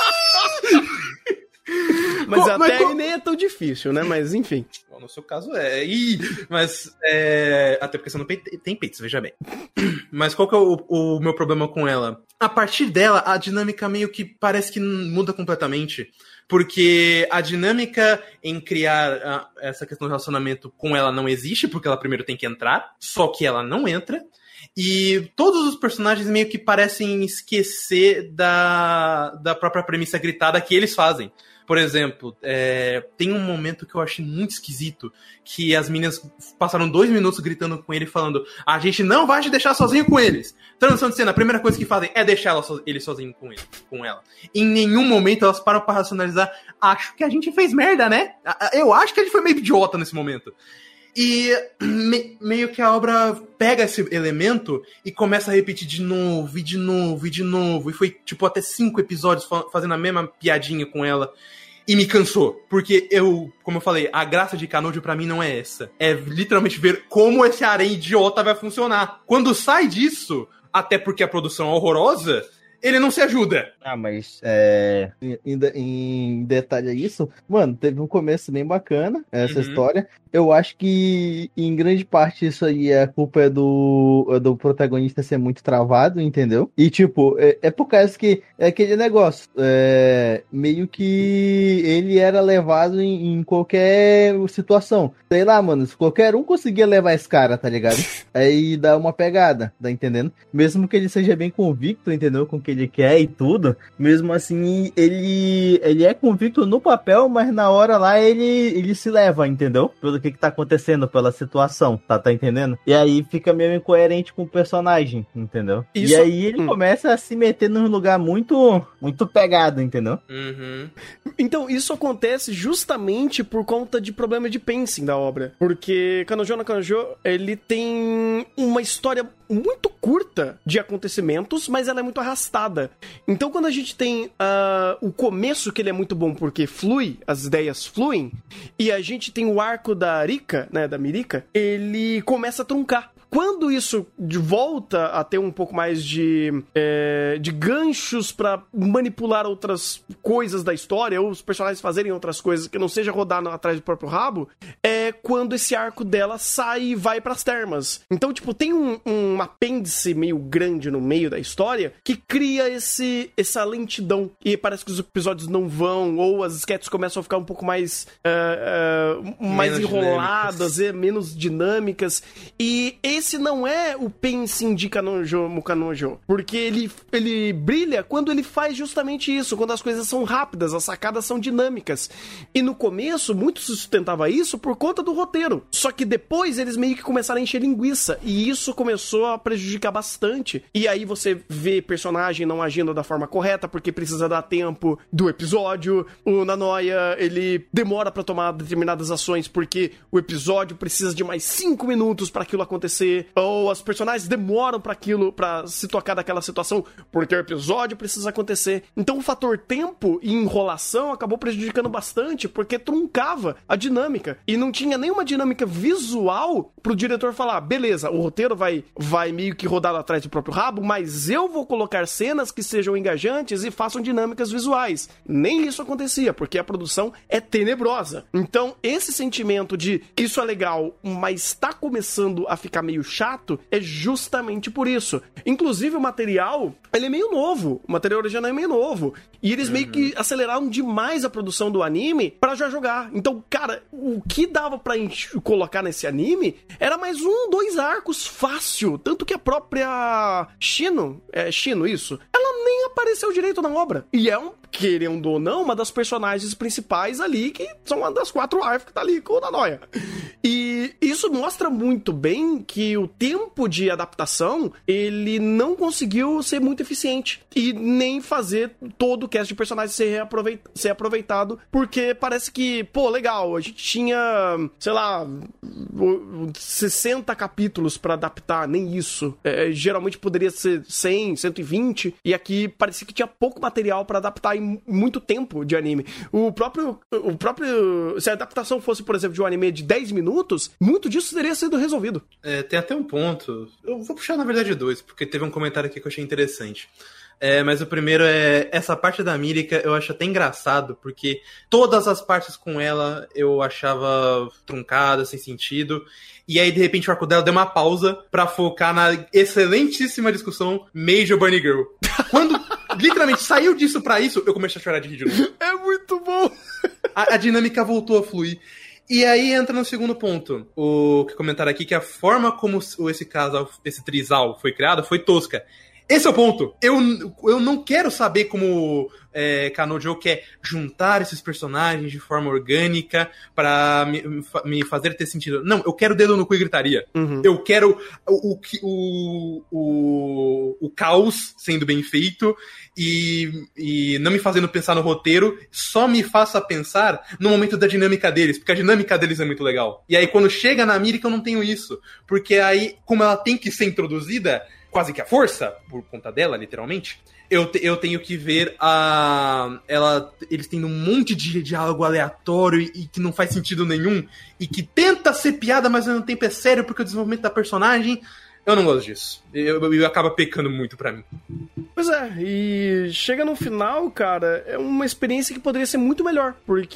[SPEAKER 2] Mas
[SPEAKER 5] Co-
[SPEAKER 2] até
[SPEAKER 5] mas
[SPEAKER 2] aí
[SPEAKER 5] co-
[SPEAKER 2] nem é tão difícil, né? Mas enfim.
[SPEAKER 5] No seu caso é. Ih, mas. É... Até porque você não pe- tem peitos, veja bem. Mas qual que é o, o meu problema com ela? A partir dela, a dinâmica meio que parece que muda completamente. Porque a dinâmica em criar a, essa questão do relacionamento com ela não existe, porque ela primeiro tem que entrar, só que ela não entra. E todos os personagens meio que parecem esquecer da, da própria premissa gritada que eles fazem. Por exemplo, é, tem um momento que eu achei muito esquisito, que as meninas passaram dois minutos gritando com ele, falando: a gente não vai te deixar sozinho com eles. Transição de cena, a primeira coisa que fazem é deixar ela so- ele sozinho com, ele, com ela. Em nenhum momento elas param pra racionalizar: acho que a gente fez merda, né? Eu acho que a gente foi meio idiota nesse momento. E me, meio que a obra pega esse elemento e começa a repetir de novo, e de novo, e de novo. E foi, tipo, até cinco episódios fa- fazendo a mesma piadinha com ela. E me cansou. Porque eu, como eu falei, a graça de Kanojo pra mim não é essa. É literalmente ver como esse harém idiota vai funcionar. Quando sai disso, até porque a produção é horrorosa, ele não se ajuda.
[SPEAKER 6] Ah, mas é, em, em detalhe a isso, mano, teve um começo bem bacana essa
[SPEAKER 5] Uhum.
[SPEAKER 6] história. Eu acho que em grande parte isso aí a culpa é do, é do protagonista ser muito travado, entendeu? E tipo, é, é por causa que é aquele negócio, é, meio que ele era levado em, em qualquer situação. Sei lá, mano, se qualquer um conseguia levar esse cara, tá ligado? Aí dá uma pegada, tá entendendo? Mesmo que ele seja bem convicto, entendeu? Com o que ele quer e tudo, mesmo assim, ele, ele é convicto no papel, mas na hora lá ele, ele se leva, entendeu? Pelo que que tá acontecendo, pela situação, tá, tá entendendo? E aí fica meio incoerente com o personagem, entendeu?
[SPEAKER 2] Isso-
[SPEAKER 6] E aí ele
[SPEAKER 2] hum.
[SPEAKER 6] começa a se meter num lugar muito, muito pegado, entendeu?
[SPEAKER 5] Uhum.
[SPEAKER 2] Então, isso acontece justamente por conta de problema de pacing da obra. Porque Kanojo no Kanojo, ele tem uma história muito curta de acontecimentos, mas ela é muito arrastada. Então, quando a gente tem ah, o começo, que ele é muito bom porque flui, as ideias fluem, e a gente tem o arco da Rika, né, da Mirika, ele começa a truncar. Quando isso de volta a ter um pouco mais de, é, de ganchos pra manipular outras coisas da história, ou os personagens fazerem outras coisas que não seja rodar no- atrás do próprio rabo, é quando esse arco dela sai e vai pras termas. Então, tipo, tem um, um apêndice meio grande no meio da história que cria esse, essa lentidão. E parece que os episódios não vão, ou as sketches começam a ficar um pouco mais, uh, uh, mais
[SPEAKER 5] Menos
[SPEAKER 2] enroladas, e menos dinâmicas. E esse não é o pacing de Kanojo Mukanojo, porque ele, ele brilha quando ele faz justamente isso, quando as coisas são rápidas, as sacadas são dinâmicas. E no começo, muito se sustentava isso por conta do roteiro. Só que depois eles meio que começaram a encher linguiça, e isso começou a prejudicar bastante. E aí você vê personagem não agindo da forma correta, porque precisa dar tempo do episódio. O Nanoya, ele demora pra tomar determinadas ações, porque o episódio precisa de mais cinco minutos pra aquilo acontecer. acontecer, ou as personagens demoram pra aquilo, pra se tocar daquela situação, porque o episódio precisa acontecer. Então o fator tempo e enrolação acabou prejudicando bastante, porque truncava a dinâmica, e não tinha nenhuma dinâmica visual pro diretor falar, beleza, o roteiro vai, vai meio que rodar atrás do próprio rabo, mas eu vou colocar cenas que sejam engajantes e façam dinâmicas visuais. Nem isso acontecia, porque a produção é tenebrosa. Então, esse sentimento de isso é legal, mas tá começando a ficar meio chato, é justamente por isso. Inclusive, o material, ele é meio novo. O material original é meio novo. E eles uhum. meio que aceleraram demais a produção do anime pra já jogar. Então, cara, o que dava pra colocar nesse anime era mais um, dois arcos fácil. Tanto que a própria Shino, é Shino isso, ela nem apareceu direito na obra. E é um, querendo ou não, uma das personagens principais ali, que são uma das quatro wives que tá ali com o Nanoia. E isso mostra muito bem que o tempo de adaptação, ele não conseguiu ser muito eficiente. E nem fazer todo o cast de personagens ser, reaproveit- ser aproveitado, porque parece que, pô, legal, a gente tinha, sei lá, sessenta capítulos pra adaptar, nem isso. É, geralmente poderia ser cem, cento e vinte, e aqui parecia que tinha pouco material pra adaptar em muito tempo de anime. O próprio, o próprio, se a adaptação fosse, por exemplo, de um anime de dez minutos, muito disso teria sido resolvido.
[SPEAKER 5] É, tem até um ponto, eu vou puxar na verdade dois, porque teve um comentário aqui que eu achei interessante. É, mas o primeiro é, essa parte da Mirika eu acho até engraçado, porque todas as partes com ela eu achava truncada, sem sentido, e aí de repente o arco dela deu uma pausa pra focar na excelentíssima discussão Major Bunny Girl. Quando literalmente saiu disso pra isso, eu comecei a chorar de rir de novo.
[SPEAKER 2] É muito bom!
[SPEAKER 5] A, a dinâmica voltou a fluir. E aí entra no segundo ponto, o que comentaram aqui, que a forma como esse casal, esse trisal foi criado foi tosca. Esse é o ponto. Eu, eu não quero saber como é, Kanojo quer juntar esses personagens de forma orgânica pra me, me fazer ter sentido. Não, eu quero dedo no cu e gritaria. Uhum. Eu quero o, o, o, o, o caos sendo bem feito e, e não me fazendo pensar no roteiro, só me faça pensar no momento da dinâmica deles, porque a dinâmica deles é muito legal. E aí quando chega na Mirika eu não tenho isso, porque aí como ela tem que ser introduzida quase que a força, por conta dela, literalmente, eu, te, eu tenho que ver a... ela, eles tendo um monte de diálogo aleatório e, e que não faz sentido nenhum, e que tenta ser piada, mas ao mesmo tempo é sério, porque o desenvolvimento da personagem... Eu não gosto disso. Eu, eu, eu acaba pecando muito pra mim.
[SPEAKER 2] Pois é, e chega no final, cara, é uma experiência que poderia ser muito melhor,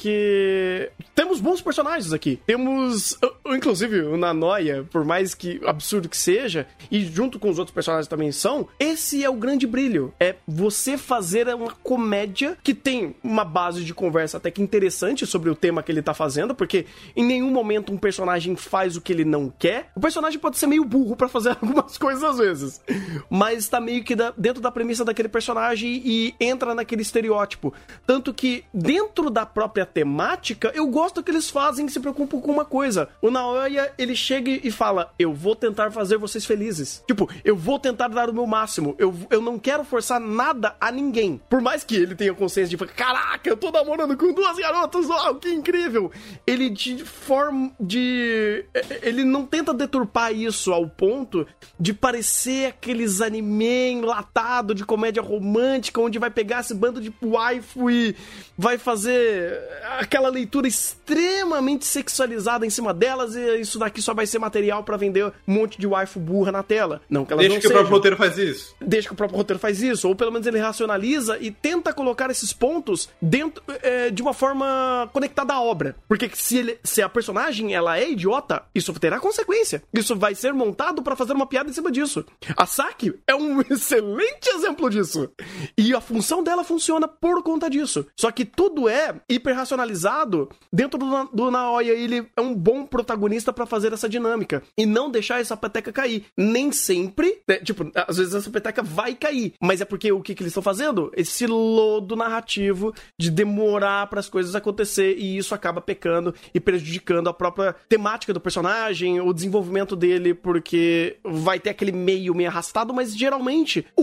[SPEAKER 2] porque temos bons personagens aqui. Temos, inclusive, o Nanoia, por mais que absurdo que seja, e junto com os outros personagens também são, esse é o grande brilho. É você fazer uma comédia que tem uma base de conversa até que interessante sobre o tema que ele tá fazendo, porque em nenhum momento um personagem faz o que ele não quer. O personagem pode ser meio burro pra fazer algumas coisas às vezes, mas tá meio que da, dentro da premissa daquele personagem e entra naquele estereótipo. Tanto que dentro da própria temática, eu gosto que eles fazem e se preocupam com uma coisa. O Naoya, ele chega e fala, eu vou tentar fazer vocês felizes. Tipo, eu vou tentar dar o meu máximo. Eu, eu não quero forçar nada a ninguém. Por mais que ele tenha consciência de, caraca, eu tô namorando com duas garotas, uau, que incrível. Ele de forma de... Ele não tenta deturpar isso ao ponto de parecer aqueles anime enlatado de comédia romântica, onde vai pegar esse bando de waifu e vai fazer aquela leitura extremamente sexualizada em cima delas, e isso daqui só vai ser material pra vender um monte de waifu burra na tela. Não que elas
[SPEAKER 5] Deixa
[SPEAKER 2] não
[SPEAKER 5] que
[SPEAKER 2] sejam.
[SPEAKER 5] o próprio roteiro faz isso.
[SPEAKER 2] Deixa que o próprio roteiro faz isso, ou pelo menos ele racionaliza e tenta colocar esses pontos dentro é, de uma forma conectada à obra. Porque se, ele, se a personagem ela é idiota, isso terá consequência. Isso vai ser montado pra fazer uma piada em cima disso. A Saki é um excelente exemplo disso. E a função dela funciona por conta disso. Só que tudo é hiperracionalizado dentro do, do Naoya. Ele é um bom protagonista pra fazer essa dinâmica. E não deixar essa peteca cair. Nem sempre, né, tipo, às vezes essa peteca vai cair. Mas é porque o que, que eles estão fazendo? Esse lodo narrativo de demorar para as coisas acontecer. E isso acaba pecando e prejudicando a própria temática do personagem, o desenvolvimento dele, porque vai ter aquele meio meio arrastado, mas geralmente o final é bom.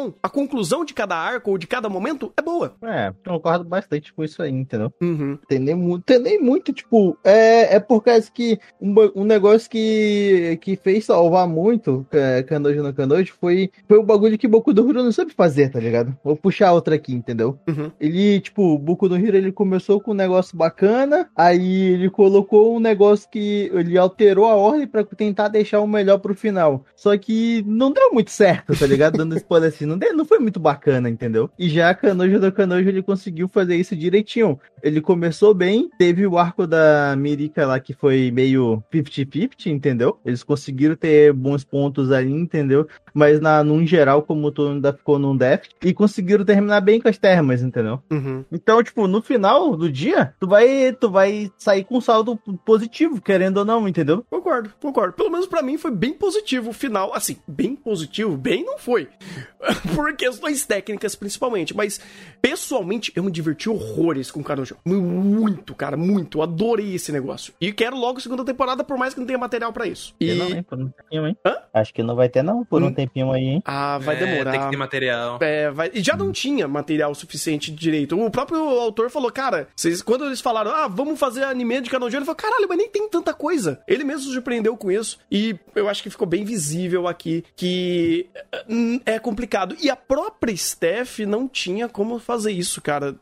[SPEAKER 2] não. A conclusão de cada arco ou de cada momento é boa.
[SPEAKER 6] É, concordo bastante com isso aí, entendeu?
[SPEAKER 2] Uhum.
[SPEAKER 6] Tem nem muito, tem nem muito, tipo, é, é por causa que um, ba- um negócio que, que fez salvar muito é, Kanojo no Kanojo foi, foi o bagulho que Boku no Hero não sabe fazer, tá ligado? Vou puxar outra aqui, entendeu?
[SPEAKER 2] Uhum.
[SPEAKER 6] Ele, tipo, Boku no Hero, ele começou com um negócio bacana, aí ele colocou um negócio que ele alterou a ordem pra tentar deixar o melhor pro final. Só que não deu muito certo, tá ligado? Dando spoiler assim, não, deu, não foi muito bacana, entendeu? E já Kanojo no Kanojo, ele conseguiu fazer isso direitinho. Ele começou bem, teve o arco da Mirika lá que foi meio cinquenta cinquenta, entendeu? Eles conseguiram ter bons pontos ali, entendeu? Mas na, num geral, como todo ainda ficou num déficit, e conseguiram terminar bem com as termas, entendeu?
[SPEAKER 2] Uhum.
[SPEAKER 6] Então, tipo, no final do dia, tu vai, tu vai sair com um saldo positivo, querendo ou não, entendeu?
[SPEAKER 2] Concordo, concordo. Pelo menos pra mim foi bem positivo o final. Assim, bem positivo, bem não foi. Por questões técnicas, principalmente. Mas, pessoalmente, eu me diverti horrores com o Kanojo. Muito, cara, muito. Eu adorei esse negócio. E quero logo a segunda temporada, por mais que não tenha material pra isso.
[SPEAKER 6] E...
[SPEAKER 2] E...
[SPEAKER 6] Não, hein, por um tempinho, hein?
[SPEAKER 2] Hã?
[SPEAKER 6] Acho que não vai ter, não, por um
[SPEAKER 2] Hum.
[SPEAKER 6] tempinho aí, hein?
[SPEAKER 2] Ah, vai
[SPEAKER 5] É,
[SPEAKER 2] demorar.
[SPEAKER 5] Tem que ter material.
[SPEAKER 2] É, vai... E já não tinha material suficiente direito. O próprio autor falou, cara, vocês, quando eles falaram, ah, vamos fazer anime de Kanojo, ele falou, caralho, mas nem tem tanta coisa. Ele mesmo se surpreendeu com isso. E eu acho que ficou bem visível aqui que é complicado. E a própria Steph não tinha como fazer isso, cara.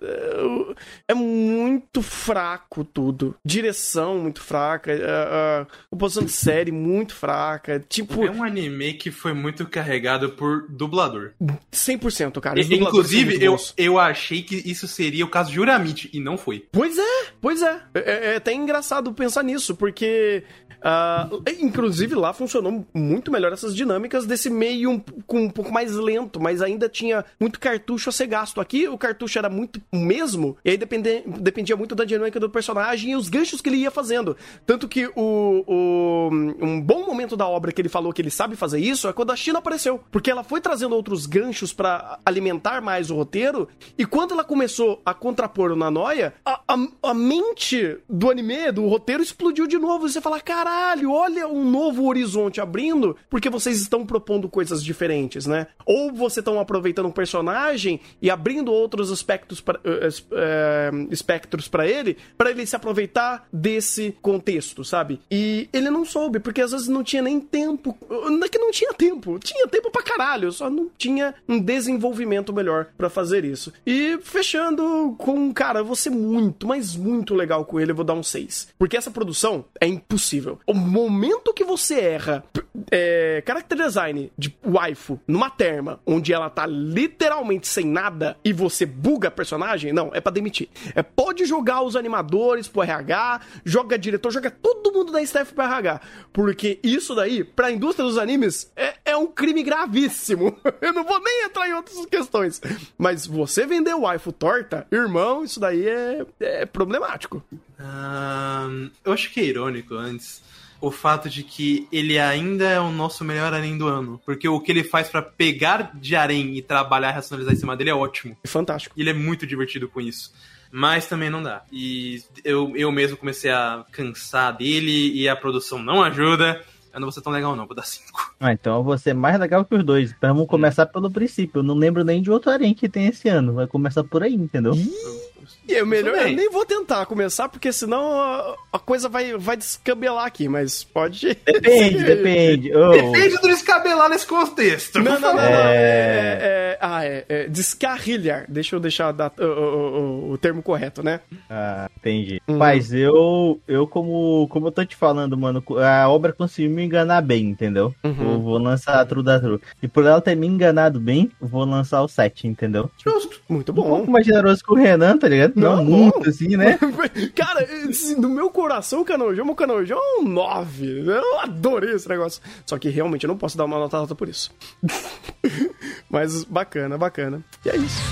[SPEAKER 2] É muito fraco tudo. Direção muito fraca. A composição de série muito fraca. Tipo...
[SPEAKER 5] É um anime que foi muito carregado por dublador.
[SPEAKER 2] cem por cento, cara. Os
[SPEAKER 5] E,
[SPEAKER 2] dubladores são
[SPEAKER 5] inclusive,
[SPEAKER 2] muito
[SPEAKER 5] eu,
[SPEAKER 2] bons.
[SPEAKER 5] eu achei que isso seria o caso de Uramichi, e não foi.
[SPEAKER 2] Pois é, pois é. É, é até engraçado pensar nisso, porque... Uh, inclusive lá funcionou muito melhor essas dinâmicas desse meio um, com um pouco mais lento, mas ainda tinha muito cartucho a ser gasto. Aqui o cartucho era muito o mesmo, e aí dependia, dependia muito da dinâmica do personagem e os ganchos que ele ia fazendo. Tanto que o, o, um bom momento da obra que ele falou que ele sabe fazer isso é quando a China apareceu, porque ela foi trazendo outros ganchos pra alimentar mais o roteiro, e quando ela começou a contrapor o Nanoia, a, a, a mente do anime, do roteiro, explodiu de novo, e você fala, caralho, olha um novo horizonte abrindo, porque vocês estão propondo coisas diferentes, né? Ou vocês estão aproveitando um personagem e abrindo outros aspectos pra, uh, uh, espectros pra ele, pra ele se aproveitar desse contexto, sabe? E ele não soube, porque às vezes não tinha nem tempo. Não é que não tinha tempo, tinha tempo pra caralho, só não tinha um desenvolvimento melhor pra fazer isso. E fechando com, cara, eu vou ser muito, mas muito legal com ele, eu vou dar um seis. Porque essa produção é impossível. O momento que você erra é, character design de waifu numa terma, onde ela tá literalmente sem nada e você buga a personagem, não, é pra demitir. É, pode jogar os animadores pro R H, joga diretor, joga todo mundo da staff pro R H. Porque isso daí, pra indústria dos animes, é, é um crime gravíssimo. Eu não vou nem entrar em outras questões. Mas você vender waifu torta, irmão, isso daí é, é problemático.
[SPEAKER 5] Um, eu acho que é irônico antes o fato de que ele ainda é o nosso melhor harém do ano. Porque o que ele faz pra pegar de harém e trabalhar e racionalizar em cima dele é ótimo.
[SPEAKER 2] Fantástico.
[SPEAKER 5] E ele é muito divertido com isso. Mas também não dá. E eu, eu mesmo comecei a cansar dele e a produção não ajuda. Eu não vou ser tão legal não, vou dar cinco.
[SPEAKER 6] Ah, então eu vou ser mais legal que os dois. Então vamos começar pelo princípio. Eu não lembro nem de outro harém que tem esse ano. Vai começar por aí, entendeu?
[SPEAKER 2] E é melhor,
[SPEAKER 5] bem.
[SPEAKER 2] eu nem vou tentar começar, porque senão a, a coisa vai, vai descabelar aqui, mas pode...
[SPEAKER 6] Depende, depende. Oh.
[SPEAKER 5] Depende do descabelar nesse contexto.
[SPEAKER 2] Não, não, não, não.
[SPEAKER 6] É...
[SPEAKER 2] É, é, ah, é, é descarrilhar. Deixa eu deixar a data- o, o- o- o termo correto, né?
[SPEAKER 6] Ah, entendi.
[SPEAKER 2] Hum.
[SPEAKER 6] Mas eu, eu como, como eu tô te falando, mano, a obra conseguiu me enganar bem, entendeu?
[SPEAKER 2] Uhum.
[SPEAKER 6] Eu vou lançar a True da True. E por ela ter me enganado bem, eu vou lançar o sete, entendeu?
[SPEAKER 2] Justo. Muito
[SPEAKER 6] Um
[SPEAKER 2] bom.
[SPEAKER 6] pouco mais generoso que o Renan, tá ligado? Não,
[SPEAKER 2] Não,
[SPEAKER 6] muito,
[SPEAKER 2] bom.
[SPEAKER 6] assim, né?
[SPEAKER 2] Cara, assim, no meu coração, o Kanojão, o Kanojão é um nove. Eu adorei esse negócio. Só que realmente eu não posso dar uma nota alta por isso. Mas bacana, bacana. E é isso.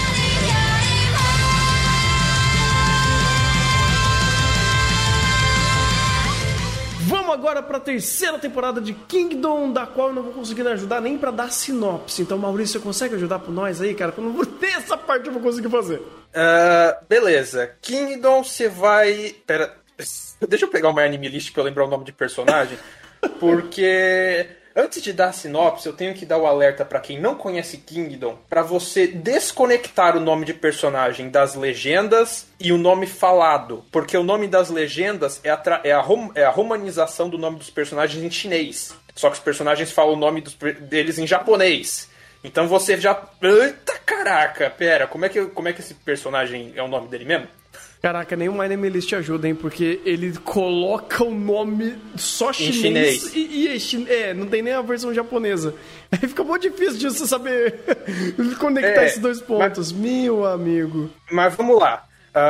[SPEAKER 2] Vamos agora pra terceira temporada de Kingdom, da qual eu não vou conseguir ajudar nem pra dar sinopse. Então, Maurício, você consegue ajudar por nós aí, cara? Quando eu vou ter essa parte eu vou conseguir fazer.
[SPEAKER 3] Uh, beleza. Kingdom, você vai... Pera, deixa eu pegar uma anime list pra eu lembrar o nome de personagem. Porque Antes de dar a sinopse, eu tenho que dar o alerta pra quem não conhece Kingdom, pra você desconectar o nome de personagem das legendas e o nome falado. Porque o nome das legendas é a, tra- é a, rom- é a romanização do nome dos personagens em chinês. Só que os personagens falam o nome dos, deles em japonês. Então você já... Eita caraca, pera, como é, que, como é que esse personagem é o nome dele mesmo?
[SPEAKER 2] Caraca, nem o My Name List te ajuda, hein? Porque ele coloca o nome só chinês,
[SPEAKER 3] chinês.
[SPEAKER 2] E, e é, chin... é, não tem nem a versão japonesa. Aí fica muito difícil de você saber conectar
[SPEAKER 3] É,
[SPEAKER 2] esses dois pontos.
[SPEAKER 3] mas-
[SPEAKER 2] Meu amigo.
[SPEAKER 3] Mas vamos lá.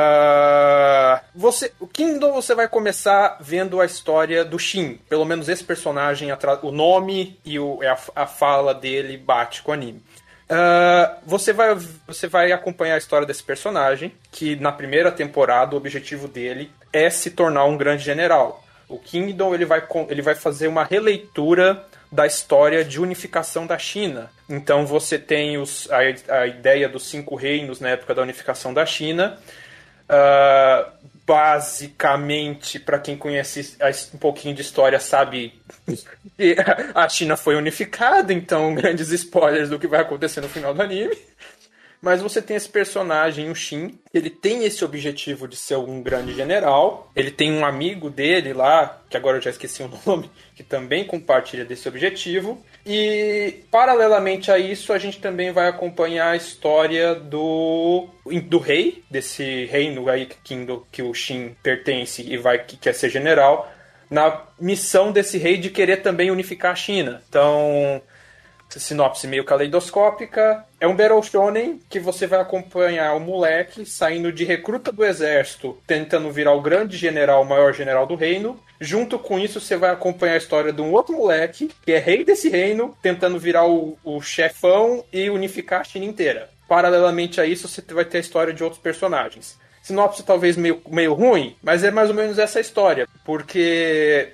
[SPEAKER 3] Ah, você, o Kingdom você vai começar vendo a história do Shin. Pelo menos esse personagem, atra- o nome e o, a, a fala dele bate com o anime. Ah, você, vai, você vai acompanhar a história desse personagem, que na primeira temporada o objetivo dele é se tornar um grande general. O Kingdom ele vai, com- ele vai fazer uma releitura da história de unificação da China. Então você tem os, a, a ideia dos cinco reinos na época da unificação da China. Uh, basicamente, para quem conhece um pouquinho de história, sabe que a China foi unificada, então grandes spoilers do que vai acontecer no final do anime. Mas você tem esse personagem, o Shin, ele tem esse objetivo de ser um grande general. Ele tem um amigo dele lá, que agora eu já esqueci o nome, que também compartilha desse objetivo. E, paralelamente a isso, a gente também vai acompanhar a história do, do rei, desse reino aí que, que o Shin pertence e vai, que quer ser general, na missão desse rei de querer também unificar a China. Então... sinopse meio caleidoscópica. É um Battle Shonen que você vai acompanhar o moleque saindo de recruta do exército, tentando virar o grande general, o maior general do reino. Junto com isso, você vai acompanhar a história de um outro moleque, que é rei desse reino, tentando virar o, o chefão e unificar a China inteira. Paralelamente a isso, você vai ter a história de outros personagens. Sinopse talvez meio, meio ruim, mas é mais ou menos essa história. Porque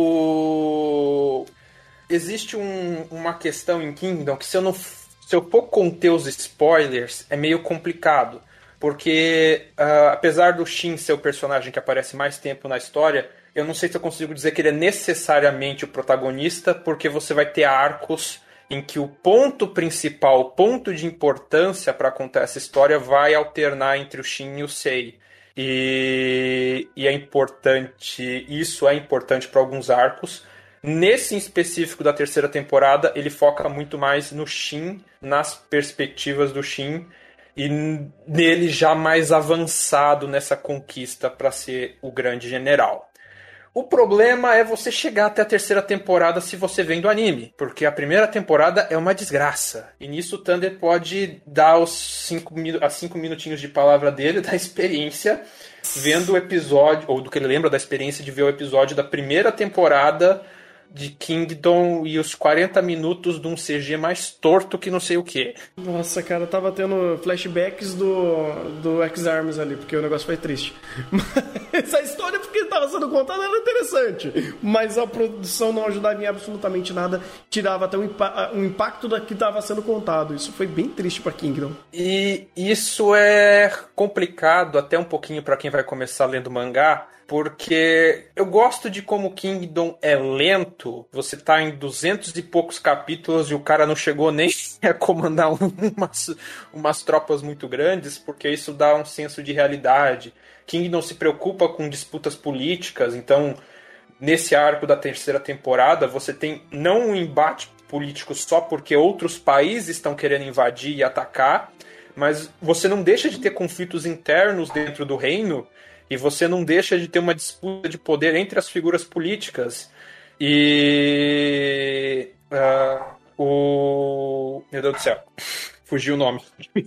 [SPEAKER 3] o... existe um, uma questão em Kingdom que se eu, não, se eu for conter os spoilers, é meio complicado. Porque, uh, apesar do Shin ser o personagem que aparece mais tempo na história, eu não sei se eu consigo dizer que ele é necessariamente o protagonista, porque você vai ter arcos em que o ponto principal, o ponto de importância para contar essa história vai alternar entre o Shin e o Sei. E, e é importante, isso é importante para alguns arcos. Nesse em específico da terceira temporada, ele foca muito mais no Shin, nas perspectivas do Shin, e nele já mais avançado nessa conquista para ser o grande general. O problema é você chegar até a terceira temporada se você vem do anime, porque a primeira temporada é uma desgraça. E nisso o Thunder pode dar os cinco, as cinco minutinhos de palavra dele, da experiência, vendo o episódio, ou do que ele lembra da experiência de ver o episódio da primeira temporada de Kingdom e os quarenta minutos de um C G mais torto que não sei o que.
[SPEAKER 2] Nossa, cara, tava tendo flashbacks do, do X-Arms ali, porque o negócio foi triste. Mas a história, porque tava sendo contada, era interessante. Mas a produção não ajudava em absolutamente nada, tirava até um, impa- um impacto da que tava sendo contado. Isso foi bem triste pra Kingdom.
[SPEAKER 3] E isso é complicado até um pouquinho pra quem vai começar lendo mangá, porque eu gosto de como Kingdom é lento. Você tá em duzentos e poucos capítulos e o cara não chegou nem a comandar umas, umas tropas muito grandes, porque isso dá um senso de realidade. Kingdom se preocupa com disputas políticas, então nesse arco da terceira temporada você tem não um embate político só porque outros países estão querendo invadir e atacar, mas você não deixa de ter conflitos internos dentro do reino. E você não deixa de ter uma disputa de poder entre as figuras políticas. E... Uh, o... Meu Deus do céu. Fugiu o nome.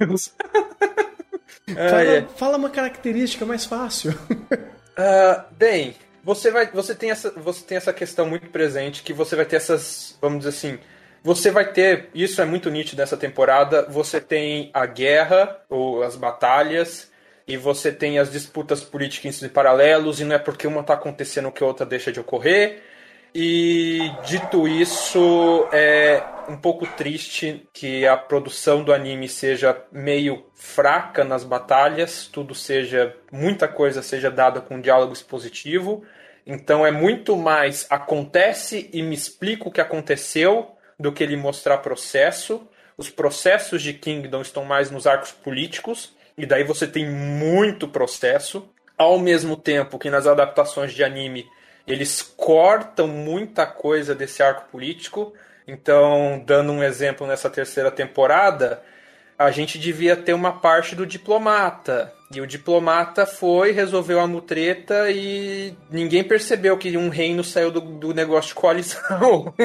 [SPEAKER 2] Fala,
[SPEAKER 3] ah, é.
[SPEAKER 2] fala uma característica mais fácil.
[SPEAKER 3] Uh, bem, você, vai, você, tem essa, você tem essa questão muito presente, que você vai ter essas... Vamos dizer assim... Você vai ter... Isso é muito nítido nessa temporada. Você tem a guerra, ou as batalhas... E você tem as disputas políticas em paralelos, e não é porque uma está acontecendo que a outra deixa de ocorrer. E, dito isso, é um pouco triste que a produção do anime seja meio fraca nas batalhas, tudo seja, muita coisa seja dada com diálogo expositivo, Então é muito mais acontece e me explica o que aconteceu do que ele mostrar processo. Os processos de Kingdom estão mais nos arcos políticos, e daí você tem muito processo, ao mesmo tempo que nas adaptações de anime eles cortam muita coisa desse arco político. Então, dando um exemplo, nessa terceira temporada, a gente devia ter uma parte do diplomata, e o diplomata foi, resolveu a mutreta e ninguém percebeu que um reino saiu do, do negócio de coalizão.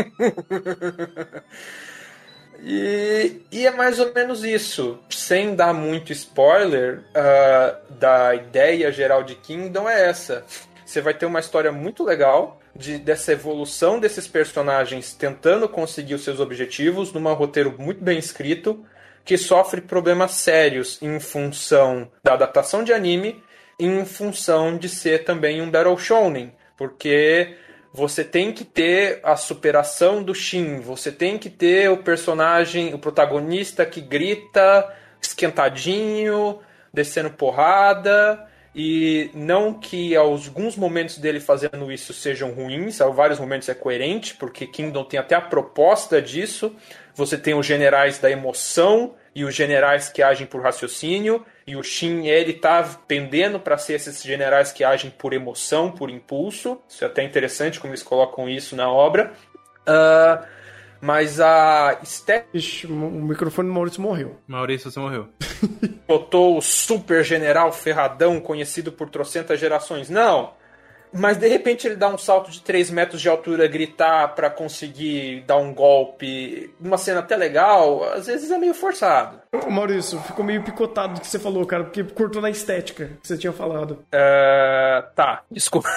[SPEAKER 3] E, e é mais ou menos isso. Sem dar muito spoiler, uh, da ideia geral de Kingdom é essa. Você vai ter uma história muito legal de, dessa evolução desses personagens tentando conseguir os seus objetivos, num roteiro muito bem escrito, que sofre problemas sérios em função da adaptação de anime e em função de ser também um Battle Shonen. Porque você tem que ter a superação do Shin, você tem que ter o personagem, o protagonista que grita esquentadinho, descendo porrada, e não que alguns momentos dele fazendo isso sejam ruins, em vários momentos é coerente, porque Kingdom tem até a proposta disso. Você tem os generais da emoção e os generais que agem por raciocínio, e o Shin, ele tá pendendo para ser esses generais que agem por emoção, por impulso. Isso é até interessante como eles colocam isso na obra. Uh, mas a estética...
[SPEAKER 2] Ixi, o microfone do Maurício morreu.
[SPEAKER 5] Maurício, você morreu.
[SPEAKER 3] Botou o super general ferradão, conhecido por trocentas gerações. Não! Mas de repente ele dá um salto de três metros de altura, gritar pra conseguir dar um golpe. Uma cena até legal, às vezes é meio forçado.
[SPEAKER 2] Ô, Maurício, ficou meio picotado do que você falou, cara, porque cortou na estética que você tinha falado.
[SPEAKER 3] Uh, tá, desculpa.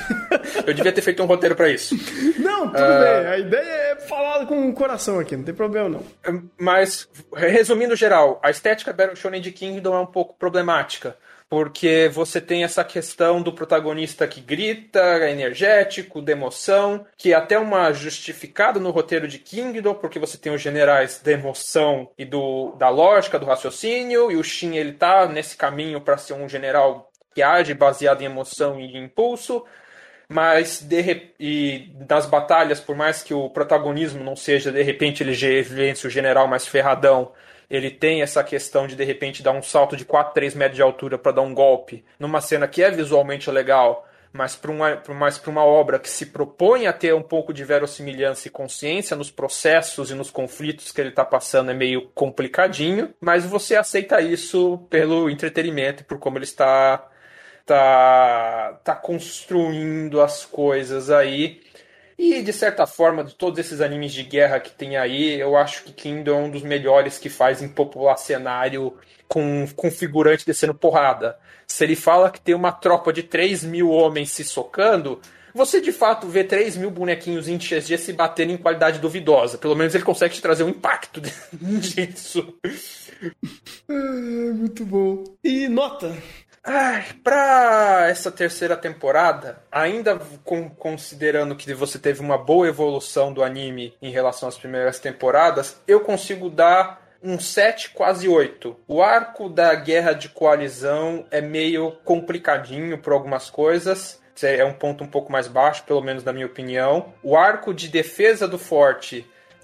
[SPEAKER 3] Eu devia ter feito um roteiro pra isso.
[SPEAKER 2] Não, tudo
[SPEAKER 3] Uh,
[SPEAKER 2] bem. A ideia é falar com o coração aqui, não tem problema não.
[SPEAKER 3] Mas, resumindo geral, a estética Battle Shonen de Kingdom é um pouco problemática. Porque você tem essa questão do protagonista que grita, é energético, de emoção, que é até uma justificada no roteiro de Kingdom, porque você tem os generais da emoção e do, da lógica, do raciocínio, e o Shin, ele tá nesse caminho para ser um general que age baseado em emoção e impulso, mas de, e nas batalhas, por mais que o protagonismo não seja, de repente ele vence o general mais ferradão, ele tem essa questão de, de repente, dar um salto de quatro, três metros de altura para dar um golpe, numa cena que é visualmente legal, mas para uma, mais para uma obra que se propõe a ter um pouco de verossimilhança e consciência nos processos e nos conflitos que ele está passando, é meio complicadinho, mas você aceita isso pelo entretenimento e por como ele está, tá, tá construindo as coisas aí. E, de certa forma, de todos esses animes de guerra que tem aí, eu acho que Kingdom é um dos melhores que fazem popular cenário com, com figurante descendo porrada. Se ele fala que tem uma tropa de três mil homens se socando, você de fato vê três mil bonequinhos em X G se batendo em qualidade duvidosa. Pelo menos ele consegue te trazer um impacto disso.
[SPEAKER 2] É, muito bom. E nota?
[SPEAKER 3] Ai, pra essa terceira temporada, ainda com, considerando que você teve uma boa evolução do anime em relação às primeiras temporadas, eu consigo dar um sete, quase oito. O arco da Guerra de Coalizão é meio complicadinho por algumas coisas. É um ponto um pouco mais baixo, pelo menos na minha opinião. O arco de defesa do forte...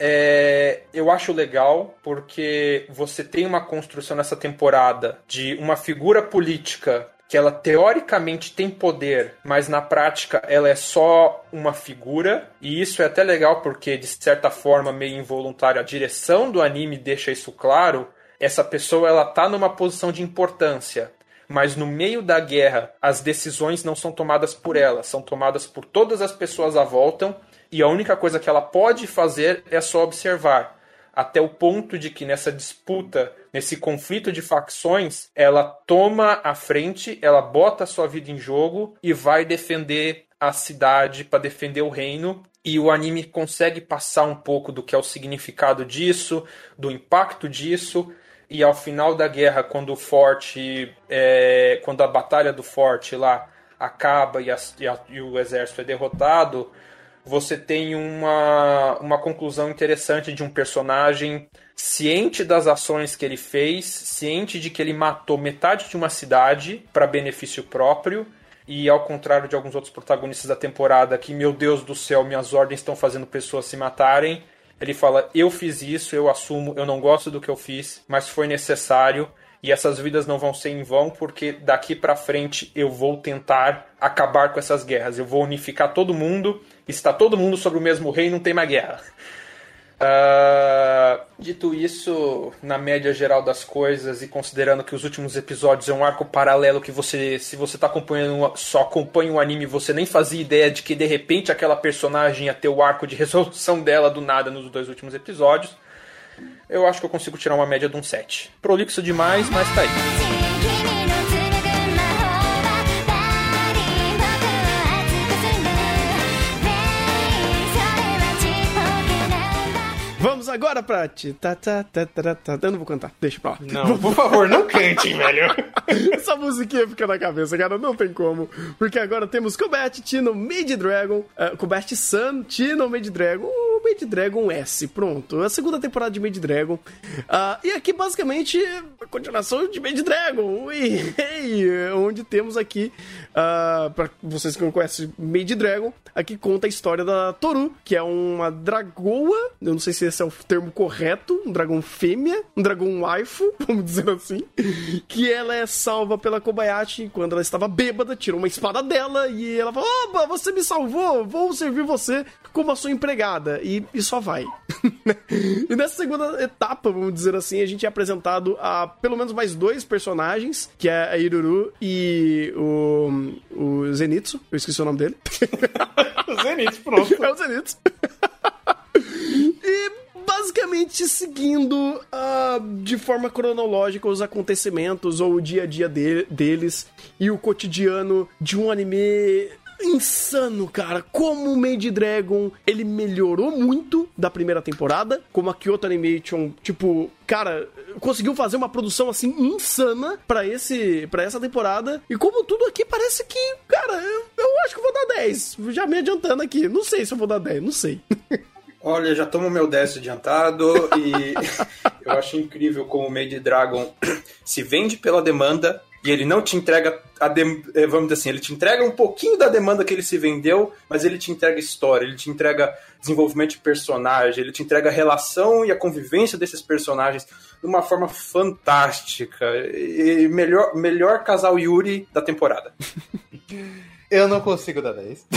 [SPEAKER 3] É, eu acho legal porque você tem uma construção nessa temporada de uma figura política que ela teoricamente tem poder, mas na prática ela é só uma figura, e isso é até legal porque de certa forma meio involuntária a direção do anime deixa isso claro. Essa pessoa ela tá numa posição de importância, mas no meio da guerra as decisões não são tomadas por ela, são tomadas por todas as pessoas à volta. E a única coisa que ela pode fazer é só observar. Até o ponto de que nessa disputa, nesse conflito de facções, ela toma a frente, ela bota a sua vida em jogo e vai defender a cidade, para defender o reino. E o anime consegue passar um pouco do que é o significado disso, do impacto disso. E ao final da guerra, quando o forte, é, quando a batalha do forte lá acaba e, a, e, a, e o exército é derrotado... Você tem uma, uma conclusão interessante de um personagem ciente das ações que ele fez, ciente de que ele matou metade de uma cidade para benefício próprio, E ao contrário de alguns outros protagonistas da temporada, que, meu Deus do céu, minhas ordens estão fazendo pessoas se matarem, ele fala, eu fiz isso, eu assumo, eu não gosto do que eu fiz, mas foi necessário. E essas vidas não vão ser em vão, porque daqui pra frente eu vou tentar acabar com essas guerras. Eu vou unificar todo mundo, está todo mundo sobre o mesmo rei e não tem mais guerra. Uh, dito isso, na média geral das coisas, e considerando que os últimos episódios é um arco paralelo que você, se você tá acompanhando, só acompanha o anime, você nem fazia ideia de que de repente aquela personagem ia ter o arco de resolução dela do nada nos dois últimos episódios. Eu acho que eu consigo tirar uma média de um sete. Prolixo demais, mas tá aí.
[SPEAKER 2] Vamos agora pra... Tá, tá, tá, tá, tá. Eu não vou cantar, deixa pra lá.
[SPEAKER 5] Não, por favor, não cante, velho.
[SPEAKER 2] Essa musiquinha fica na cabeça, cara, não tem como. Porque agora temos Kobayashi Tino Maid Dragon, uh, Kobayashi Sun Tino Maid Dragon, o Maid Dragon S, pronto. A segunda temporada de Maid Dragon. Uh, e aqui, basicamente, a continuação de Maid Dragon. E, e, onde temos aqui, uh, pra vocês que não conhecem Maid Dragon, aqui conta a história da Toru, que é uma dragoa, eu não sei se esse é o termo correto, um dragão fêmea, um dragão waifu, vamos dizer assim, que ela é salva pela Kobayashi quando ela estava bêbada, tirou uma espada dela e ela fala, opa, você me salvou, vou servir você como a sua empregada, e, e só vai. E nessa segunda etapa, vamos dizer assim, a gente é apresentado a pelo menos mais dois personagens, que é a Iruru e o, o Zenitsu, eu esqueci o nome dele.
[SPEAKER 5] O Zenitsu, pronto.
[SPEAKER 2] É o Zenitsu. E basicamente seguindo uh, de forma cronológica os acontecimentos ou o dia a dia de- deles e o cotidiano de um anime insano, cara. Como o Maid Dragon, ele melhorou muito da primeira temporada, como a Kyoto Animation, tipo, cara, conseguiu fazer uma produção assim insana pra, esse, pra essa temporada, e como tudo aqui parece que, cara, eu, eu acho que eu vou dar dez, já me adiantando aqui, não sei se eu vou dar dez, não sei.
[SPEAKER 3] Olha, já tomo meu dez adiantado e eu acho incrível como o Maid Dragon se vende pela demanda e ele não te entrega, a dem- vamos dizer assim, ele te entrega um pouquinho da demanda que ele se vendeu, mas ele te entrega história, ele te entrega desenvolvimento de personagem, ele te entrega a relação e a convivência desses personagens de uma forma fantástica. E melhor, melhor casal Yuri da temporada.
[SPEAKER 5] Eu não consigo dar dez.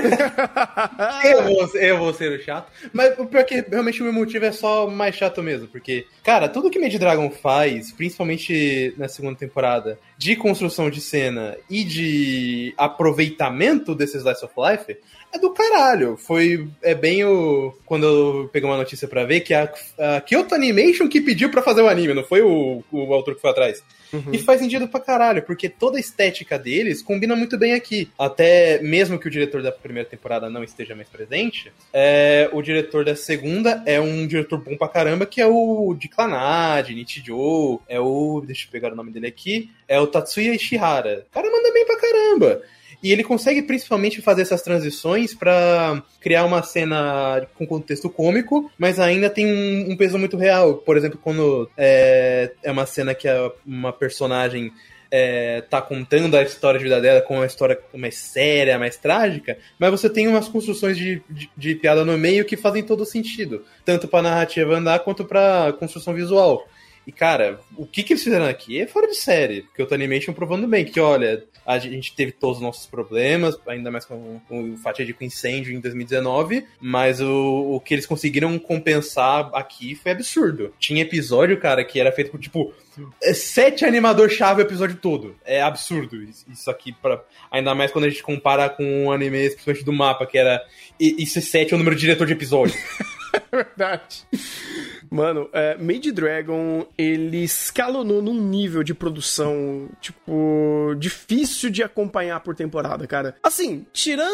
[SPEAKER 5] eu, vou, eu vou ser o chato. Mas o pior é que realmente o meu motivo é só mais chato mesmo. Porque, cara, tudo que Maid Dragon faz, principalmente na segunda temporada, de construção de cena e de aproveitamento desse Slice of Life, é do caralho. Foi, é bem o... Quando eu peguei uma notícia pra ver, que a, a Kyoto Animation que pediu pra fazer o anime, não foi o, o autor que foi atrás. Uhum. E faz sentido pra caralho, porque toda a estética deles combina muito bem aqui. Até mesmo que o diretor da primeira temporada não esteja mais presente, é, o diretor da segunda é um diretor bom pra caramba, que é o de Clannad, Nichijou, é o... Deixa eu pegar o nome dele aqui. É o Tatsuya Ishihara. O cara manda bem pra caramba. E ele consegue principalmente fazer essas transições pra criar uma cena com contexto cômico, mas ainda tem um, um peso muito real. Por exemplo, quando é, é uma cena que a, uma personagem é, tá contando a história de vida dela com uma história mais séria, mais trágica, mas você tem umas construções de, de, de piada no meio que fazem todo sentido. Tanto pra narrativa andar, quanto pra construção visual. E, cara, o que, que eles fizeram aqui é fora de série. Porque o Animation provando bem que, olha, a gente teve todos os nossos problemas, ainda mais com, com o fatídico incêndio em dois mil e dezenove, mas o, o que eles conseguiram compensar aqui foi absurdo. Tinha episódio, cara, que era feito por, tipo, sete animador-chave o episódio todo. É absurdo isso aqui, pra, ainda mais quando a gente compara com o anime, principalmente do mapa, que era... E, esse sete é o número de diretor de episódio.
[SPEAKER 2] É verdade. Mano, é, Maid Dragon, ele escalonou num nível de produção, tipo, difícil de acompanhar por temporada, cara. Assim,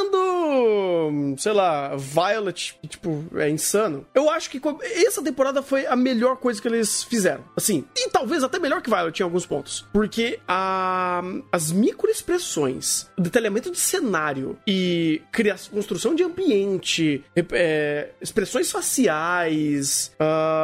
[SPEAKER 2] tirando, sei lá, Violet, que, tipo, é insano, eu acho que essa temporada foi a melhor coisa que eles fizeram. Assim, e talvez até melhor que Violet em alguns pontos. Porque a, as microexpressões, detalhamento de cenário e criação, construção de ambiente, é, expressões faciais, uh,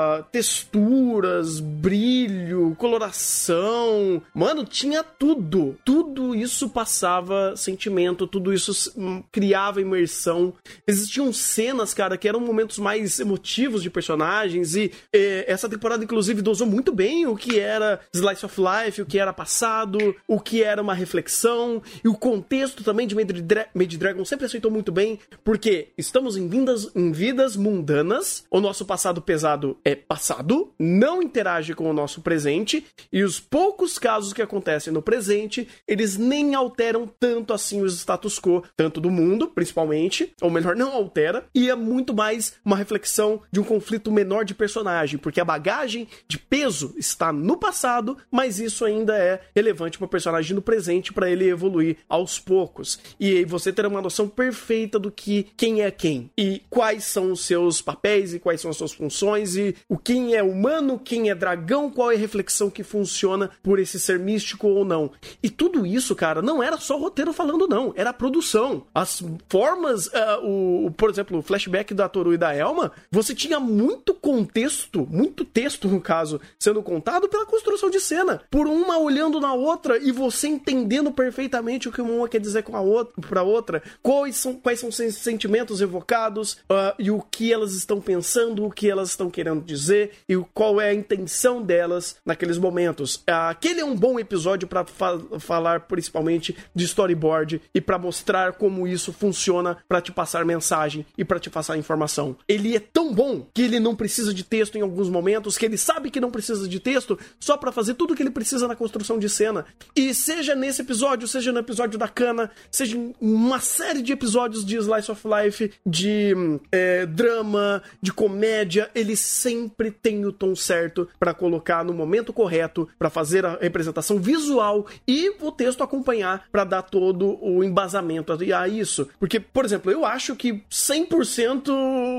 [SPEAKER 2] uh, texturas, brilho, coloração. Mano, tinha tudo. Tudo isso passava sentimento, tudo isso hum, criava imersão. Existiam cenas, cara, que eram momentos mais emotivos de personagens e eh, essa temporada, inclusive, dosou muito bem o que era Slice of Life, o que era passado, o que era uma reflexão e o contexto também de Made, Dra- Made Dragon sempre aceitou muito bem, porque estamos em, vindas, em vidas mundanas, o nosso passado pesado é passado, não interage com o nosso presente e os poucos casos que acontecem no presente, eles nem alteram tanto assim os status quo, tanto do mundo, principalmente, ou melhor, não altera, e é muito mais uma reflexão de um conflito menor de personagem, porque a bagagem de peso está no passado, mas isso ainda é relevante para o personagem no presente para ele evoluir aos poucos. E aí você terá uma noção perfeita do que quem é quem e quais são os seus papéis e quais são as suas funções e o quem é humano, quem é dragão, qual é a reflexão que funciona por esse ser místico ou não. E tudo isso, cara, não era só o roteiro falando, não. Era a produção. As formas, uh, o, por exemplo, o flashback da Toru e da Elma, você tinha muito contexto, muito texto, no caso, sendo contado pela construção de cena. Por uma olhando na outra e você entendendo perfeitamente o que uma quer dizer com a outra, pra outra, quais são, quais são os sentimentos evocados uh, e o que elas estão pensando, o que elas estão querendo dizer e qual é a intenção delas naqueles momentos. Uh, aquele é um bom episódio pra fa- falar principalmente de storyboard e pra mostrar como isso funciona pra te passar mensagem e pra te passar informação. Ele é tão bom que ele não precisa de texto em alguns momentos, que ele sabe que não precisa de texto só pra fazer tudo o que ele precisa na construção de cena. E seja nesse episódio, seja no episódio da Kana, seja em uma série de episódios de Slice of Life, de é, drama, de comédia, ele sempre tem o tom certo pra colocar no momento correto, pra fazer a representação visual e o texto acompanhar pra dar todo o embasamento a isso. Porque, por exemplo, eu acho que cem por cento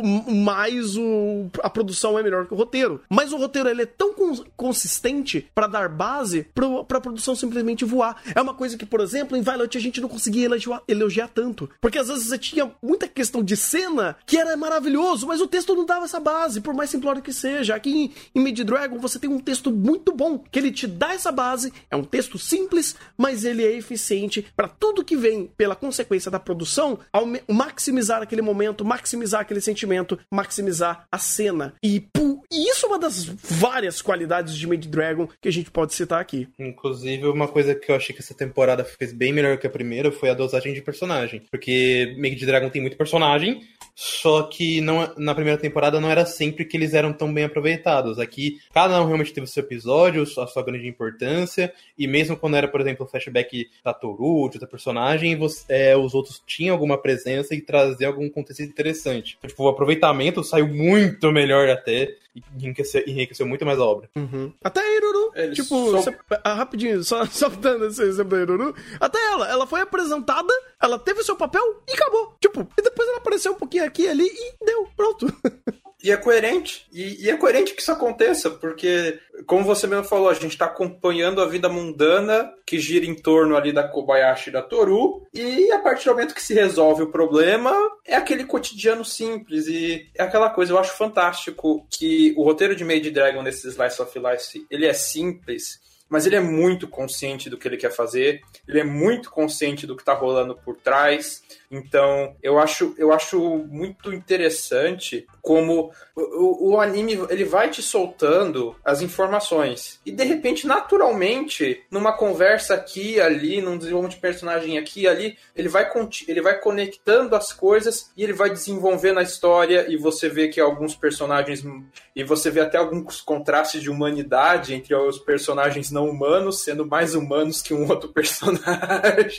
[SPEAKER 2] mais o, a produção é melhor que o roteiro. Mas o roteiro ele é tão cons- consistente pra dar base pro, pra produção simplesmente voar. É uma coisa que, por exemplo, em Violet a gente não conseguia elogiar, elogiar tanto. Porque às vezes você tinha muita questão de cena que era maravilhoso, mas o texto não dava essa base, por mais simplório que seja. Aqui em, em Made Dragon você tem um texto muito bom, que ele te dá essa base. É um texto simples, mas ele é eficiente pra tudo que vem pela consequência da produção, ao me- maximizar aquele momento, maximizar aquele sentimento, maximizar a cena. E, pu- e isso é uma das várias qualidades de Made Dragon que a gente pode citar aqui.
[SPEAKER 5] Inclusive, uma coisa que eu achei que essa temporada fez bem melhor que a primeira foi a dosagem de personagem. Porque Made Dragon tem muito personagem, só que não, na primeira temporada não era sempre que eles eram tão bem aproveitados. Aqui, cada um realmente teve o seu episódio, a sua grande importância, e mesmo quando era, por exemplo, o flashback da Toru, de outra personagem, você, é, os outros tinham alguma presença e traziam algum contexto interessante. Então, tipo, o aproveitamento saiu muito melhor até, e enriqueceu, enriqueceu muito mais a obra.
[SPEAKER 2] Uhum. Até a Iruru,
[SPEAKER 3] Eles
[SPEAKER 2] tipo,
[SPEAKER 3] só-
[SPEAKER 2] cê- ah, rapidinho, só, só dando esse exemplo da Iruru, até ela, ela foi apresentada, ela teve o seu papel e acabou. Tipo, e depois ela apareceu um pouquinho aqui e ali e deu, pronto.
[SPEAKER 3] E é coerente. E, e é coerente que isso aconteça, porque, como você mesmo falou, a gente tá acompanhando a vida mundana que gira em torno ali da Kobayashi e da Toru, e a partir do momento que se resolve o problema, é aquele cotidiano simples, e é aquela coisa, eu acho fantástico que o roteiro de Made Dragon nesse Slice of Life, ele é simples, mas ele é muito consciente do que ele quer fazer, ele é muito consciente do que tá rolando por trás. Então, eu acho, eu acho muito interessante como o, o anime ele vai te soltando as informações. E, de repente, naturalmente, numa conversa aqui ali, num desenvolvimento de personagem aqui e ali, ele vai, ele vai conectando as coisas e ele vai desenvolvendo a história. E você vê que alguns personagens... E você vê até alguns contrastes de humanidade entre os personagens não humanos, sendo mais humanos que um outro personagem.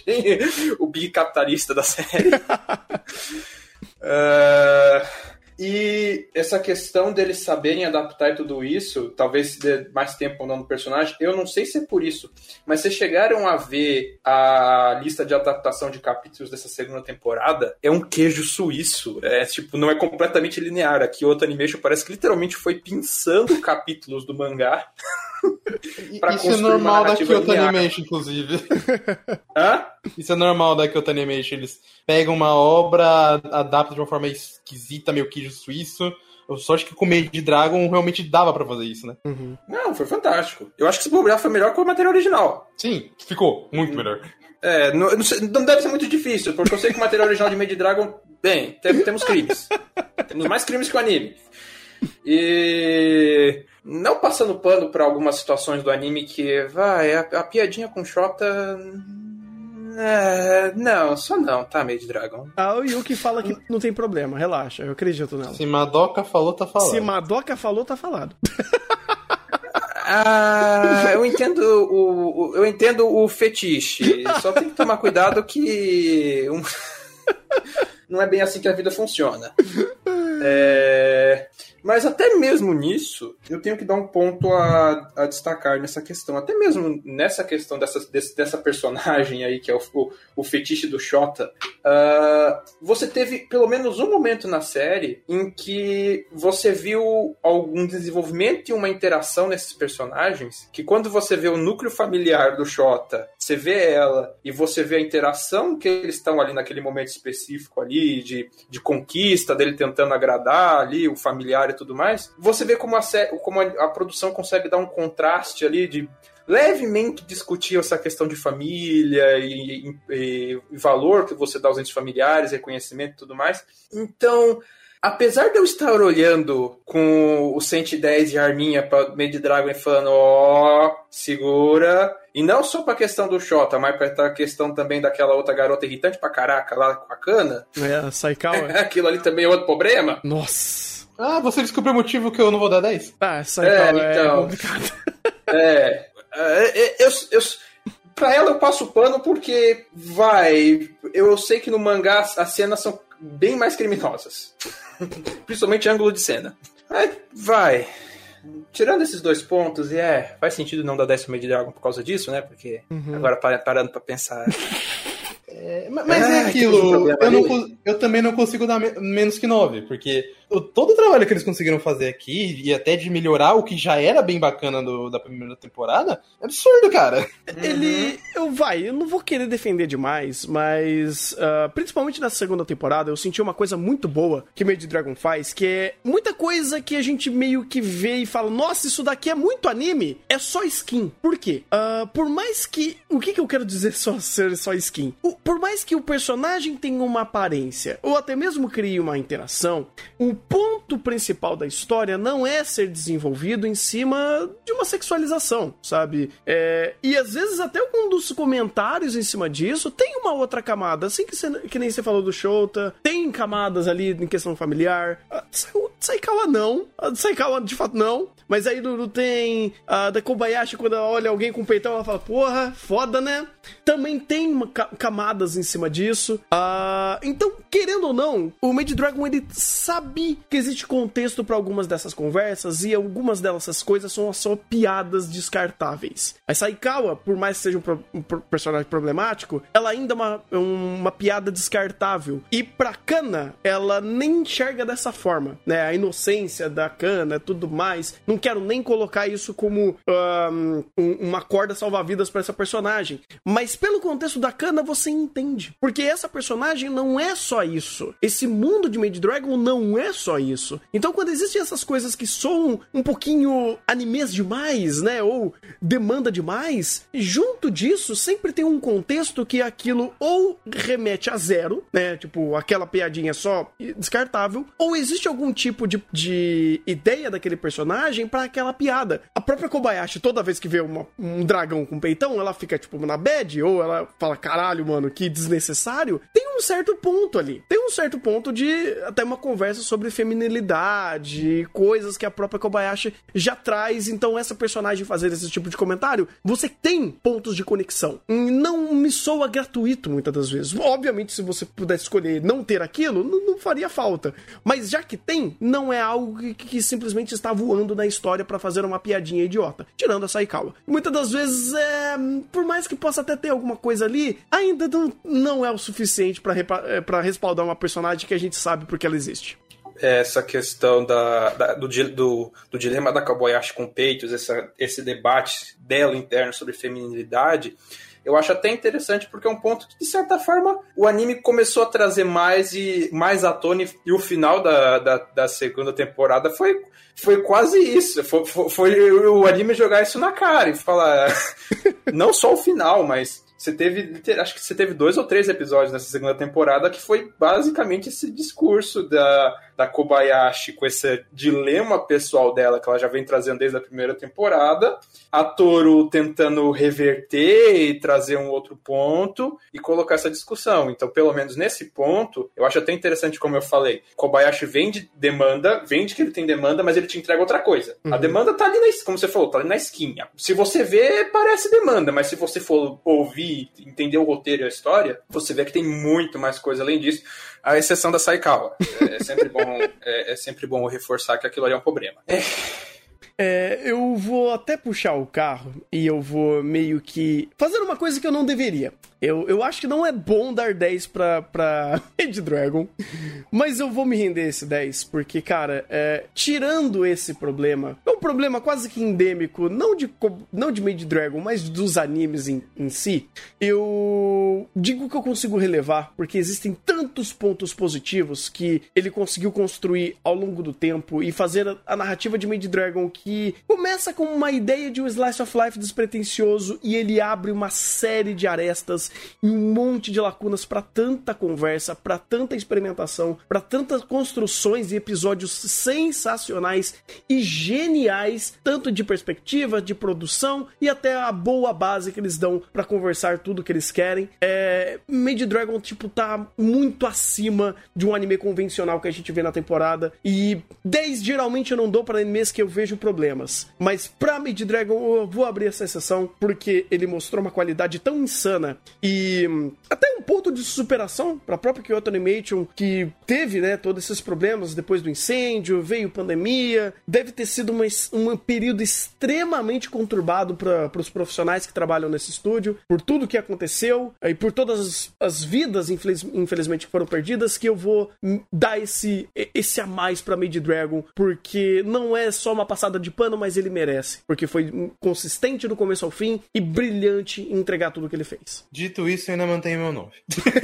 [SPEAKER 3] O big capitalista da série. uh, e essa questão deles saberem adaptar e tudo isso, talvez se dê mais tempo ou não no personagem, eu não sei se é por isso, mas vocês chegaram a ver a lista de adaptação de capítulos dessa segunda temporada, é um queijo suíço, é tipo, não é completamente linear. Aqui o Otto Animation parece que literalmente foi pinçando capítulos do mangá.
[SPEAKER 5] Isso é normal da Kyoto Animation, inclusive.
[SPEAKER 3] Hã?
[SPEAKER 5] Isso é normal da Kyoto Animation. Eles pegam uma obra, adaptam de uma forma esquisita, meio queijo suíço, Sorte que com Made Dragon realmente dava pra fazer isso, né?
[SPEAKER 2] Uhum.
[SPEAKER 3] Não, foi fantástico. Eu acho que esse bobear foi melhor que o material original.
[SPEAKER 5] Sim, ficou muito melhor.
[SPEAKER 3] É, não, não, sei- não deve ser muito difícil, porque eu sei que o material original de Made Dragon, bem, tem- temos crimes. Temos mais crimes que o anime. E não passando pano pra algumas situações do anime que, vai, a, a piadinha com Shota... É, não, só não, tá, Made Dragon.
[SPEAKER 2] Ah, o Yuki fala que não tem problema, relaxa, eu acredito nela.
[SPEAKER 5] Se Madoka falou, tá falando.
[SPEAKER 2] Se Madoka falou, tá falado.
[SPEAKER 3] Ah, eu entendo o, o- eu entendo o fetiche. Só tem que tomar cuidado que um- não é bem assim que a vida funciona. É, mas até mesmo nisso, eu tenho que dar um ponto a, a destacar nessa questão. Até mesmo nessa questão dessa, desse- dessa personagem aí, que é o, o, o fetiche do Shota, ah, você teve pelo menos um momento na série em que você viu algum desenvolvimento e uma interação nesses personagens, que quando você vê o núcleo familiar do Shota, você vê ela e você vê a interação que eles estão ali naquele momento específico ali, de, de conquista, dele tentando agradar ali o familiar e tudo mais, você vê como a, sé- como a, a produção consegue dar um contraste ali de levemente discutir essa questão de família e, e- e valor que você dá aos entes familiares, reconhecimento e tudo mais. Então, apesar de eu estar olhando com o cento e dez e a arminha pra Made Dragon e falando, ó, segura, e não só pra questão do Shota, mas pra questão também daquela outra garota irritante pra caraca lá com a cana,
[SPEAKER 2] É, a Saikawa.
[SPEAKER 3] aquilo ali também é outro problema.
[SPEAKER 2] Nossa.
[SPEAKER 5] Ah, você descobriu o motivo que eu não vou dar dez?
[SPEAKER 2] Ah, Saikawa é,
[SPEAKER 3] É, então.
[SPEAKER 2] complicado.
[SPEAKER 3] É, é, eu, eu, pra ela eu passo pano porque, vai, eu sei que no mangá as cenas são bem mais criminosas. Principalmente ângulo de cena. Aí, vai. Tirando esses dois pontos, e é, faz sentido não dar dez pro Made Dragon por causa disso, né? Porque agora par- parando pra pensar.
[SPEAKER 5] É, ma- mas é
[SPEAKER 3] Ah, temos um
[SPEAKER 5] aquilo,
[SPEAKER 3] problema
[SPEAKER 5] eu, não
[SPEAKER 3] ali.
[SPEAKER 5] co- eu também não consigo dar me- menos que nove, porque o- todo o trabalho que eles conseguiram fazer aqui, e até de melhorar o que já era bem bacana do- da primeira temporada, é absurdo, cara.
[SPEAKER 2] Ele. Eu vai, eu não vou querer defender demais, mas. ah, principalmente na segunda temporada, eu senti uma coisa muito boa que Made Dragon faz, que é muita coisa que a gente meio que vê e fala, nossa, isso daqui é muito anime. É só skin. Por quê? Ah, por mais que. O que, que eu quero dizer só ser só skin? O- por mais que o personagem tenha uma aparência, ou até mesmo crie uma interação, o ponto principal da história não é ser desenvolvido em cima de uma sexualização, sabe? É, e às vezes até algum dos comentários em cima disso tem uma outra camada, assim que, cê- que nem você falou do Shota, tem camadas ali em questão familiar. A Sa- Saikawa não, a Saikawa de fato não, mas aí Lulu tem a da Kobayashi, quando ela olha alguém com peitão, ela fala, porra, foda, né? Também tem uma ca- camadas em cima disso. Ah, então, querendo ou não, o Made Dragon, ele sabe que existe contexto pra algumas dessas conversas e algumas dessas coisas são só piadas descartáveis. A Saikawa, por mais que seja um, pro- um pro- personagem problemático, ela ainda é uma, uma piada descartável. E pra Kana, ela nem enxerga dessa forma, né? A inocência da Kana, tudo mais. Não quero nem colocar isso como ahn, um- uma corda salva-vidas pra essa personagem. Mas pelo contexto da Kana, você entende. Porque essa personagem não é só isso. Esse mundo de Made Dragon não é só isso. Então, quando existem essas coisas que soam um pouquinho animes demais, né? Ou demanda demais, junto disso, sempre tem um contexto que aquilo ou remete a zero, né? Tipo, aquela piadinha só descartável, ou existe algum tipo de, de ideia daquele personagem pra aquela piada. A própria Kobayashi, toda vez que vê uma- um dragão com peitão, ela fica, tipo, na bad, ou ela fala, caralho, mano, que desnecessário. Tem um certo ponto ali. Tem um certo ponto de até uma conversa sobre feminilidade, coisas que a própria Kobayashi já traz. Então, essa personagem fazer esse tipo de comentário, você tem pontos de conexão. E não me soa gratuito muitas das vezes. Obviamente, se você pudesse escolher não ter aquilo, não, não faria falta. Mas já que tem, não é algo que, que simplesmente está voando na história pra fazer uma piadinha idiota. Tirando a Saikawa. Muitas das vezes, é, por mais que possa até ter alguma coisa ali, ainda não, não é o suficiente pra, repa- é, pra respaldar uma personagem que a gente sabe porque ela existe.
[SPEAKER 3] Essa questão da, da- do, di- do, do dilema da Kobayashi com peitos, essa, esse debate dela interno sobre feminilidade, eu acho até interessante porque é um ponto que, de certa forma, o anime começou a trazer mais e mais à tona, e o final da, da, da segunda temporada foi, foi quase isso. Foi, foi, foi o anime jogar isso na cara e falar... não só o final, mas... Você teve, acho que você teve dois ou três episódios nessa segunda temporada que foi basicamente esse discurso da, da Kobayashi com esse dilema pessoal dela, que ela já vem trazendo desde a primeira temporada, a Toru tentando reverter e trazer um outro ponto e colocar essa discussão. Então, pelo menos nesse ponto, eu acho até interessante, como eu falei, Kobayashi vende demanda, vende que ele tem demanda, mas ele te entrega outra coisa. Uhum. A demanda tá ali, na, como você falou, tá ali na esquina. Se você vê, parece demanda, mas se você for ouvir, entender o roteiro e a história, você vê que tem muito mais coisa além disso, à exceção da Saikawa. É, é sempre bom, é, é sempre bom reforçar que aquilo ali é um problema. É.
[SPEAKER 2] É, eu vou até puxar o carro e eu vou meio que fazer uma coisa que eu não deveria. Eu, eu acho que não é bom dar dez pra, pra Maid Dragon, mas eu vou me render esse dez, porque, cara, é, tirando esse problema, é um problema quase que endêmico, não de, não de Maid Dragon, mas dos animes em, em si, eu digo que eu consigo relevar, porque existem tantos pontos positivos que ele conseguiu construir ao longo do tempo e fazer a, a narrativa de Maid Dragon que começa com uma ideia de um slice of life despretensioso e ele abre uma série de arestas e um monte de lacunas pra tanta conversa, pra tanta experimentação, pra tantas construções e episódios sensacionais e geniais, tanto de perspectiva, de produção e até a boa base que eles dão pra conversar tudo que eles querem. É, Maid Dragon, tipo, tá muito acima de um anime convencional que a gente vê na temporada, e dez geralmente eu não dou pra animes que eu vejo problemas, mas pra Maid Dragon eu vou abrir essa exceção porque ele mostrou uma qualidade tão insana e até um ponto de superação pra própria Kyoto Animation, que teve, né, todos esses problemas depois do incêndio, veio pandemia, deve ter sido uma, um período extremamente conturbado para os profissionais que trabalham nesse estúdio, por tudo que aconteceu e por todas as, as vidas, infeliz, infelizmente, que foram perdidas, que eu vou dar esse, esse a mais pra Maid Dragon, porque não é só uma passada de pano, mas ele merece, porque foi consistente do começo ao fim e brilhante em entregar tudo que ele fez.
[SPEAKER 5] Dito isso, eu ainda mantenho meu nome.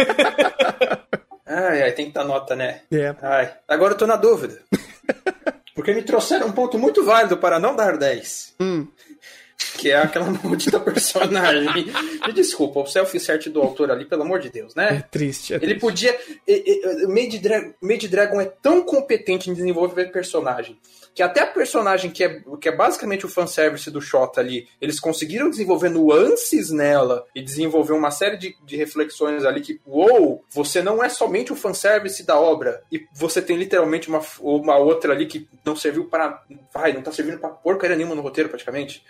[SPEAKER 3] Ai, ai, tem que dar nota, né?
[SPEAKER 2] É.
[SPEAKER 3] Ai, agora eu tô na dúvida. Porque me trouxeram um ponto muito válido para não dar dez.
[SPEAKER 2] Hum.
[SPEAKER 3] Que é aquela maldita personagem. Me desculpa, o self-insert do autor ali, pelo amor de Deus, né?
[SPEAKER 2] É triste, é
[SPEAKER 3] Ele
[SPEAKER 2] triste.
[SPEAKER 3] podia... Maid Dragon, Maid Dragon é tão competente em desenvolver personagem, que até a personagem que é, que é basicamente o fanservice do Shota ali, eles conseguiram desenvolver nuances nela e desenvolver uma série de, de reflexões ali que, uou, você não é somente o fanservice da obra, e você tem literalmente uma, uma outra ali que não serviu para... Vai, não tá servindo pra porcaria nenhuma no roteiro, praticamente.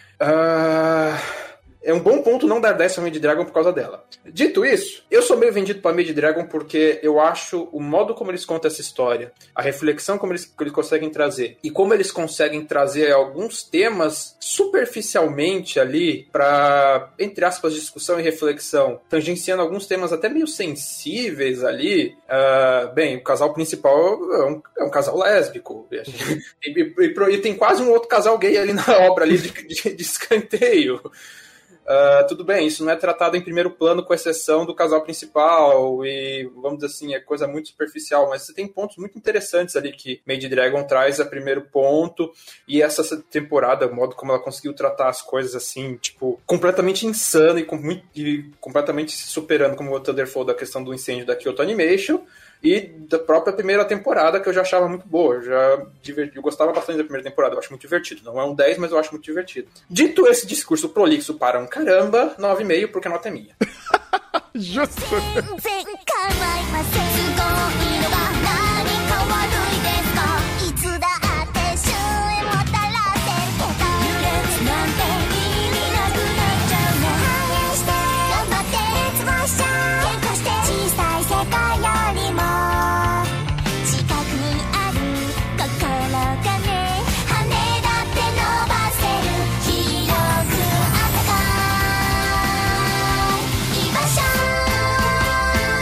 [SPEAKER 3] Uh... É um bom ponto não dar dez pra Maid Dragon por causa dela. Dito isso, eu sou meio vendido pra Maid Dragon porque eu acho o modo como eles contam essa história, a reflexão como eles, que eles conseguem trazer, e como eles conseguem trazer alguns temas superficialmente ali pra, entre aspas, discussão e reflexão, tangenciando alguns temas até meio sensíveis ali. Uh, bem, o casal principal é um, é um casal lésbico. E, e, e, e tem quase um outro casal gay ali na obra ali de, de, de escanteio. Uh, tudo bem, isso não é tratado em primeiro plano, com exceção do casal principal, e vamos dizer assim, é coisa muito superficial, mas você tem pontos muito interessantes ali que Maid Dragon traz a primeiro ponto, e essa temporada, o modo como ela conseguiu tratar as coisas assim, tipo, completamente insano e, com muito, e completamente se superando, como o Thunder falou, da questão do incêndio da Kyoto Animation, e da própria primeira temporada, que eu já achava muito boa. Eu, já diverti, eu gostava bastante da primeira temporada, eu acho muito divertido. Não é um dez, mas eu acho muito divertido. Dito esse discurso prolixo para um caramba, nove vírgula cinco, porque a nota é minha.
[SPEAKER 2] Justo.
[SPEAKER 4] 全然構いませんすごいのが何か悪いですかいつだって終焉もたらせんけど優劣なんて意味なくなっちゃうね反映して頑張って熱望しちゃう喧嘩して小さい世界よりも近くにある心がね羽だって伸ばせる広くあったかい居場所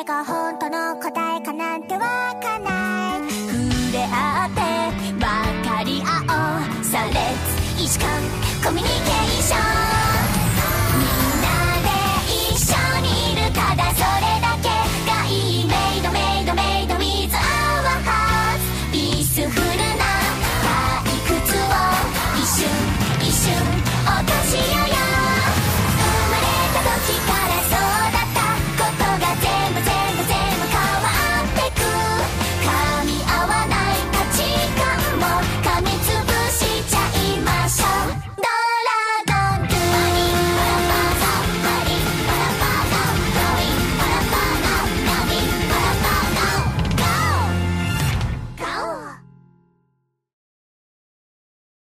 [SPEAKER 4] が本当の答